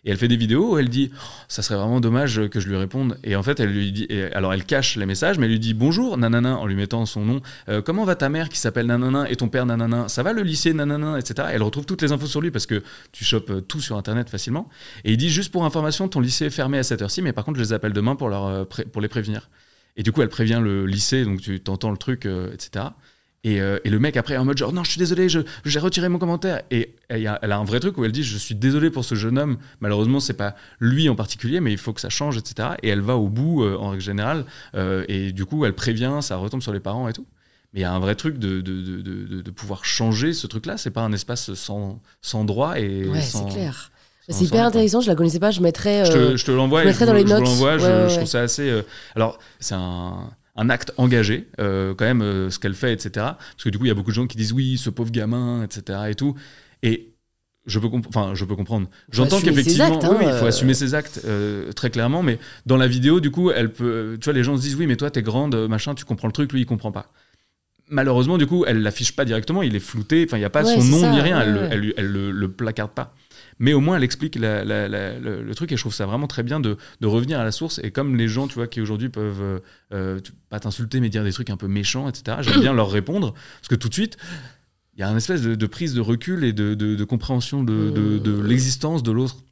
Et elle fait des vidéos où elle dit oh, ça serait vraiment dommage que je lui réponde. Et en fait, elle lui dit, et alors elle cache les messages, mais elle lui dit bonjour nanana en lui mettant son nom. Euh, comment va ta mère qui s'appelle nanana et ton père nanana? Ça va le lycée nanana, et cetera. Et elle retrouve toutes les infos sur lui parce que tu chopes tout sur internet facilement. Et il dit juste pour information, ton lycée est fermé à cette heure-ci, mais par contre je les appelle demain pour, leur, pour les prévenir. Et du coup, elle prévient le lycée, donc tu t'entends le truc, euh, et cetera. Et, euh, et le mec après est en mode genre non je suis désolé je, j'ai retiré mon commentaire et elle a, elle a un vrai truc où elle dit je suis désolé pour ce jeune homme, malheureusement c'est pas lui en particulier mais il faut que ça change, etc. Et elle va au bout euh, en règle générale euh, et du coup elle prévient, ça retombe sur les parents et tout, mais il y a un vrai truc de, de, de, de, de pouvoir changer ce truc là, c'est pas un espace sans, sans droit et ouais sans, c'est clair sans, c'est hyper sans intéressant, je la connaissais pas, je mettrais euh, je, te, je te l'envoie je mettrais je, dans les je, notes je l'envoie, ouais, je, ouais, je ouais. trouve ça assez euh, alors c'est un un acte engagé, euh, quand même, euh, ce qu'elle fait, et cetera. Parce que du coup, il y a beaucoup de gens qui disent oui, ce pauvre gamin, et cetera. Et tout. Et je peux, comp- enfin, je peux comprendre. J'entends qu'effectivement, actes, hein, oui, oui, il faut euh... assumer ses actes, euh, très clairement. Mais dans la vidéo, du coup, elle peut, tu vois, les gens se disent oui, mais toi, t'es grande, machin, tu comprends le truc, lui, il comprend pas. Malheureusement, du coup, elle l'affiche pas directement, il est flouté, enfin, il n'y a pas ouais, son nom ça, ni rien, ouais, elle, ouais. elle, elle, elle le, le placarde pas. Mais au moins, elle explique la, la, la, le, le truc et je trouve ça vraiment très bien de, de revenir à la source. Et comme les gens, tu vois, qui aujourd'hui peuvent euh, pas t'insulter, mais dire des trucs un peu méchants, et cetera, j'aime bien leur répondre parce que tout de suite, il y a une espèce de, de prise de recul et de, de, de compréhension de, de, de l'existence de l'autre.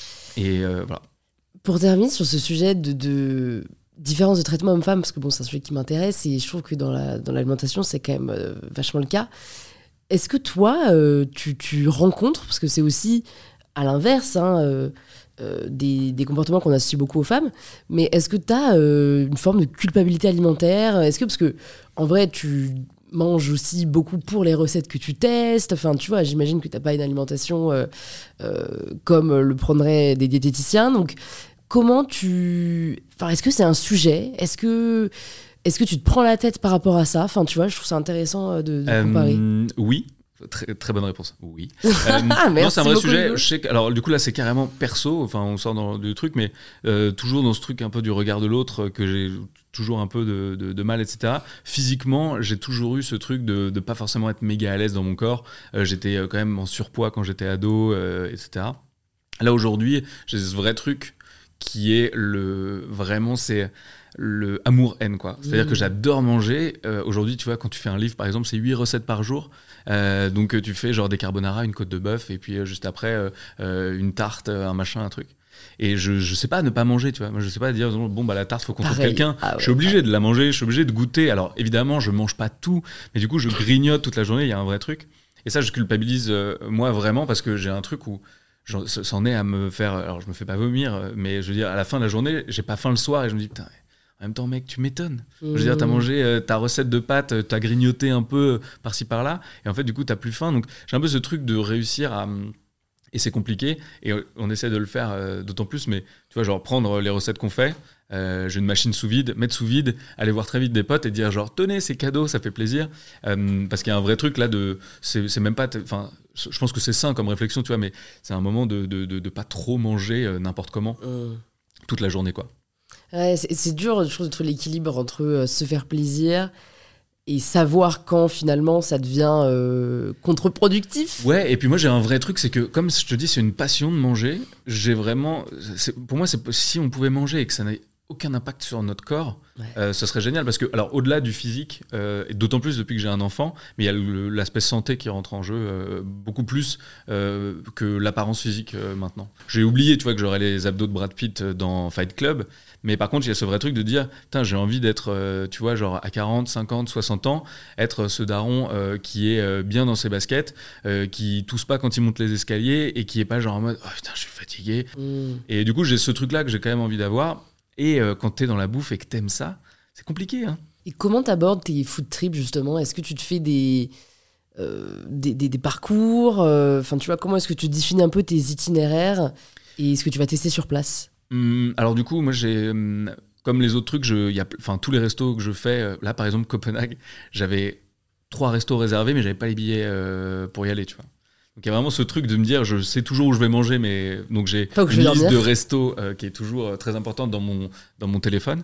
Et euh, voilà. Pour terminer sur ce sujet de, de différence de traitement homme-femme, parce que bon, c'est un sujet qui m'intéresse et je trouve que dans, la, dans l'alimentation, c'est quand même euh, vachement le cas. Est-ce que toi, euh, tu, tu rencontres, parce que c'est aussi à l'inverse, hein, euh, euh, des, des comportements qu'on associe beaucoup aux femmes, mais est-ce que tu as euh, une forme de culpabilité alimentaire? Est-ce que, parce que en vrai, tu manges aussi beaucoup pour les recettes que tu testes, enfin, tu vois, j'imagine que tu n'as pas une alimentation euh, euh, comme le prendraient des diététiciens, donc comment tu... Enfin, est-ce que c'est un sujet? Est-ce que... Est-ce que tu te prends la tête par rapport à ça? Enfin, tu vois, je trouve ça intéressant de, de euh, comparer. Oui. Très, très bonne réponse. Oui. Euh, non, c'est un vrai beaucoup, sujet. Hugo. Je sais que, alors, du coup, là, c'est carrément perso. Enfin, on sort dans du truc, mais euh, toujours dans ce truc un peu du regard de l'autre que j'ai toujours un peu de, de, de mal, et cetera. Physiquement, j'ai toujours eu ce truc de ne pas forcément être méga à l'aise dans mon corps. Euh, j'étais quand même en surpoids quand j'étais ado, euh, et cetera. Là, aujourd'hui, j'ai ce vrai truc qui est le. Vraiment, c'est. Le amour-haine, quoi. C'est-à-dire mmh. que j'adore manger. Euh, aujourd'hui, tu vois, quand tu fais un livre, par exemple, c'est huit recettes par jour. Euh, donc, tu fais genre des carbonara, une côte de bœuf, et puis euh, juste après, euh, une tarte, un machin, un truc. Et je, je sais pas ne pas manger, tu vois. Moi, je sais pas dire, bon, bah, la tarte, faut qu'on trouve quelqu'un. Ah ouais, je suis obligé ouais. de la manger, je suis obligé de goûter. Alors, évidemment, je mange pas tout, mais du coup, je grignote toute la journée, il y a un vrai truc. Et ça, je culpabilise, euh, moi, vraiment, parce que j'ai un truc où c'en est à me faire. Alors, je me fais pas vomir, mais je veux dire, à la fin de la journée, j'ai pas faim le soir, et je me dis, putain, en même temps, mec, tu m'étonnes. Mmh. Je veux dire, t'as mangé euh, ta recette de pâtes, euh, t'as grignoté un peu euh, par-ci par-là, et en fait, du coup, t'as plus faim. Donc, j'ai un peu ce truc de réussir à. Et c'est compliqué, et on essaie de le faire euh, d'autant plus, mais tu vois, genre prendre les recettes qu'on fait, euh, j'ai une machine sous vide, mettre sous vide, aller voir très vite des potes et dire genre, tenez, c'est cadeau, ça fait plaisir. Euh, parce qu'il y a un vrai truc là de. C'est, c'est même pas. Enfin, je pense que c'est sain comme réflexion, tu vois, mais c'est un moment de, de, de, de pas trop manger euh, n'importe comment mmh. toute la journée, quoi. Ouais, c'est, c'est dur, je trouve, de trouver l'équilibre entre euh, se faire plaisir et savoir quand finalement ça devient euh, contre-productif. Ouais, et puis moi j'ai un vrai truc, c'est que comme je te dis, c'est une passion de manger. J'ai vraiment, c'est, pour moi, c'est, si on pouvait manger et que ça n'ait aucun impact sur notre corps, ouais. euh, ce serait génial parce que, alors au-delà du physique, euh, et d'autant plus depuis que j'ai un enfant, mais il y a le, l'aspect santé qui rentre en jeu euh, beaucoup plus euh, que l'apparence physique euh, maintenant. J'ai oublié, tu vois, que j'aurais les abdos de Brad Pitt dans Fight Club. Mais par contre, il y a ce vrai truc de dire, putain, j'ai envie d'être, euh, tu vois, genre à quarante, cinquante, soixante ans, être ce daron euh, qui est euh, bien dans ses baskets, euh, qui tousse pas quand il monte les escaliers et qui est pas genre en mode, oh putain, je suis fatigué. Mmh. Et du coup, j'ai ce truc-là que j'ai quand même envie d'avoir. Et euh, quand t'es dans la bouffe et que t'aimes ça, c'est compliqué, hein. Et comment t'abordes tes food trips, justement? Est-ce que tu te fais des, euh, des, des, des parcours? Enfin, euh, tu vois, comment est-ce que tu définis un peu tes itinéraires? Et est-ce que tu vas tester sur place? Hum, alors du coup, moi j'ai, hum, comme les autres trucs, je, y a, enfin tous les restos que je fais, là par exemple Copenhague, j'avais trois restos réservés, mais j'avais pas les billets euh, pour y aller, tu vois. Donc il y a vraiment ce truc de me dire, je sais toujours où je vais manger, mais donc j'ai une liste de restos euh, qui est toujours euh, très importante dans mon dans mon téléphone.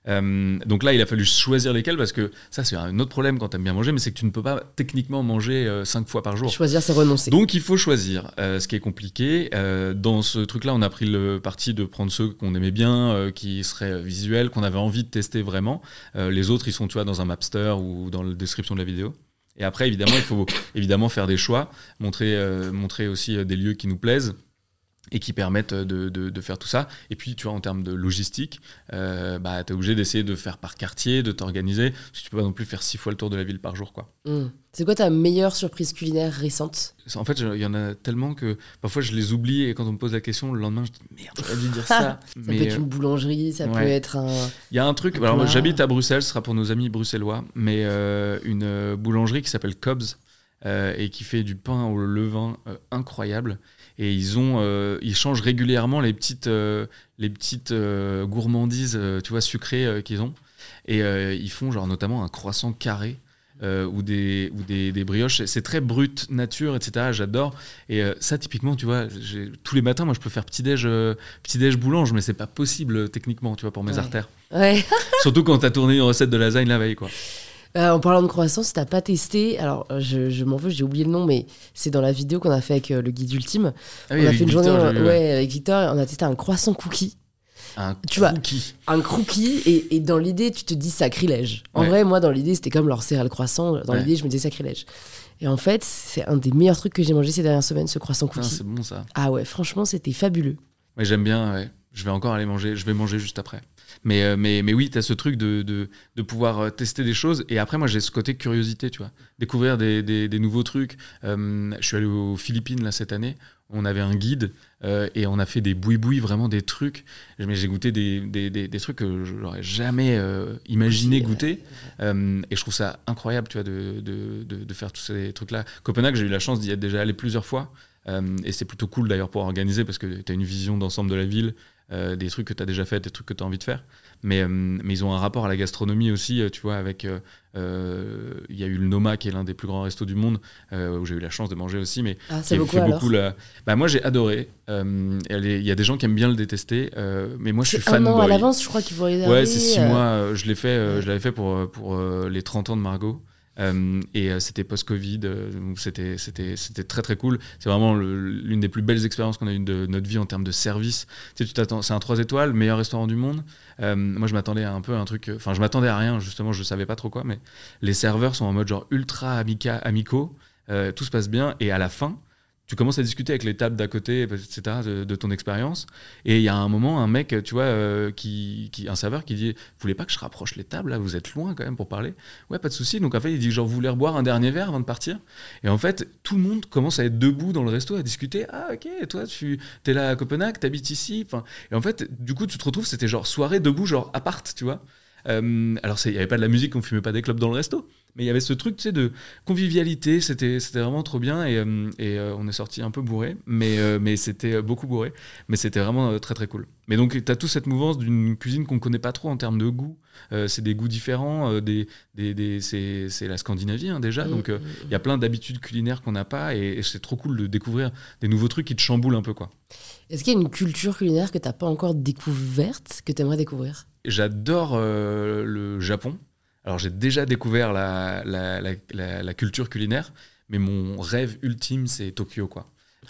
Euh, donc là, il a fallu choisir lesquels parce que ça, c'est un autre problème quand t'aimes bien manger, mais c'est que tu ne peux pas techniquement manger euh, cinq fois par jour. Choisir, c'est renoncer. Donc il faut choisir, euh, ce qui est compliqué. Euh, dans ce truc-là, on a pris le parti de prendre ceux qu'on aimait bien, euh, qui seraient visuels, qu'on avait envie de tester vraiment. Euh, les autres, ils sont, tu vois, dans un Mapster ou dans la description de la vidéo. Et après, évidemment, il faut évidemment faire des choix, montrer, euh, montrer aussi des lieux qui nous plaisent et qui permettent de, de, de faire tout ça. Et puis, tu vois, en termes de logistique, euh, bah, tu es obligé d'essayer de faire par quartier, de t'organiser, parce que tu peux pas non plus faire six fois le tour de la ville par jour, quoi. Mmh. C'est quoi ta meilleure surprise culinaire récente ? En fait, il y en a tellement que parfois je les oublie et quand on me pose la question, le lendemain, je dis merde, j'aurais dû dire ça. Ça Mais peut être une boulangerie, ça ouais. peut être un... Il y a un truc, un alors plat. j'habite à Bruxelles, ce sera pour nos amis bruxellois, mais euh, une boulangerie qui s'appelle Cobbs euh, et qui fait du pain au levain euh, incroyable. Et ils ont, euh, ils changent régulièrement les petites, euh, les petites euh, gourmandises, euh, tu vois, sucrées euh, qu'ils ont. Et euh, ils font genre notamment un croissant carré. Euh, ou des, ou des, des brioches, c'est très brut, nature, et cetera. J'adore. Et euh, ça, typiquement, tu vois, j'ai, tous les matins, moi, je peux faire petit-déj, euh, petit-déj boulange, mais c'est pas possible euh, techniquement, tu vois, pour mes Ouais. artères. Ouais. Surtout quand t'as tourné une recette de lasagne la veille, quoi. Euh, en parlant de croissant, si t'as pas testé, alors euh, je, je m'en veux, j'ai oublié le nom, mais c'est dans la vidéo qu'on a fait avec euh, le guide ultime. Ah oui, on a avec fait une Victor, journée j'ai euh, vu, ouais, avec Victor, on a testé un croissant cookie. Un Tu vois, cookie. Un crookie, et, et dans l'idée, tu te dis sacrilège. En Ouais. vrai, moi, dans l'idée, c'était comme leur céréale croissant. Dans Ouais. l'idée, je me disais sacrilège. Et en fait, c'est un des meilleurs trucs que j'ai mangé ces dernières semaines, ce croissant Putain, cookie. c'est bon, ça. Ah ouais, franchement, c'était fabuleux. Ouais, j'aime bien, ouais. Je vais encore aller manger, je vais manger juste après. Mais, euh, mais, mais oui, tu as ce truc de, de, de pouvoir euh, tester des choses. Et après, moi, j'ai ce côté curiosité, tu vois. Découvrir des, des, des nouveaux trucs. Euh, je suis allé aux Philippines, là, cette année. On avait un guide euh, et on a fait des boui-boui, vraiment des trucs. Mais j'ai goûté des, des, des, des trucs que je n'aurais jamais euh, imaginé Goûter, goûter. Euh, et je trouve ça incroyable, tu vois, de, de, de, de faire tous ces trucs-là. Copenhague, j'ai eu la chance d'y être déjà allé plusieurs fois. Euh, et c'est plutôt cool, d'ailleurs, pour organiser parce que tu as une vision d'ensemble de la ville. Euh, des trucs que tu as déjà fait, des trucs que tu as envie de faire. Mais, euh, mais ils ont un rapport à la gastronomie aussi, euh, tu vois, avec... Il euh, euh, y a eu le Noma, qui est l'un des plus grands restos du monde, euh, où j'ai eu la chance de manger aussi, mais Ah, qui c'est beaucoup fait alors. beaucoup la... Bah, moi, j'ai adoré. Euh, Il y a des gens qui aiment bien le détester, euh, mais moi, je suis C'est un an à fanboy. l'avance, je crois qu'il faut réserver. Ouais, c'est six euh, mois. euh, je l'ai fait, euh, ouais. je l'avais fait pour, pour euh, les trente ans de Margot. Euh, et euh, c'était post-Covid, euh, donc c'était, c'était, c'était très très cool. C'est vraiment le- l'une des plus belles expériences qu'on a eues de notre vie en termes de service. Tu sais, tu t'attends, c'est un trois étoiles, meilleur restaurant du monde. Euh, moi, je m'attendais à un peu à un truc. Enfin, je m'attendais à rien, justement, je savais pas trop quoi, mais les serveurs sont en mode genre ultra amica, amicaux. Euh, tout se passe bien, et à la fin, tu commences à discuter avec les tables d'à côté, et cetera, de, de ton expérience. Et il y a un moment, un mec, tu vois, euh, qui, qui, un serveur qui dit « Vous voulez pas que je rapproche les tables, là? Vous êtes loin quand même pour parler ?» Ouais, pas de souci. Donc en fait, il dit genre « Vous voulez reboire un dernier verre avant de partir ?» Et en fait, tout le monde commence à être debout dans le resto, à discuter « Ah ok, toi, tu es là à Copenhague, t'habites ici. » Enfin, et en fait, du coup, tu te retrouves, c'était genre soirée debout, genre appart, tu vois. Euh, alors, il n'y avait pas de la musique, on fumait pas des clopes dans le resto. Mais il y avait ce truc, tu sais, de convivialité, c'était, c'était vraiment trop bien. Et, euh, et euh, on est sorti un peu bourré, mais, euh, mais c'était beaucoup bourré. Mais c'était vraiment euh, très très cool. Mais donc, tu as toute cette mouvance d'une cuisine qu'on ne connaît pas trop en termes de goût. Euh, c'est des goûts différents, euh, des, des, des, c'est, c'est la Scandinavie hein, déjà. Mmh, Donc, il euh, mmh. y a plein d'habitudes culinaires qu'on n'a pas. Et, et c'est trop cool de découvrir des nouveaux trucs qui te chamboulent un peu, quoi. Est-ce qu'il y a une culture culinaire que t'as pas encore découverte, que t'aimerais découvrir ? J'adore euh, le Japon. Alors, j'ai déjà découvert la, la, la, la, la culture culinaire, mais mon rêve ultime, c'est Tokyo, quoi.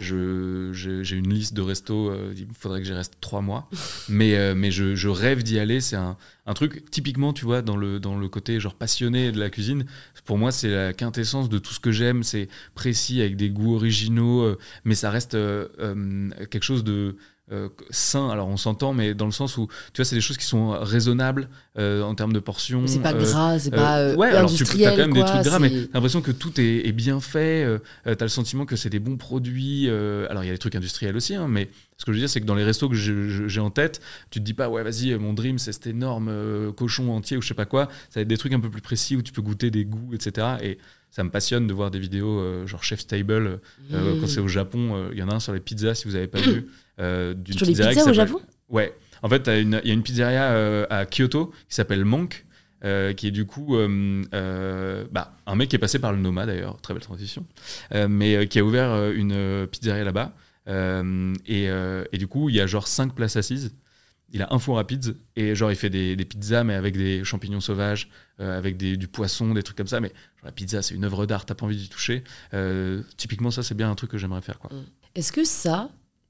Je, je, j'ai une liste de restos, euh, il faudrait que j'y reste trois mois, mais, euh, mais je, je rêve d'y aller. C'est un, un truc, typiquement, tu vois, dans le, dans le côté genre passionné de la cuisine, pour moi, c'est la quintessence de tout ce que j'aime. C'est précis, avec des goûts originaux, euh, mais ça reste euh, euh, quelque chose de... Euh, sain, alors on s'entend, mais dans le sens où tu vois, c'est des choses qui sont raisonnables euh, en termes de portions. C'est pas euh, gras, c'est pas euh, ouais, alors tu industriel. as quand même quoi, des trucs gras, c'est... mais t'as l'impression que tout est, est bien fait. Euh, t'as le sentiment que c'est des bons produits. Euh, alors il y a des trucs industriels aussi, hein, mais ce que je veux dire, c'est que dans les restos que je, je, j'ai en tête, tu te dis pas, ouais, vas-y, mon dream, c'est cet énorme euh, cochon entier ou je sais pas quoi. Ça va être des trucs un peu plus précis où tu peux goûter des goûts, et cetera. Et ça me passionne de voir des vidéos euh, genre Chef's Table euh, Mmh. quand c'est au Japon. Il euh, y en a un sur les pizzas, si vous avez pas vu. Euh, d'une Sur les pizzeria pizzas qui au s'appelle- Japon ? Ouais. En fait, il y a une pizzeria euh, à Kyoto qui s'appelle Monk, euh, qui est du coup euh, euh, bah, un mec qui est passé par le Noma d'ailleurs, très belle transition, euh, mais euh, qui a ouvert euh, une pizzeria là-bas. Euh, et, euh, et du coup, il y a genre cinq places assises. il a un four à pizza et genre il fait des, des pizzas mais avec des champignons sauvages, euh, avec des, du poisson, des trucs comme ça. Mais genre, la pizza, c'est une œuvre d'art, t'as pas envie d'y toucher. Euh, typiquement, ça, c'est bien un truc que j'aimerais faire, quoi. Est-ce que ça,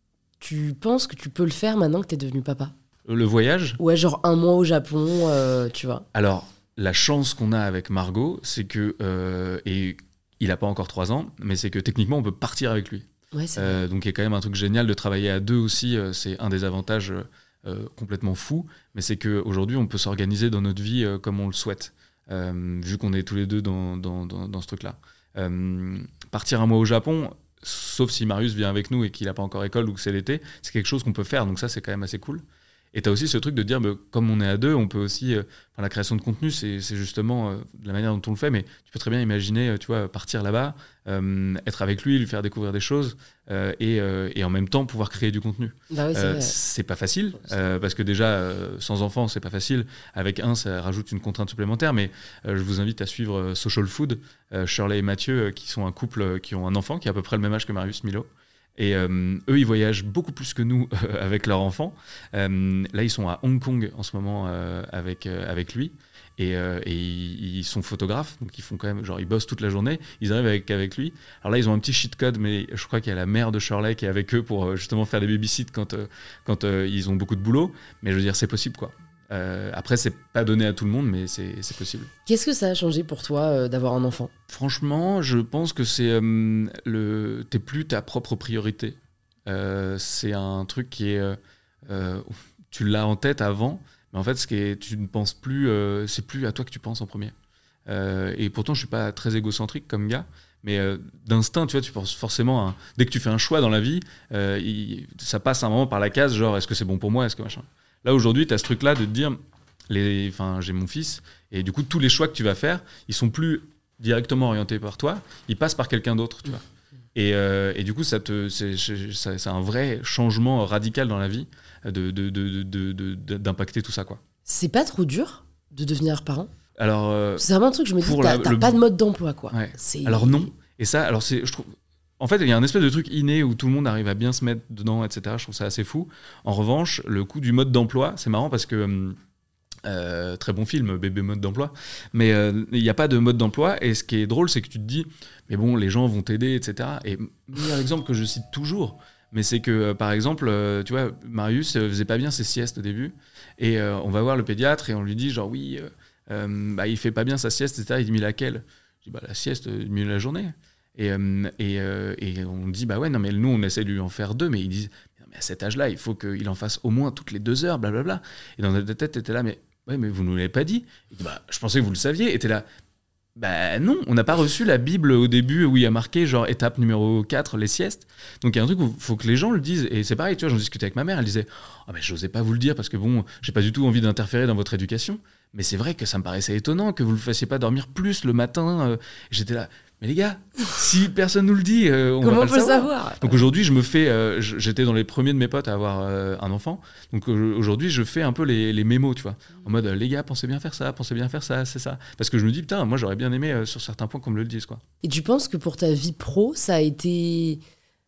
tu penses que tu peux le faire maintenant que t'es devenu papa ? Le voyage ? Ouais, genre un mois au Japon, euh, tu vois. Alors, la chance qu'on a avec Margot, c'est que... Euh, et il a pas encore trois ans, mais c'est que techniquement, on peut partir avec lui. Ouais, c'est euh, donc, il y a quand même un truc génial de travailler à deux aussi. Euh, c'est un des avantages euh, complètement fous. Mais c'est qu'aujourd'hui, on peut s'organiser dans notre vie euh, comme on le souhaite. Euh, vu qu'on est tous les deux dans, dans, dans, dans ce truc-là. Euh, partir un mois au Japon... Sauf si Marius vient avec nous et qu'il n'a pas encore école ou que c'est l'été, c'est quelque chose qu'on peut faire, donc ça c'est quand même assez cool. Et tu as aussi ce truc de dire, bah, comme on est à deux, on peut aussi, euh, enfin, la création de contenu, c'est, c'est justement euh, la manière dont on le fait, mais tu peux très bien imaginer, euh, tu vois, partir là-bas, euh, être avec lui, lui faire découvrir des choses, euh, et, euh, et en même temps pouvoir créer du contenu. Bah oui, c'est, euh, c'est pas facile, euh, parce que déjà, euh, sans enfant, c'est pas facile. Avec un, ça rajoute une contrainte supplémentaire, mais euh, je vous invite à suivre euh, Social Food, euh, Shirley et Mathieu, euh, qui sont un couple euh, qui ont un enfant qui a à peu près le même âge que Marius Milo. Et euh, eux, ils voyagent beaucoup plus que nous euh, avec leur enfant. Euh, là, ils sont à Hong Kong en ce moment euh, avec, euh, avec lui. Et, euh, et ils, ils sont photographes, donc ils font quand même, genre ils bossent toute la journée. Ils arrivent avec, avec lui. Alors là, ils ont un petit cheat code, mais je crois qu'il y a la mère de Shirley qui est avec eux pour euh, justement faire des babysit quand, euh, quand euh, ils ont beaucoup de boulot. Mais je veux dire, c'est possible, quoi. Euh, après, c'est pas donné à tout le monde, mais c'est, c'est possible. Qu'est-ce que ça a changé pour toi euh, d'avoir un enfant ? Franchement, je pense que c'est euh, le, t'es plus ta propre priorité. Euh, c'est un truc qui est, euh, euh, tu l'as en tête avant, mais en fait, ce qui est, tu ne penses plus, euh, c'est plus à toi que tu penses en premier. Euh, et pourtant, je suis pas très égocentrique comme gars. Mais euh, d'instinct, tu vois, tu penses forcément à, dès que tu fais un choix dans la vie, euh, il, ça passe un moment par la case, genre est-ce que c'est bon pour moi, est-ce que machin. Là, aujourd'hui, tu as ce truc-là de te dire, les, enfin, j'ai mon fils, et du coup, tous les choix que tu vas faire, ils sont plus directement orientés par toi, ils passent par quelqu'un d'autre, tu vois. Et, euh, et du coup, ça te, c'est, c'est, c'est un vrai changement radical dans la vie de, de, de, de, de, de, d'impacter tout ça, quoi. C'est pas trop dur de devenir parent ? Alors, euh, c'est vraiment un truc, je me dis, t'as, la, t'as le... pas de mode d'emploi, quoi. Ouais. C'est... Alors non. Et ça, alors c'est, je trouve... En fait, il y a un espèce de truc inné où tout le monde arrive à bien se mettre dedans, et cetera. Je trouve ça assez fou. En revanche, le coup du mode d'emploi, c'est marrant parce que... Euh, très bon film, Bébé mode d'emploi. Mais il euh, n'y a pas de mode d'emploi. Et ce qui est drôle, c'est que tu te dis, mais bon, les gens vont t'aider, et cetera. Et meilleur exemple que je cite toujours, mais c'est que, euh, par exemple, euh, tu vois, Marius euh, faisait pas bien ses siestes au début. Et euh, on va voir le pédiatre et on lui dit, genre, oui, euh, euh, bah, il fait pas bien sa sieste, et cetera. Il dit, mais laquelle ? Je dis, bah, la sieste, du milieu de la journée. Et, euh, et, euh, et on dit, bah ouais, non, mais nous, on essaie de lui en faire deux, mais ils disent, mais à cet âge-là, il faut qu'il en fasse au moins toutes les deux heures, blablabla. Et dans notre tête, t'étais là, mais ouais, mais vous ne nous l'avez pas dit. Il dit, bah, je pensais que vous le saviez. Et t'es là, bah non, on n'a pas reçu la Bible au début où il y a marqué, genre, étape numéro quatre, les siestes. Donc il y a un truc où il faut que les gens le disent. Et c'est pareil, tu vois, j'en discutais avec ma mère, elle disait, oh, mais j'osais pas vous le dire parce que bon, j'ai pas du tout envie d'interférer dans votre éducation. Mais c'est vrai que ça me paraissait étonnant que vous ne le fassiez pas dormir plus le matin. J'étais là, mais les gars, si personne nous le dit, euh, on Comment va on pas peut le savoir. savoir. Donc aujourd'hui, je me fais, euh, j'étais dans les premiers de mes potes à avoir euh, un enfant. Donc euh, aujourd'hui, je fais un peu les, les mémos, tu vois, en mode euh, les gars, pensez bien faire ça, pensez bien faire ça, c'est ça. Parce que je me dis putain, moi j'aurais bien aimé euh, sur certains points qu'on me le dise, quoi. Et tu penses que pour ta vie pro, ça a été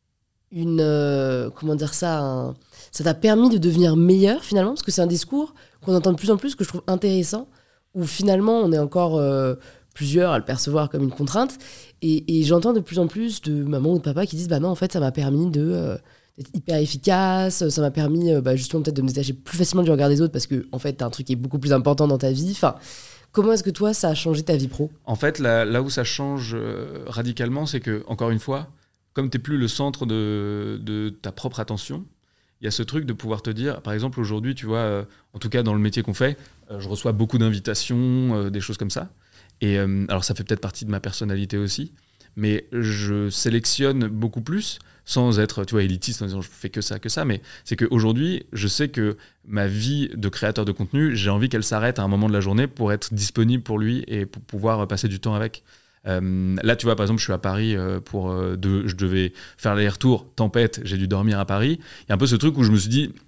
une, euh, comment dire ça, un... ça t'a permis de devenir meilleur finalement, parce que c'est un discours qu'on entend de plus en plus que je trouve intéressant, où finalement on est encore euh, plusieurs à le percevoir comme une contrainte. Et, et j'entends de plus en plus de mamans ou de papas qui disent bah non, en fait, ça m'a permis de, euh, d'être hyper efficace, ça m'a permis euh, bah, justement peut-être de me détacher plus facilement du regard des autres parce que en fait, t'as un truc qui est beaucoup plus important dans ta vie. Enfin, comment est-ce que toi, ça a changé ta vie pro ? En fait, là, là où ça change euh, radicalement, c'est que, encore une fois, comme t'es plus le centre de, de ta propre attention, il y a ce truc de pouvoir te dire, par exemple, aujourd'hui, tu vois, euh, en tout cas dans le métier qu'on fait, euh, je reçois beaucoup d'invitations, euh, des choses comme ça. Et euh, alors ça fait peut-être partie de ma personnalité aussi, mais je sélectionne beaucoup plus, sans être, tu vois, élitiste en disant je fais que ça, que ça, mais c'est qu'aujourd'hui, je sais que ma vie de créateur de contenu, j'ai envie qu'elle s'arrête à un moment de la journée pour être disponible pour lui et pour pouvoir passer du temps avec. Euh, là, tu vois, par exemple, je suis à Paris euh, pour euh, de, je devais faire l'aller-retour, tempête, j'ai dû dormir à Paris. Il y a un peu ce truc où je me suis dit,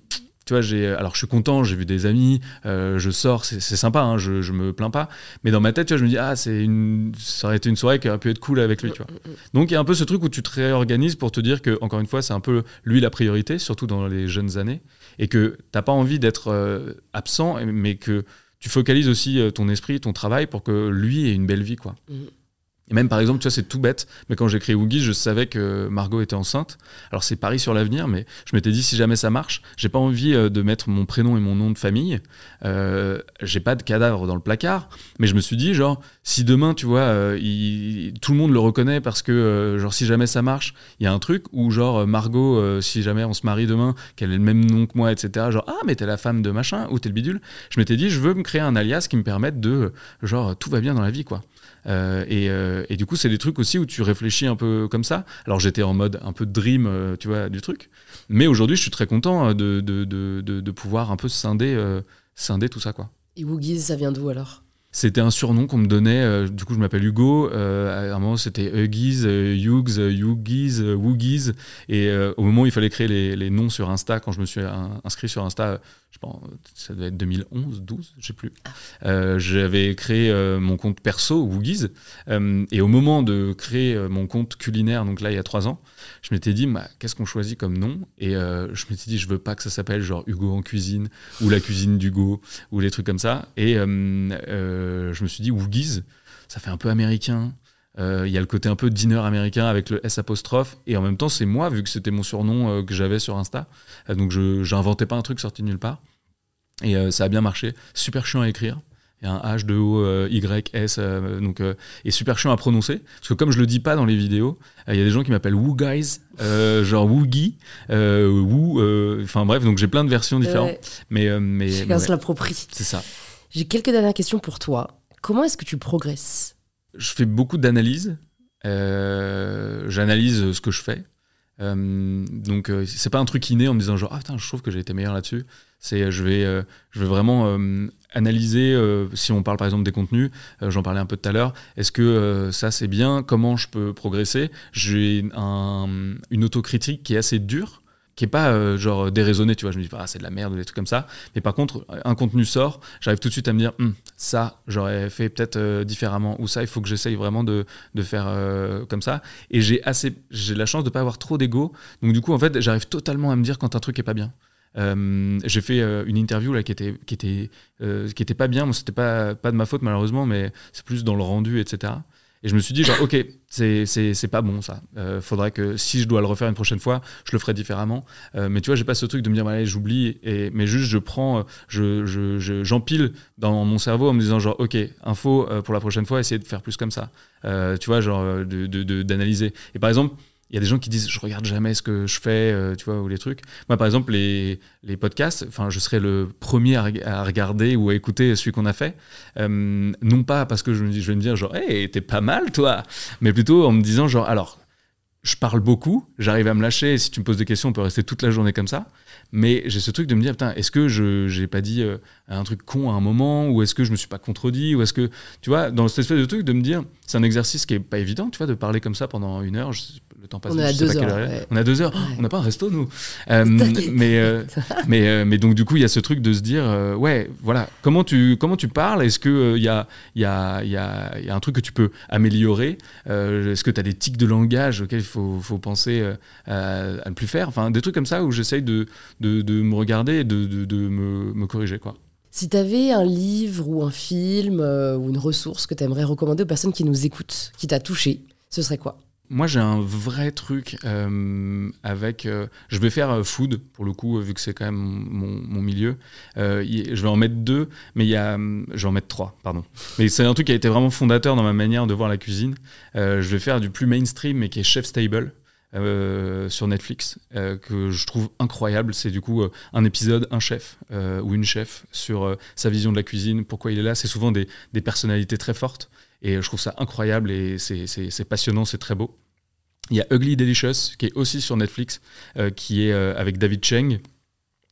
tu vois, j'ai, alors je suis content, j'ai vu des amis, euh, je sors, c'est, c'est sympa, hein, je, je me plains pas. Mais dans ma tête, tu vois, je me dis, ah, c'est une, ça aurait été une soirée qui aurait pu être cool avec lui, tu vois. Donc il y a un peu ce truc où tu te réorganises pour te dire que, encore une fois, c'est un peu lui la priorité, surtout dans les jeunes années, et que t'as pas envie d'être euh, absent, mais que tu focalises aussi euh, ton esprit, ton travail pour que lui ait une belle vie, quoi. Mm. Et même par exemple, tu vois, c'est tout bête, mais quand j'ai créé Woogies, je savais que Margot était enceinte. Alors c'est pari sur l'avenir, mais je m'étais dit si jamais ça marche, j'ai pas envie euh, de mettre mon prénom et mon nom de famille. Euh, j'ai pas de cadavre dans le placard, mais je me suis dit genre si demain, tu vois, euh, il, tout le monde le reconnaît parce que euh, genre si jamais ça marche, il y a un truc où genre Margot, euh, si jamais on se marie demain, qu'elle ait le même nom que moi, et cetera. Genre ah mais t'es la femme de machin ou t'es le bidule. Je m'étais dit je veux me créer un alias qui me permette de genre tout va bien dans la vie, quoi. Euh, et, euh, et du coup c'est des trucs aussi où tu réfléchis un peu comme ça. Alors j'étais en mode un peu dream, euh, tu vois, du truc, mais aujourd'hui je suis très content de, de, de, de, de pouvoir un peu scinder, euh, scinder tout ça, quoi. Et Woogies, ça vient d'où alors? C'était un surnom qu'on me donnait, euh, du coup je m'appelle Hugo, euh, à un moment c'était Huggies, euh, Hughes, euh, Huggies, euh, Woogies, et euh, au moment où il fallait créer les, les noms sur Insta, quand je me suis un, inscrit sur Insta, euh, je pense ça devait être deux mille onze, douze, je sais plus, euh, j'avais créé euh, mon compte perso, Woogies, euh, et au moment de créer euh, mon compte culinaire, donc là il y a trois ans, je m'étais dit bah, qu'est-ce qu'on choisit comme nom, et euh, je m'étais dit je veux pas que ça s'appelle genre Hugo en cuisine, ou la cuisine d'Hugo, ou les trucs comme ça, et euh, euh, je me suis dit Woogies, ça fait un peu américain. Il euh, y a le côté un peu dîner américain avec le S apostrophe, et en même temps c'est moi vu que c'était mon surnom euh, que j'avais sur Insta, euh, donc je j'inventais pas un truc sorti de nulle part, et euh, ça a bien marché. Super chiant à écrire, il y a un H, deux O, euh, Y, S, euh, donc, euh, et super chiant à prononcer, parce que comme je le dis pas dans les vidéos, il euh, y a des gens qui m'appellent Woo Guys, euh, genre Woogie, euh, Woo, enfin euh, bref, donc j'ai plein de versions différentes, ouais. mais, euh, mais chacun ouais, se l'approprie. C'est ça. J'ai quelques dernières questions pour toi. Comment est-ce que tu progresses? Je fais beaucoup d'analyse. Euh, j'analyse ce que je fais. Euh, donc, euh, c'est pas un truc inné en me disant genre, ah putain, je trouve que j'ai été meilleur là-dessus. C'est, je vais, euh, je vais vraiment euh, analyser, euh, si on parle par exemple des contenus, euh, j'en parlais un peu tout à l'heure, est-ce que euh, ça c'est bien? Comment je peux progresser? J'ai un, une autocritique qui est assez dure, qui est pas euh, genre déraisonné, tu vois, je me dis pas ah, c'est de la merde ou des trucs comme ça, mais par contre un contenu sort, j'arrive tout de suite à me dire hm, ça j'aurais fait peut-être euh, différemment, ou ça il faut que j'essaye vraiment de, de faire euh, comme ça, et j'ai assez j'ai la chance de pas avoir trop d'ego, donc du coup en fait j'arrive totalement à me dire quand un truc est pas bien. Euh, j'ai fait euh, une interview là qui était qui était euh, qui était pas bien, bon, c'était pas pas de ma faute malheureusement, mais c'est plus dans le rendu, etc. Et je me suis dit, genre, ok, c'est, c'est, c'est pas bon ça. Euh, faudrait que si je dois le refaire une prochaine fois, je le ferai différemment. Euh, mais tu vois, j'ai pas ce truc de me dire, allez, j'oublie. Et, mais juste, je prends, je, je, je, j'empile dans mon cerveau en me disant, genre, ok, info pour la prochaine fois, essayer de faire plus comme ça. Euh, tu vois, genre, de, de, de, d'analyser. Et par exemple, il y a des gens qui disent je regarde jamais ce que je fais, euh, tu vois, ou les trucs. Moi, par exemple, les, les podcasts, enfin, je serais le premier à, à regarder ou à écouter celui qu'on a fait. Euh, non pas parce que je, me dis, je vais me dire genre, hey, t'es pas mal, toi, mais plutôt en me disant genre, alors, je parle beaucoup, j'arrive à me lâcher. Si tu me poses des questions, on peut rester toute la journée comme ça. Mais j'ai ce truc de me dire, putain, est-ce que je j'ai pas dit euh, un truc con à un moment, ou est-ce que je me suis pas contredit, ou est-ce que, tu vois, dans cette espèce de truc de me dire, c'est un exercice qui est pas évident, tu vois, de parler comme ça pendant une heure. Je, le temps passe. On est à deux heures. Ouais. On a deux heures. Ouais. On n'a pas un resto, nous. Euh, mais, euh, mais, euh, mais donc, du coup, il y a ce truc de se dire, euh, ouais, voilà, comment tu, comment tu parles? Est-ce qu'il euh, y, a, y, a, y, a, y a un truc que tu peux améliorer? euh, Est-ce que tu as des tics de langage auxquels il faut, faut penser euh, à, à ne plus faire? Enfin, des trucs comme ça où j'essaye de, de, de me regarder et de, de, de me, me corriger, quoi. Si tu avais un livre ou un film euh, ou une ressource que tu aimerais recommander aux personnes qui nous écoutent, qui t'a touché, ce serait quoi? Moi, j'ai un vrai truc euh, avec... Euh, je vais faire euh, food, pour le coup, vu que c'est quand même mon, mon milieu. Euh, y, je vais en mettre deux, mais il y a... Je vais en mettre trois, pardon. Mais c'est un truc qui a été vraiment fondateur dans ma manière de voir la cuisine. Euh, je vais faire du plus mainstream, mais qui est Chef's Table, euh, sur Netflix, euh, que je trouve incroyable. C'est du coup euh, un épisode, un chef euh, ou une chef sur euh, sa vision de la cuisine, pourquoi il est là. C'est souvent des, des personnalités très fortes. Et je trouve ça incroyable et c'est, c'est, c'est passionnant, c'est très beau. Il y a Ugly Delicious, qui est aussi sur Netflix, euh, qui est euh, avec David Cheng,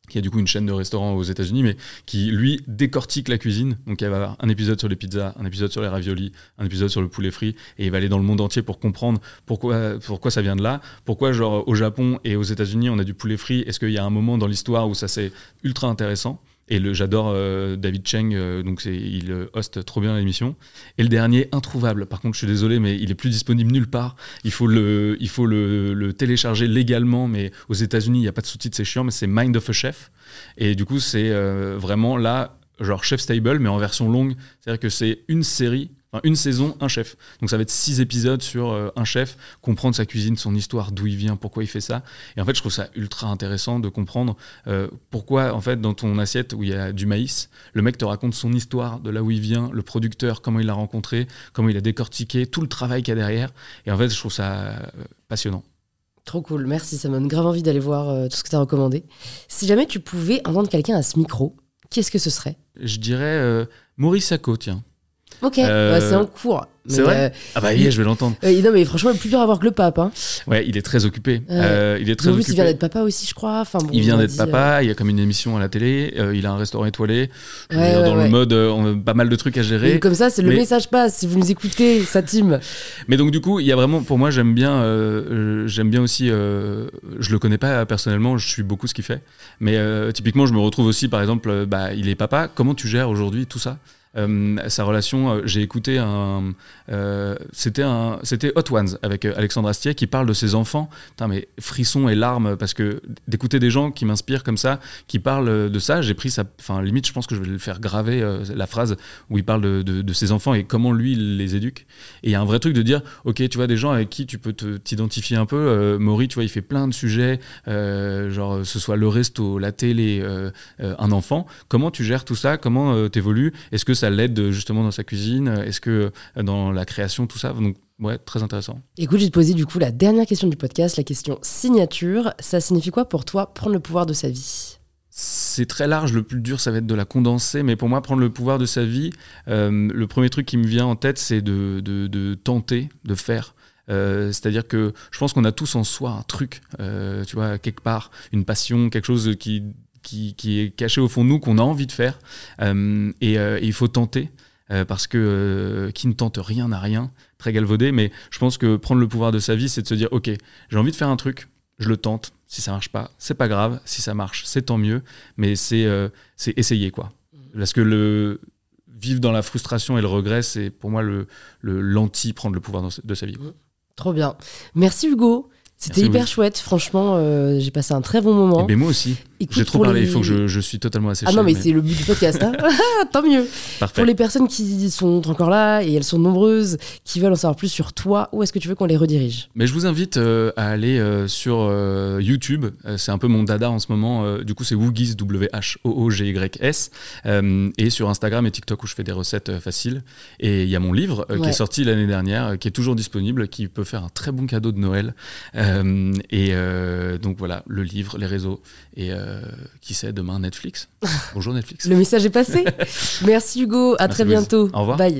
qui a du coup une chaîne de restaurants aux États-Unis, mais qui, lui, décortique la cuisine. Donc, il va avoir un épisode sur les pizzas, un épisode sur les raviolis, un épisode sur le poulet frit, et il va aller dans le monde entier pour comprendre pourquoi, pourquoi ça vient de là, pourquoi, genre, au Japon et aux États-Unis, on a du poulet frit. Est-ce qu'il y a un moment dans l'histoire où ça, c'est ultra intéressant? Et le, j'adore euh, David Cheng, euh, donc c'est, il euh, hoste trop bien l'émission. Et le dernier, introuvable. Par contre, je suis désolé, mais il est plus disponible nulle part. Il faut le, il faut le, le télécharger légalement, mais aux États-Unis, il n'y a pas de sous-titres, c'est chiant, mais c'est Mind of a Chef. Et du coup, c'est euh, vraiment là, genre Chef's Table, mais en version longue. C'est-à-dire que c'est une série, enfin une saison, un chef. Donc ça va être six épisodes sur euh, un chef, comprendre sa cuisine, son histoire, d'où il vient, pourquoi il fait ça. Et en fait, je trouve ça ultra intéressant de comprendre euh, pourquoi, en fait, dans ton assiette où il y a du maïs, le mec te raconte son histoire, de là où il vient, le producteur, comment il l'a rencontré, comment il a décortiqué, tout le travail qu'il y a derrière. Et en fait, je trouve ça euh, passionnant. Trop cool, merci, ça me donne grave envie d'aller voir euh, tout ce que tu as recommandé. Si jamais tu pouvais entendre quelqu'un à ce micro, qui est-ce que ce serait ? Je dirais euh, Maurice Sacco, tiens. Ok, Euh, ouais, c'est en cours. C'est vrai euh, Ah bah yeah, je vais l'entendre. Euh, non mais franchement, il est plus dur à voir que le pape. Hein. Ouais, il est très occupé. Euh, euh, il est très en plus, occupé. il vient d'être papa aussi, je crois. Enfin, bon, il vient d'être dit, papa, euh... il y a comme une émission à la télé, euh, il a un restaurant étoilé. Je ouais, veux dire, ouais, dans ouais. le mode, euh, on a pas mal de trucs à gérer. Et comme ça, c'est le mais... message passe, si vous nous écoutez, sa team. Mais donc du coup, il y a vraiment, pour moi, j'aime bien, euh, j'aime bien aussi, euh, je le connais pas personnellement, je suis beaucoup ce qu'il fait. Mais euh, typiquement, je me retrouve aussi, par exemple, euh, bah, il est papa, comment tu gères aujourd'hui tout ça ? Euh, sa relation, euh, j'ai écouté un, euh, c'était un, c'était Hot Ones avec euh, Alexandre Astier qui parle de ses enfants. Putain, mais frissons et larmes parce que d'écouter des gens qui m'inspirent comme ça, qui parlent de ça, j'ai pris ça. Enfin, limite, je pense que je vais le faire graver euh, la phrase où il parle de, de, de ses enfants et comment lui il les éduque. Et il y a un vrai truc de dire, ok, tu vois des gens avec qui tu peux te, t'identifier un peu. Euh, Maury, tu vois, il fait plein de sujets, euh, genre ce soit le resto, la télé, euh, euh, un enfant. Comment tu gères tout ça ? Comment euh, t'évolues ? Est-ce que ça l'aide justement dans sa cuisine? Est-ce que dans la création, tout ça? Donc, ouais, très intéressant. Écoute, je vais te poser du coup la dernière question du podcast, la question signature. Ça signifie quoi pour toi, prendre le pouvoir de sa vie? C'est très large, le plus dur, ça va être de la condenser, mais pour moi, prendre le pouvoir de sa vie, euh, le premier truc qui me vient en tête, c'est de, de, de tenter, de faire. Euh, c'est-à-dire que je pense qu'on a tous en soi un truc, euh, tu vois, quelque part, une passion, quelque chose qui... Qui, qui est caché au fond de nous, qu'on a envie de faire. Euh, et, euh, et il faut tenter, euh, parce que euh, qui ne tente rien n'a rien, très galvaudé, mais je pense que prendre le pouvoir de sa vie, c'est de se dire, ok, j'ai envie de faire un truc, je le tente, si ça marche pas, c'est pas grave, si ça marche, c'est tant mieux, mais c'est, euh, c'est essayer, quoi. Parce que le vivre dans la frustration et le regret, c'est pour moi le, le, l'anti prendre le pouvoir de sa vie. Trop bien. Merci Hugo. C'était Merci, hyper oui. chouette, franchement, euh, j'ai passé un très bon moment. Et ben moi aussi. Écoute, j'ai trop parlé, les... il faut que je, je suis totalement asséché. Ah non, mais, mais... c'est le but du podcast, hein. Tant mieux. Parfait. Pour les personnes qui sont encore là, et elles sont nombreuses, qui veulent en savoir plus sur toi, où est-ce que tu veux qu'on les redirige ? Mais je vous invite euh, à aller euh, sur euh, YouTube, euh, c'est un peu mon dada en ce moment, euh, du coup c'est Woogies, W H O O G Y S, euh, et sur Instagram et TikTok où je fais des recettes euh, faciles. Et il y a mon livre euh, ouais. qui est sorti l'année dernière, euh, qui est toujours disponible, qui peut faire un très bon cadeau de Noël. Euh, et euh, donc voilà, le livre, les réseaux, et euh, qui sait, demain Netflix. Bonjour Netflix. Le message est passé. Merci Hugo, à Merci très bientôt. Au revoir. Bye.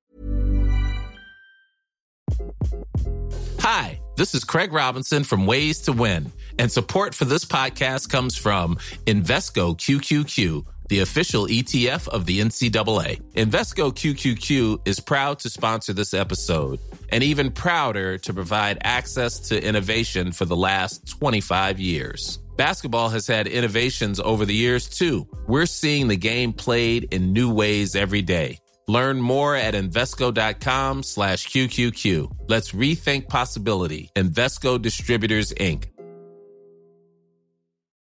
Hi, this is Craig Robinson from Ways to Win, and support for this podcast comes from Invesco Q Q Q, the official E T F of the N C double A. Invesco Q Q Q is proud to sponsor this episode, and even prouder to provide access to innovation for the last twenty-five years. Basketball has had innovations over the years, too. We're seeing the game played in new ways every day. Learn more at Invesco.com slash QQQ. Let's rethink possibility. Invesco Distributors, Incorporated.